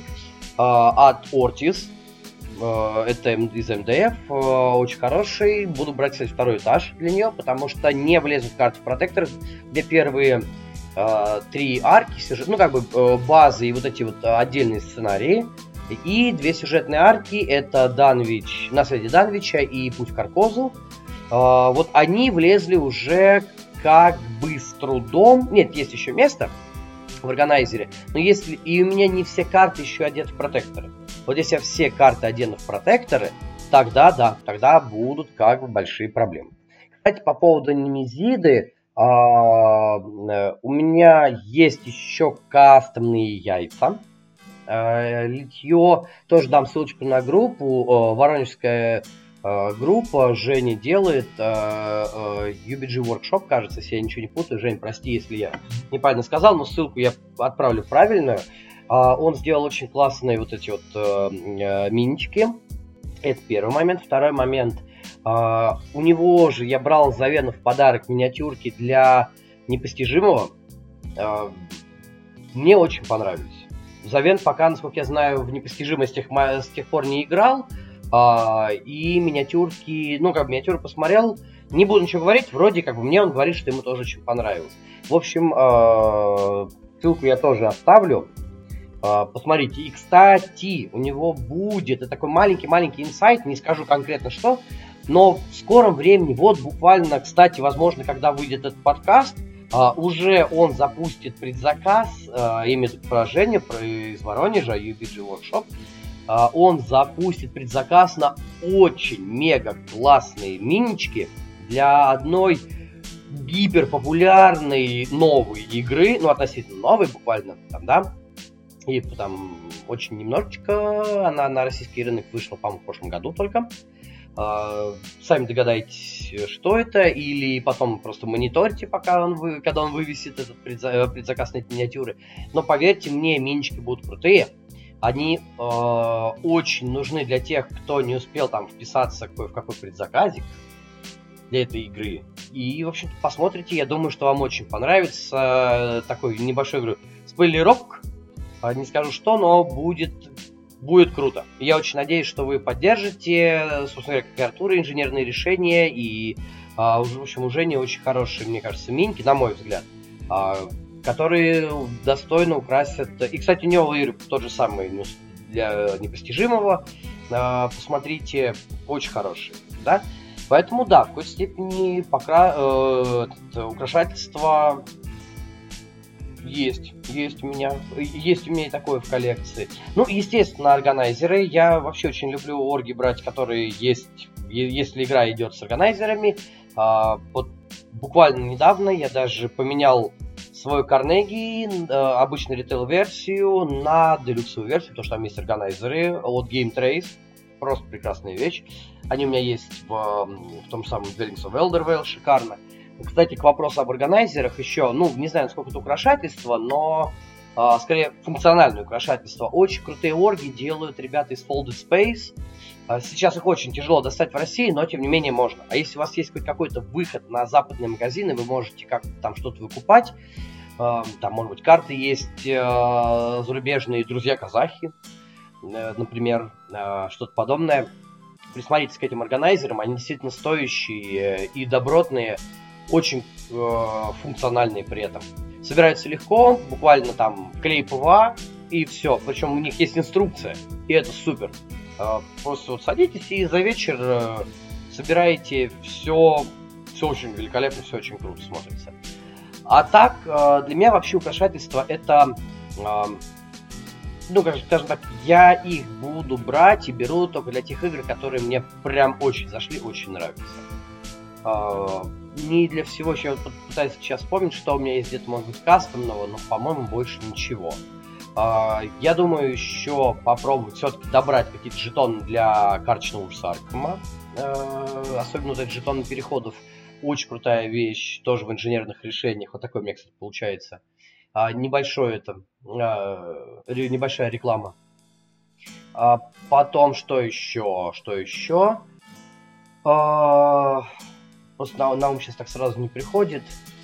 от Ortiz, э, это из эм дэ эф, э, очень хороший, буду брать, кстати, второй этаж для нее, потому что не влезут в карты протекторов, где первые Uh, три арки, сюжет, ну как бы uh, базы и вот эти вот uh, отдельные сценарии. И две сюжетные арки, это Данвич, Наследие Данвича и Путь в Каркозу. Uh, вот они влезли уже как бы с трудом. Нет, есть еще место в органайзере, но если и у меня не все карты еще одеты в протекторы. Вот если все карты одеты в протекторы, тогда да, тогда будут как бы большие проблемы. Кстати, по поводу Немезиды, Uh, у меня есть еще кастомные яйца. Uh, литье. Тоже дам ссылочку на группу. Uh, Воронежская uh, группа. Женя делает. Uh, uh, ю би джи Workshop, кажется, если я ничего не путаю. Жень, прости, если я неправильно сказал, но ссылку я отправлю правильную. Uh, он сделал очень классные вот эти вот uh, uh, минички. Это первый момент. Второй момент. Uh, у него же я брал Завена в подарок миниатюрки для Непостижимого. Uh, мне очень понравились. Завен пока, насколько я знаю, в Непостижимое с тех, с тех пор не играл. Uh, и миниатюрки, ну как миниатюру посмотрел, не буду ничего говорить, вроде как бы мне он говорит, что ему тоже очень понравилось. В общем, uh, ссылку я тоже оставлю. Uh, посмотрите. И, кстати, у него будет, это такой маленький-маленький инсайт, не скажу конкретно что, но в скором времени, вот буквально, кстати, возможно, когда выйдет этот подкаст, uh, уже он запустит предзаказ, uh, имя поражения из Воронежа, ю би джи Workshop, uh, он запустит предзаказ на очень мега классные минички для одной гиперпопулярной новой игры, ну, относительно новой буквально, там, да, и там очень немножечко, она на российский рынок вышла, по-моему, в прошлом году только. Uh, сами догадаетесь, что это, или потом просто мониторьте, пока он вы, когда он вывесит этот предза, предзаказ на эти миниатюры. Но поверьте мне, минички будут крутые. Они uh, очень нужны для тех, кто не успел там вписаться в какой предзаказик для этой игры. И, в общем-то, посмотрите, я думаю, что вам очень понравится такой небольшой игры. Спойлерок, не скажу что, но будет... Будет круто. Я очень надеюсь, что вы поддержите, собственно говоря, как и Артура, инженерные решения. И, а, в общем, у Жени очень хорошие, мне кажется, миньки, на мой взгляд, а, которые достойно украсят. И, кстати, у него тот же самый для Непостижимого. А, посмотрите, очень хороший, да? Поэтому, да, в какой-то степени покра... э, это, украшательство... Есть, есть у меня, есть у меня и такое в коллекции. Ну, естественно, органайзеры. Я вообще очень люблю орги брать, которые есть, если игра идет с органайзерами. А, вот буквально недавно я даже поменял свой Carnegie, э, обычную ритейл-версию на делюксовую версию, потому что там есть органайзеры от Game Trace. Просто прекрасная вещь. Они у меня есть в, в том самом Dwellings of Eldervale, шикарно. Кстати, к вопросу об органайзерах еще, ну, не знаю, насколько это украшательство, но а, скорее функциональное украшательство. Очень крутые орги делают ребята из Folded Space. А, сейчас их очень тяжело достать в России, но тем не менее можно. А если у вас есть хоть какой-то выход на западные магазины, вы можете как-то там что-то выкупать. А, там, может быть, карты есть а, зарубежные, друзья-казахи, а, например, а, что-то подобное. Присмотритесь к этим органайзерам, они действительно стоящие и добротные, очень э, функциональные при этом. Собираются легко, буквально там клей ПВА и все. Причем у них есть инструкция, и это супер. Э, просто вот садитесь и за вечер э, собираете все, все очень великолепно, все очень круто смотрится. А так, э, для меня вообще украшательство это... Э, Ну, скажем так, я их буду брать и беру только для тех игр, которые мне прям очень зашли, очень нравятся. А, не для всего, я пытаюсь сейчас вспомнить, что у меня есть где-то, может быть, кастомного, но, по-моему, больше ничего. А, я думаю еще попробовать все-таки добрать какие-то жетоны для карточного ужаса Аркхема. А, особенно вот эти жетоны переходов. Очень крутая вещь, тоже в инженерных решениях. Вот такой у меня, кстати, получается. А, небольшое это, а, небольшая реклама. А, потом, что еще? Что еще? А, просто на, на ум сейчас так сразу не приходит.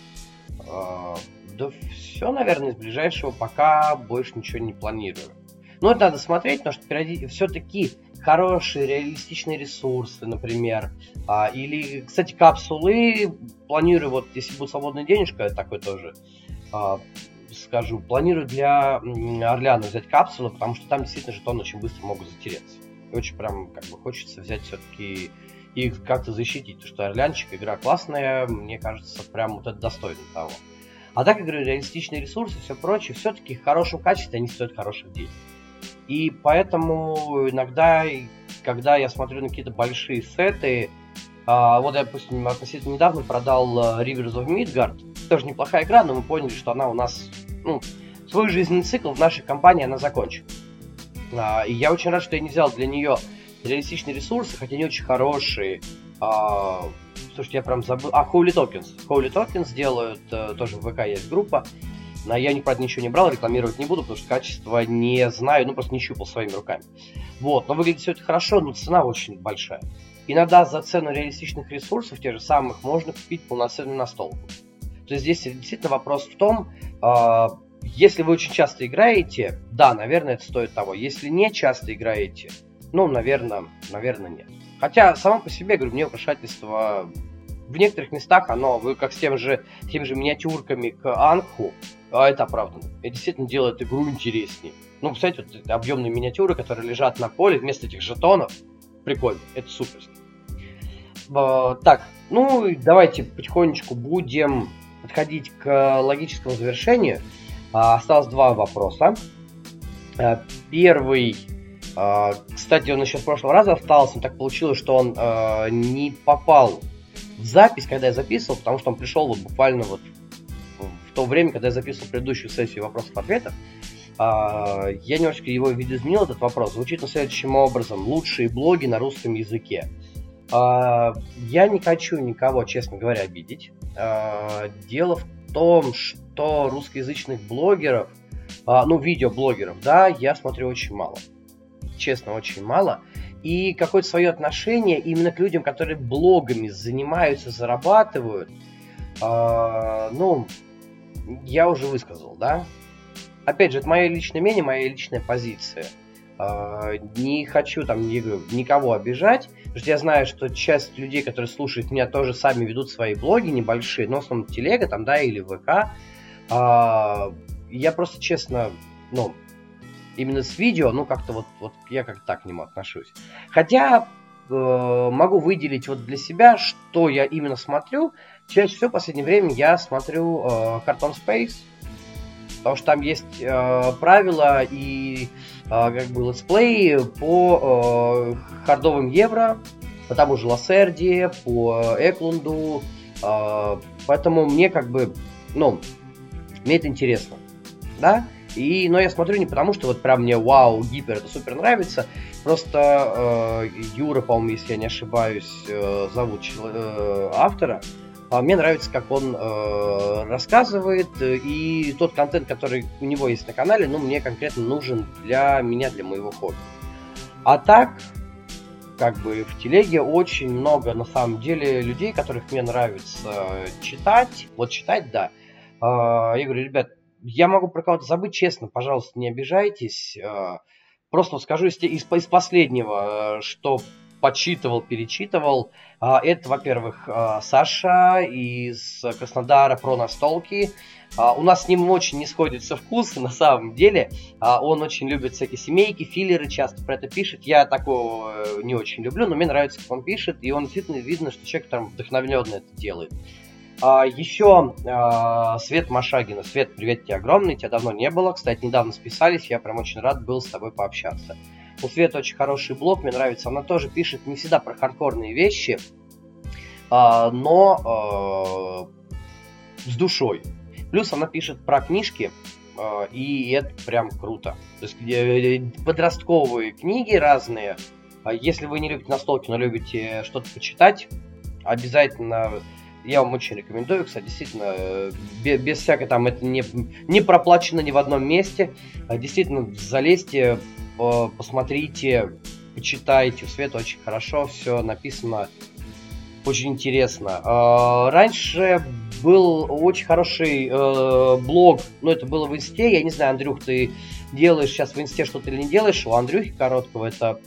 А, да все, наверное, из ближайшего пока больше ничего не планирую. Но это надо смотреть, потому что периоди... все-таки хорошие реалистичные ресурсы, например. А, или, кстати, капсулы. Планирую, вот если будет свободная денежка, такой тоже... А, скажу, планирую для Орлеана взять капсулу, потому что там действительно жетоны очень быстро могут затеряться. И очень прям как бы хочется взять все-таки и как-то защитить, потому что Орлеанчик, игра классная, мне кажется, прям вот это достойно того. А так, я говорю, реалистичные ресурсы, все прочее, все-таки в хорошем качестве они стоят хороших денег. И поэтому иногда, когда я смотрю на какие-то большие сеты, а, вот я, допустим, относительно недавно продал Rivers of Midgard. Тоже неплохая игра, но мы поняли, что она у нас, ну, свой жизненный цикл в нашей компании она закончит. А, и я очень рад, что я не взял для нее реалистичные ресурсы, хотя они очень хорошие. А, слушайте, я прям забыл. А, Holy Tokens. Holy Tokens делают, тоже в ВК есть группа. Но я, правда, ничего не брал, рекламировать не буду, потому что качество не знаю, ну, просто не щупал своими руками. Вот, но выглядит все это хорошо, но цена очень большая. Иногда за цену реалистичных ресурсов, тех же самых, можно купить полноценную настолку. То есть здесь действительно вопрос в том, э, если вы очень часто играете, да, наверное, это стоит того. Если не часто играете, ну, наверное, наверное, нет. Хотя, само по себе, говорю, мне украшательство в некоторых местах, оно, вы как с тем же, теми же миниатюрками к Анху, это оправдано. Это действительно делает игру интереснее. Ну, представляете, вот объемные миниатюры, которые лежат на поле вместо этих жетонов, прикольно, это супер. Так, ну, давайте потихонечку будем подходить к логическому завершению. Осталось два вопроса. Первый, кстати, он еще с прошлого раза остался, но так получилось, что он не попал в запись, когда я записывал, потому что он пришел вот буквально вот в то время, когда я записывал предыдущую сессию вопросов-ответов. Я немножечко его видоизменил, этот вопрос. Звучит он следующим образом. Лучшие блоги на русском языке. Я не хочу никого, честно говоря, обидеть. Дело в том, что русскоязычных блогеров, ну, видеоблогеров, да, я смотрю очень мало. Честно, очень мало. И какое-то свое отношение именно к людям, которые блогами занимаются, зарабатывают, ну, я уже высказал, да. Опять же, это мое личное мнение, моя личная позиция. Не хочу там никого обижать, потому что я знаю, что часть людей, которые слушают меня, тоже сами ведут свои блоги небольшие, но в основном телега там, да, или ВК. Я просто честно, ну, именно с видео, ну, как-то вот, вот я как-то так к нему отношусь. Хотя э, могу выделить вот для себя, что я именно смотрю. Чаще всего в последнее время я смотрю э, Cartoon Space, потому что там есть э, правила и э, как бы летсплей по э, хардовым евро, по тому же Лассерде, по Эклунду. Э, поэтому мне как бы, ну, Мне это интересно, да? И, но я смотрю не потому, что вот прям мне вау, гипер, это супер нравится. Просто э, Юра, по-моему, если я не ошибаюсь, э, зовут э, автора. А мне нравится, как он э, рассказывает, и тот контент, который у него есть на канале, ну, мне конкретно нужен для меня, для моего хобби. А так, как бы в телеге очень много, на самом деле, людей, которых мне нравится читать. Вот читать, да. Э, я говорю, ребят, я могу про кого-то забыть, честно, пожалуйста, не обижайтесь. Э, просто вот скажу из, из, из последнего, что почитывал, перечитывал. Это, во-первых, Саша из Краснодара про настолки. У нас с ним очень не сходятся вкусы, на самом деле. Он очень любит всякие семейки, филлеры, часто про это пишет. Я такого не очень люблю, но мне нравится, как он пишет. И он действительно видно, что человек там вдохновленно это делает. Еще Свет Машагина. Свет, привет тебе огромный, тебя давно не было. Кстати, недавно списались, я прям очень рад был с тобой пообщаться. У Светы очень хороший блог, мне нравится. Она тоже пишет не всегда про хардкорные вещи, но с душой. Плюс она пишет про книжки, и это прям круто. То есть подростковые книги разные. Если вы не любите настолки, но любите что-то почитать, обязательно... Я вам очень рекомендую, кстати, действительно, без, без всякой там, это не, не проплачено ни в одном месте. Действительно, залезьте, посмотрите, почитайте. У Светы очень хорошо все написано, очень интересно. Раньше был очень хороший блог, ну, это было в Инсте. Я не знаю, Андрюх, ты делаешь сейчас в Инсте что-то или не делаешь? У Андрюхи Короткого это,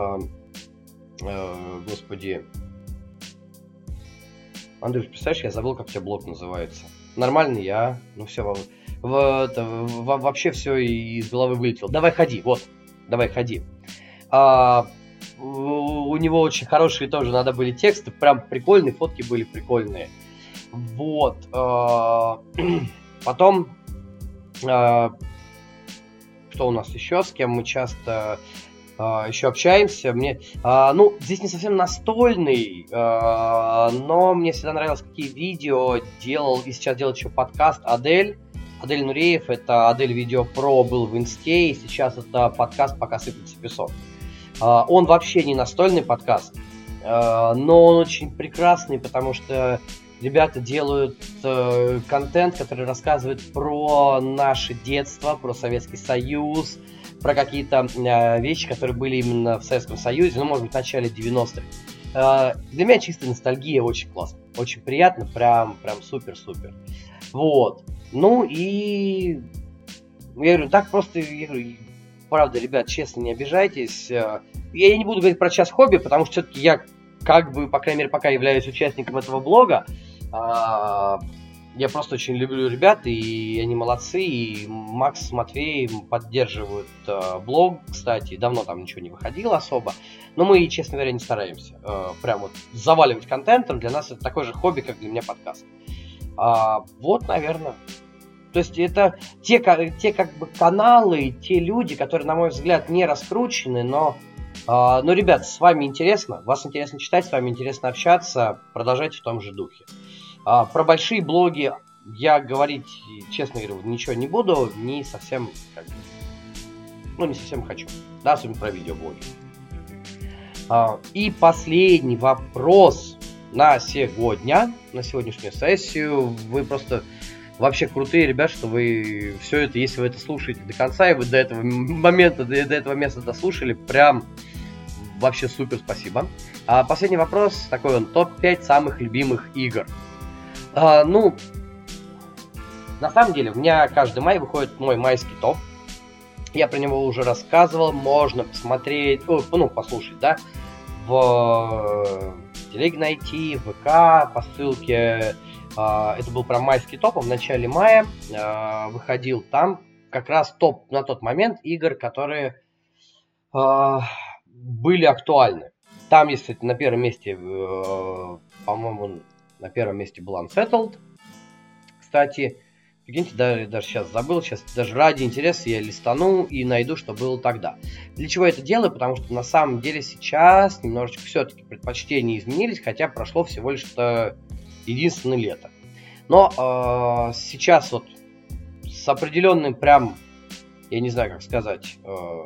господи... Андрюш, представляешь, я забыл, как у тебя блог называется. Нормальный я, ну все, в, в, это, в, вообще все из головы вылетело. Давай ходи, вот, давай ходи. А, у, у него очень хорошие тоже надо были тексты, прям прикольные, фотки были прикольные. Вот. А, потом, а, что у нас еще, с кем мы часто... Uh, еще общаемся. Мне, uh, ну, здесь не совсем настольный, uh, но мне всегда нравилось, какие видео делал, и сейчас делает еще подкаст Адель. Адель Нуреев, это Адель Видео Про, был в Инсте, и сейчас это подкаст «Пока сыпется песок». Uh, он вообще не настольный подкаст, uh, но он очень прекрасный, потому что ребята делают uh, контент, который рассказывает про наше детство, про Советский Союз, про какие-то э, вещи, которые были именно в Советском Союзе, ну, может быть, в начале девяностых. Э, для меня чистая ностальгия, очень классно, очень приятно, прям, прям супер-супер. Вот. Ну и я говорю, так просто, я говорю, правда, ребят, честно, не обижайтесь. Я не буду говорить про час хобби, потому что все-таки я, как бы, по крайней мере, пока являюсь участником этого блога. Э, Я просто очень люблю ребят, и они молодцы, и Макс с Матвеем поддерживают э, блог, кстати, давно там ничего не выходило особо, но мы, честно говоря, не стараемся э, прям вот заваливать контентом, для нас это такое же хобби, как для меня подкаст. А, вот, наверное. То есть это те, те как бы каналы, те люди, которые, на мой взгляд, не раскручены, но, э, но, ребят, с вами интересно, вас интересно читать, с вами интересно общаться, продолжайте в том же духе. А, про большие блоги я говорить, честно говоря, ничего не буду, не совсем, как бы, ну, не совсем хочу, да, особенно про видеоблоги. А, и последний вопрос на сегодня, на сегодняшнюю сессию. Вы просто вообще крутые, ребят, что вы все это, если вы это слушаете до конца, и вы до этого момента, до, до этого места дослушали, прям вообще супер, спасибо. А последний вопрос, такой он, топ пять самых любимых игр. А, ну, на самом деле, у меня каждый май выходит мой майский топ. Я про него уже рассказывал, можно посмотреть, о, ну, послушать, да, в телеге найти, в ВК, по ссылке. А, это был про майский топ, в начале мая а, выходил там как раз топ на тот момент игр, которые а, были актуальны. Там, если на первом месте, э, по-моему, на первом месте был Unsettled. Кстати, прикиньте, даже, даже сейчас забыл, сейчас даже ради интереса я листану и найду, что было тогда. Для чего я это делаю? Потому что на самом деле сейчас немножечко все-таки предпочтения изменились, хотя прошло всего лишь единственное лето. Но э, сейчас вот с определенным прям, я не знаю, как сказать, э,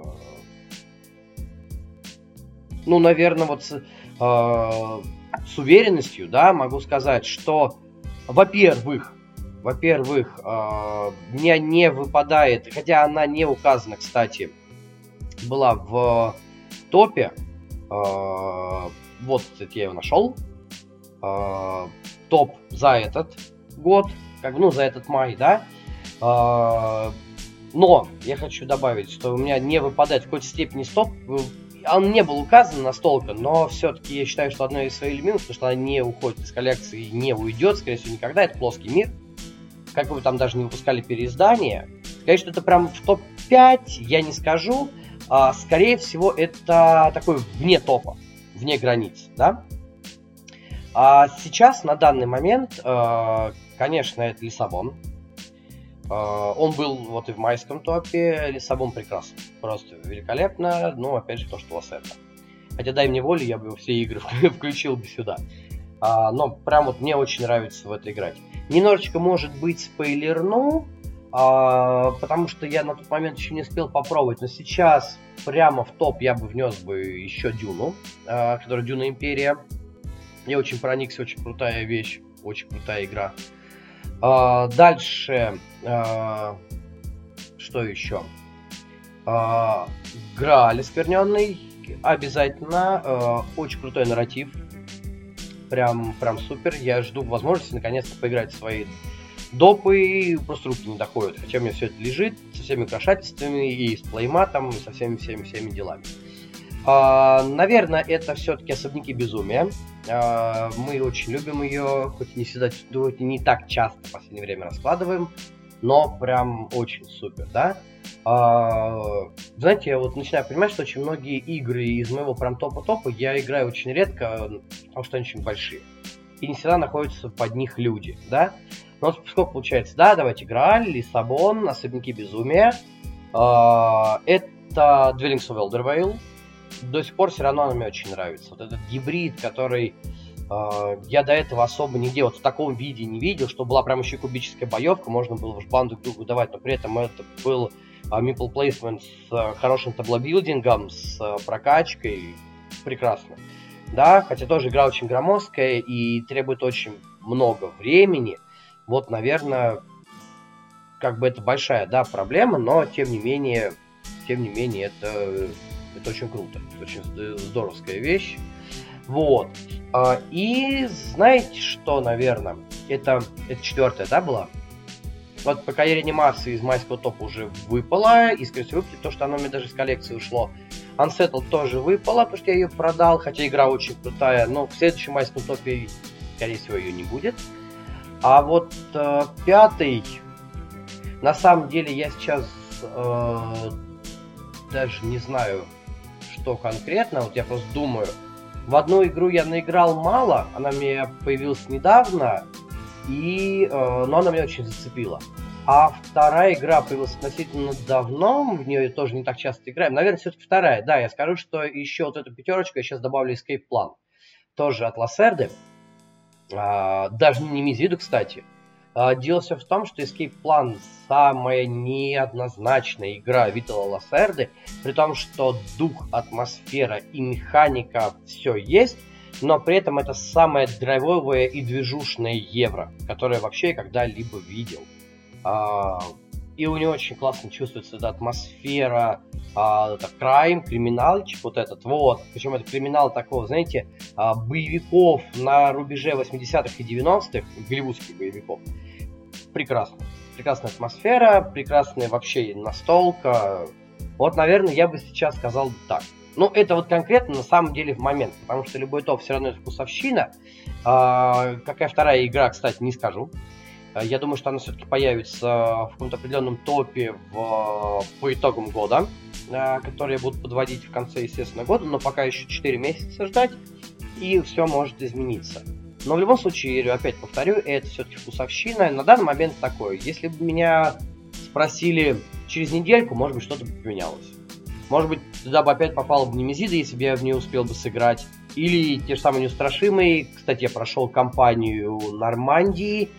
ну, наверное, вот с, э, с уверенностью, да, могу сказать, что, во-первых, во-первых, э, мне не выпадает, хотя она не указана, кстати, была в топе, э, вот, кстати, я его нашел, э, топ за этот год, как бы, ну, за этот май, да, э, но я хочу добавить, что у меня не выпадает в какой-то степени стоп. Он не был указан настолько, но все-таки я считаю, что одно из своих минусов, потому что она не уходит из коллекции, не уйдет, скорее всего, никогда. Это плоский мир. Как бы вы там даже не выпускали переиздания. Конечно, это прям в топ пять, я не скажу. А, скорее всего, это такой вне топа, вне границ, да. А сейчас, на данный момент, конечно, это Лиссабон. Он был вот и в майском топе. Лиссабон прекрасен. Просто великолепно. Ну, опять же, то, что Лассерда. Хотя, дай мне волю, я бы все игры включил бы сюда. Но прям вот мне очень нравится в это играть. Немножечко, может быть, спойлерну, потому что я на тот момент еще не успел попробовать. Но сейчас прямо в топ я бы внес бы еще Дюну, которая Дюна Империя. Я очень проникся, очень крутая вещь, очень крутая игра. А, дальше, а, что еще? А, Грааль оскверненный, обязательно, а, очень крутой нарратив, прям, прям супер. Я жду возможности наконец-то поиграть в свои допы, просто руки не доходят, хотя у меня все это лежит со всеми украшательствами и с плейматом, и со всеми всеми всеми делами. Uh, наверное, это все-таки особняки безумия. Uh, мы очень любим ее, хоть не всегда, хоть и не так часто в последнее время раскладываем, но прям очень супер, да? Uh, знаете, я вот начинаю понимать, что очень многие игры из моего прям топа-топа я играю очень редко, потому что они очень большие. И не всегда находятся под них люди, да? Но вот сколько получается, да, давайте Грааль, Лиссабон, особняки безумия. Uh, это Dwellings of Eldervale. До сих пор все равно она мне очень нравится. Вот этот гибрид, который э, я до этого особо нигде вот в таком виде не видел, что была прям еще кубическая боевка, можно было в банду друг другу давать, но при этом это был э, meeple placement с э, хорошим таблобилдингом, с э, прокачкой. Прекрасно. Да, хотя тоже игра очень громоздкая и требует очень много времени. Вот, наверное, как бы это большая, да, проблема, но тем не менее, тем не менее, это... Это очень круто, это очень здоровская вещь. Вот. И знаете что, наверное, это, это четвертая, да, была? Вот пока я реанимации из майского топа уже выпала, и, скорее всего, выпадет, то, что оно мне даже из коллекции ушло. Unsettled тоже выпала, потому что я ее продал, хотя игра очень крутая, но в следующем майском топе, скорее всего, ее не будет. А вот э, пятый, на самом деле, я сейчас э, даже не знаю, что конкретно, вот я просто думаю. В одну игру я наиграл мало, она мне появилась недавно, и, э, но она меня очень зацепила. А вторая игра появилась относительно давно, в нее тоже не так часто играем. Наверное, все-таки вторая. Да, я скажу, что еще вот эту пятерочку я сейчас добавлю Escape Plan. Тоже от Лассерды. А, даже не Мизиду, кстати. А, дело все в том, что Escape Plan самая неоднозначная игра Витала Лассерды, при том, что дух, атмосфера и механика все есть, но при этом это самое драйвовое и движушное евро, которое вообще я когда-либо видел. А, и у него очень классно чувствуется эта атмосфера, а, это крайм, криминалчик вот этот, вот. Причем это криминал такого, знаете, а, боевиков на рубеже восьмидесятых и девяностых, голливудских боевиков. Прекрасно. Прекрасная атмосфера, прекрасная вообще настолка. Вот, наверное, я бы сейчас сказал так. Ну, это вот конкретно на самом деле в момент, потому что любой топ все равно это вкусовщина. А, какая вторая игра, кстати, не скажу. Я думаю, что она все-таки появится в каком-то определенном топе в, по итогам года, которые будут подводить в конце, естественно, года, но пока еще четыре месяца ждать, и все может измениться. Но в любом случае, я опять повторю, это все-таки вкусовщина. На данный момент такое. Если бы меня спросили через недельку, может быть, что-то бы поменялось. Может быть, туда бы опять попала бы Немезида, если бы я в нее успел бы сыграть. Или те же самые неустрашимые. Кстати, я прошел кампанию Нормандии.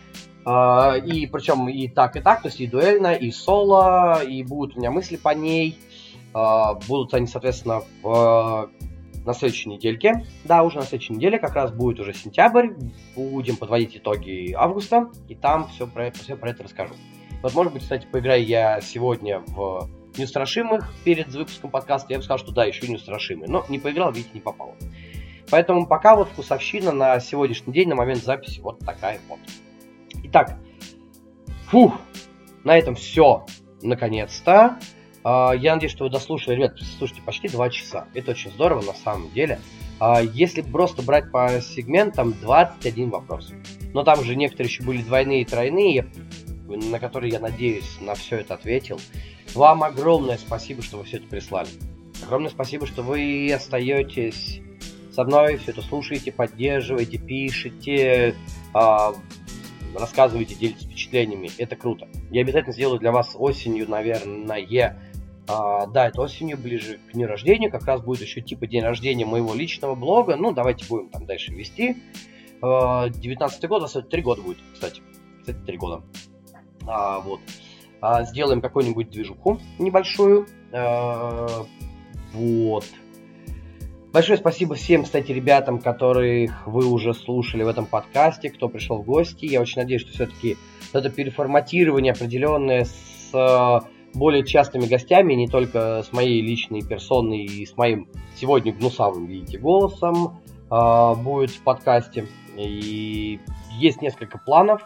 А, и причем и так, и так, то есть и дуэльно, и соло, и будут у меня мысли по ней. А, будут они, соответственно, в, на следующей недельке. Да, уже на следующей неделе, как раз будет уже сентябрь. Будем подводить итоги августа, и там все про, все про это расскажу. Вот, может быть, кстати, поиграю я сегодня в Неустрашимых перед выпуском подкаста. Я бы сказал, что да, еще Неустрашимый. Но не поиграл, видите, не попало. Поэтому пока вот вкусовщина на сегодняшний день, на момент записи, вот такая вот. Итак, фух, на этом все, наконец-то. Я надеюсь, что вы дослушали, ребят, слушайте, почти два часа. Это очень здорово, на самом деле. Если просто брать по сегментам, двадцать один вопрос. Но там же некоторые еще были двойные и тройные, на которые, я надеюсь, на все это ответил. Вам огромное спасибо, что вы все это прислали. Огромное спасибо, что вы остаетесь со мной, все это слушаете, поддерживаете, пишете, рассказываете, делитесь впечатлениями. Это круто. Я обязательно сделаю для вас осенью, наверное, а, да, это осенью, ближе к дню рождения. Как раз будет еще типа день рождения моего личного блога. Ну, давайте будем там дальше вести. девятнадцатый год, а три года будет, кстати. Кстати, три года. А, вот. А, сделаем какую-нибудь движуху небольшую. А, вот. Большое спасибо всем, кстати, ребятам, которых вы уже слушали в этом подкасте, кто пришел в гости. Я очень надеюсь, что все-таки это переформатирование определенное с более частыми гостями, не только с моей личной персоной и с моим сегодня гнусавым, видите, голосом будет в подкасте. И есть несколько планов.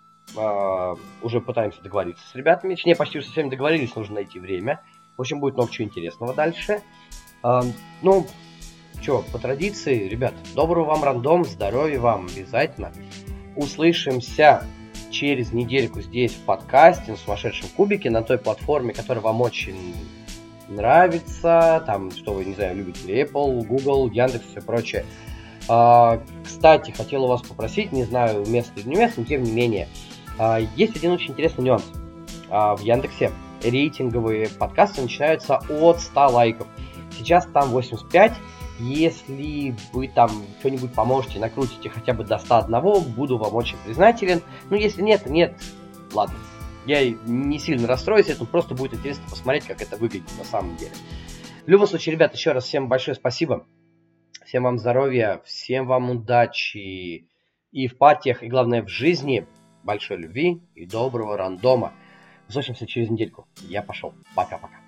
Уже пытаемся договориться с ребятами. Точнее, почти уже со всеми договорились, нужно найти время. В общем, будет много чего интересного дальше. Ну... Че, по традиции, ребят, доброго вам рандом, здоровья вам обязательно. Услышимся через недельку здесь в подкасте на сумасшедшем кубике, на той платформе, которая вам очень нравится. Там, что вы, не знаю, любите ли Apple, Google, Яндекс и все прочее. А, кстати, хотел у вас попросить, не знаю, место или не место, но тем не менее, а, есть один очень интересный нюанс. А, в Яндексе рейтинговые подкасты начинаются от ста лайков. Сейчас там восемьдесят пять. Если вы там что-нибудь поможете, накрутите хотя бы до ста одного, буду вам очень признателен. Ну, если нет, нет, ладно. Я не сильно расстроюсь, это просто будет интересно посмотреть, как это выглядит на самом деле. В любом случае, ребят, еще раз всем большое спасибо. Всем вам здоровья, всем вам удачи и в партиях, и главное в жизни. Большой любви и доброго рандома. Услышимся через недельку. Я пошел. Пока-пока.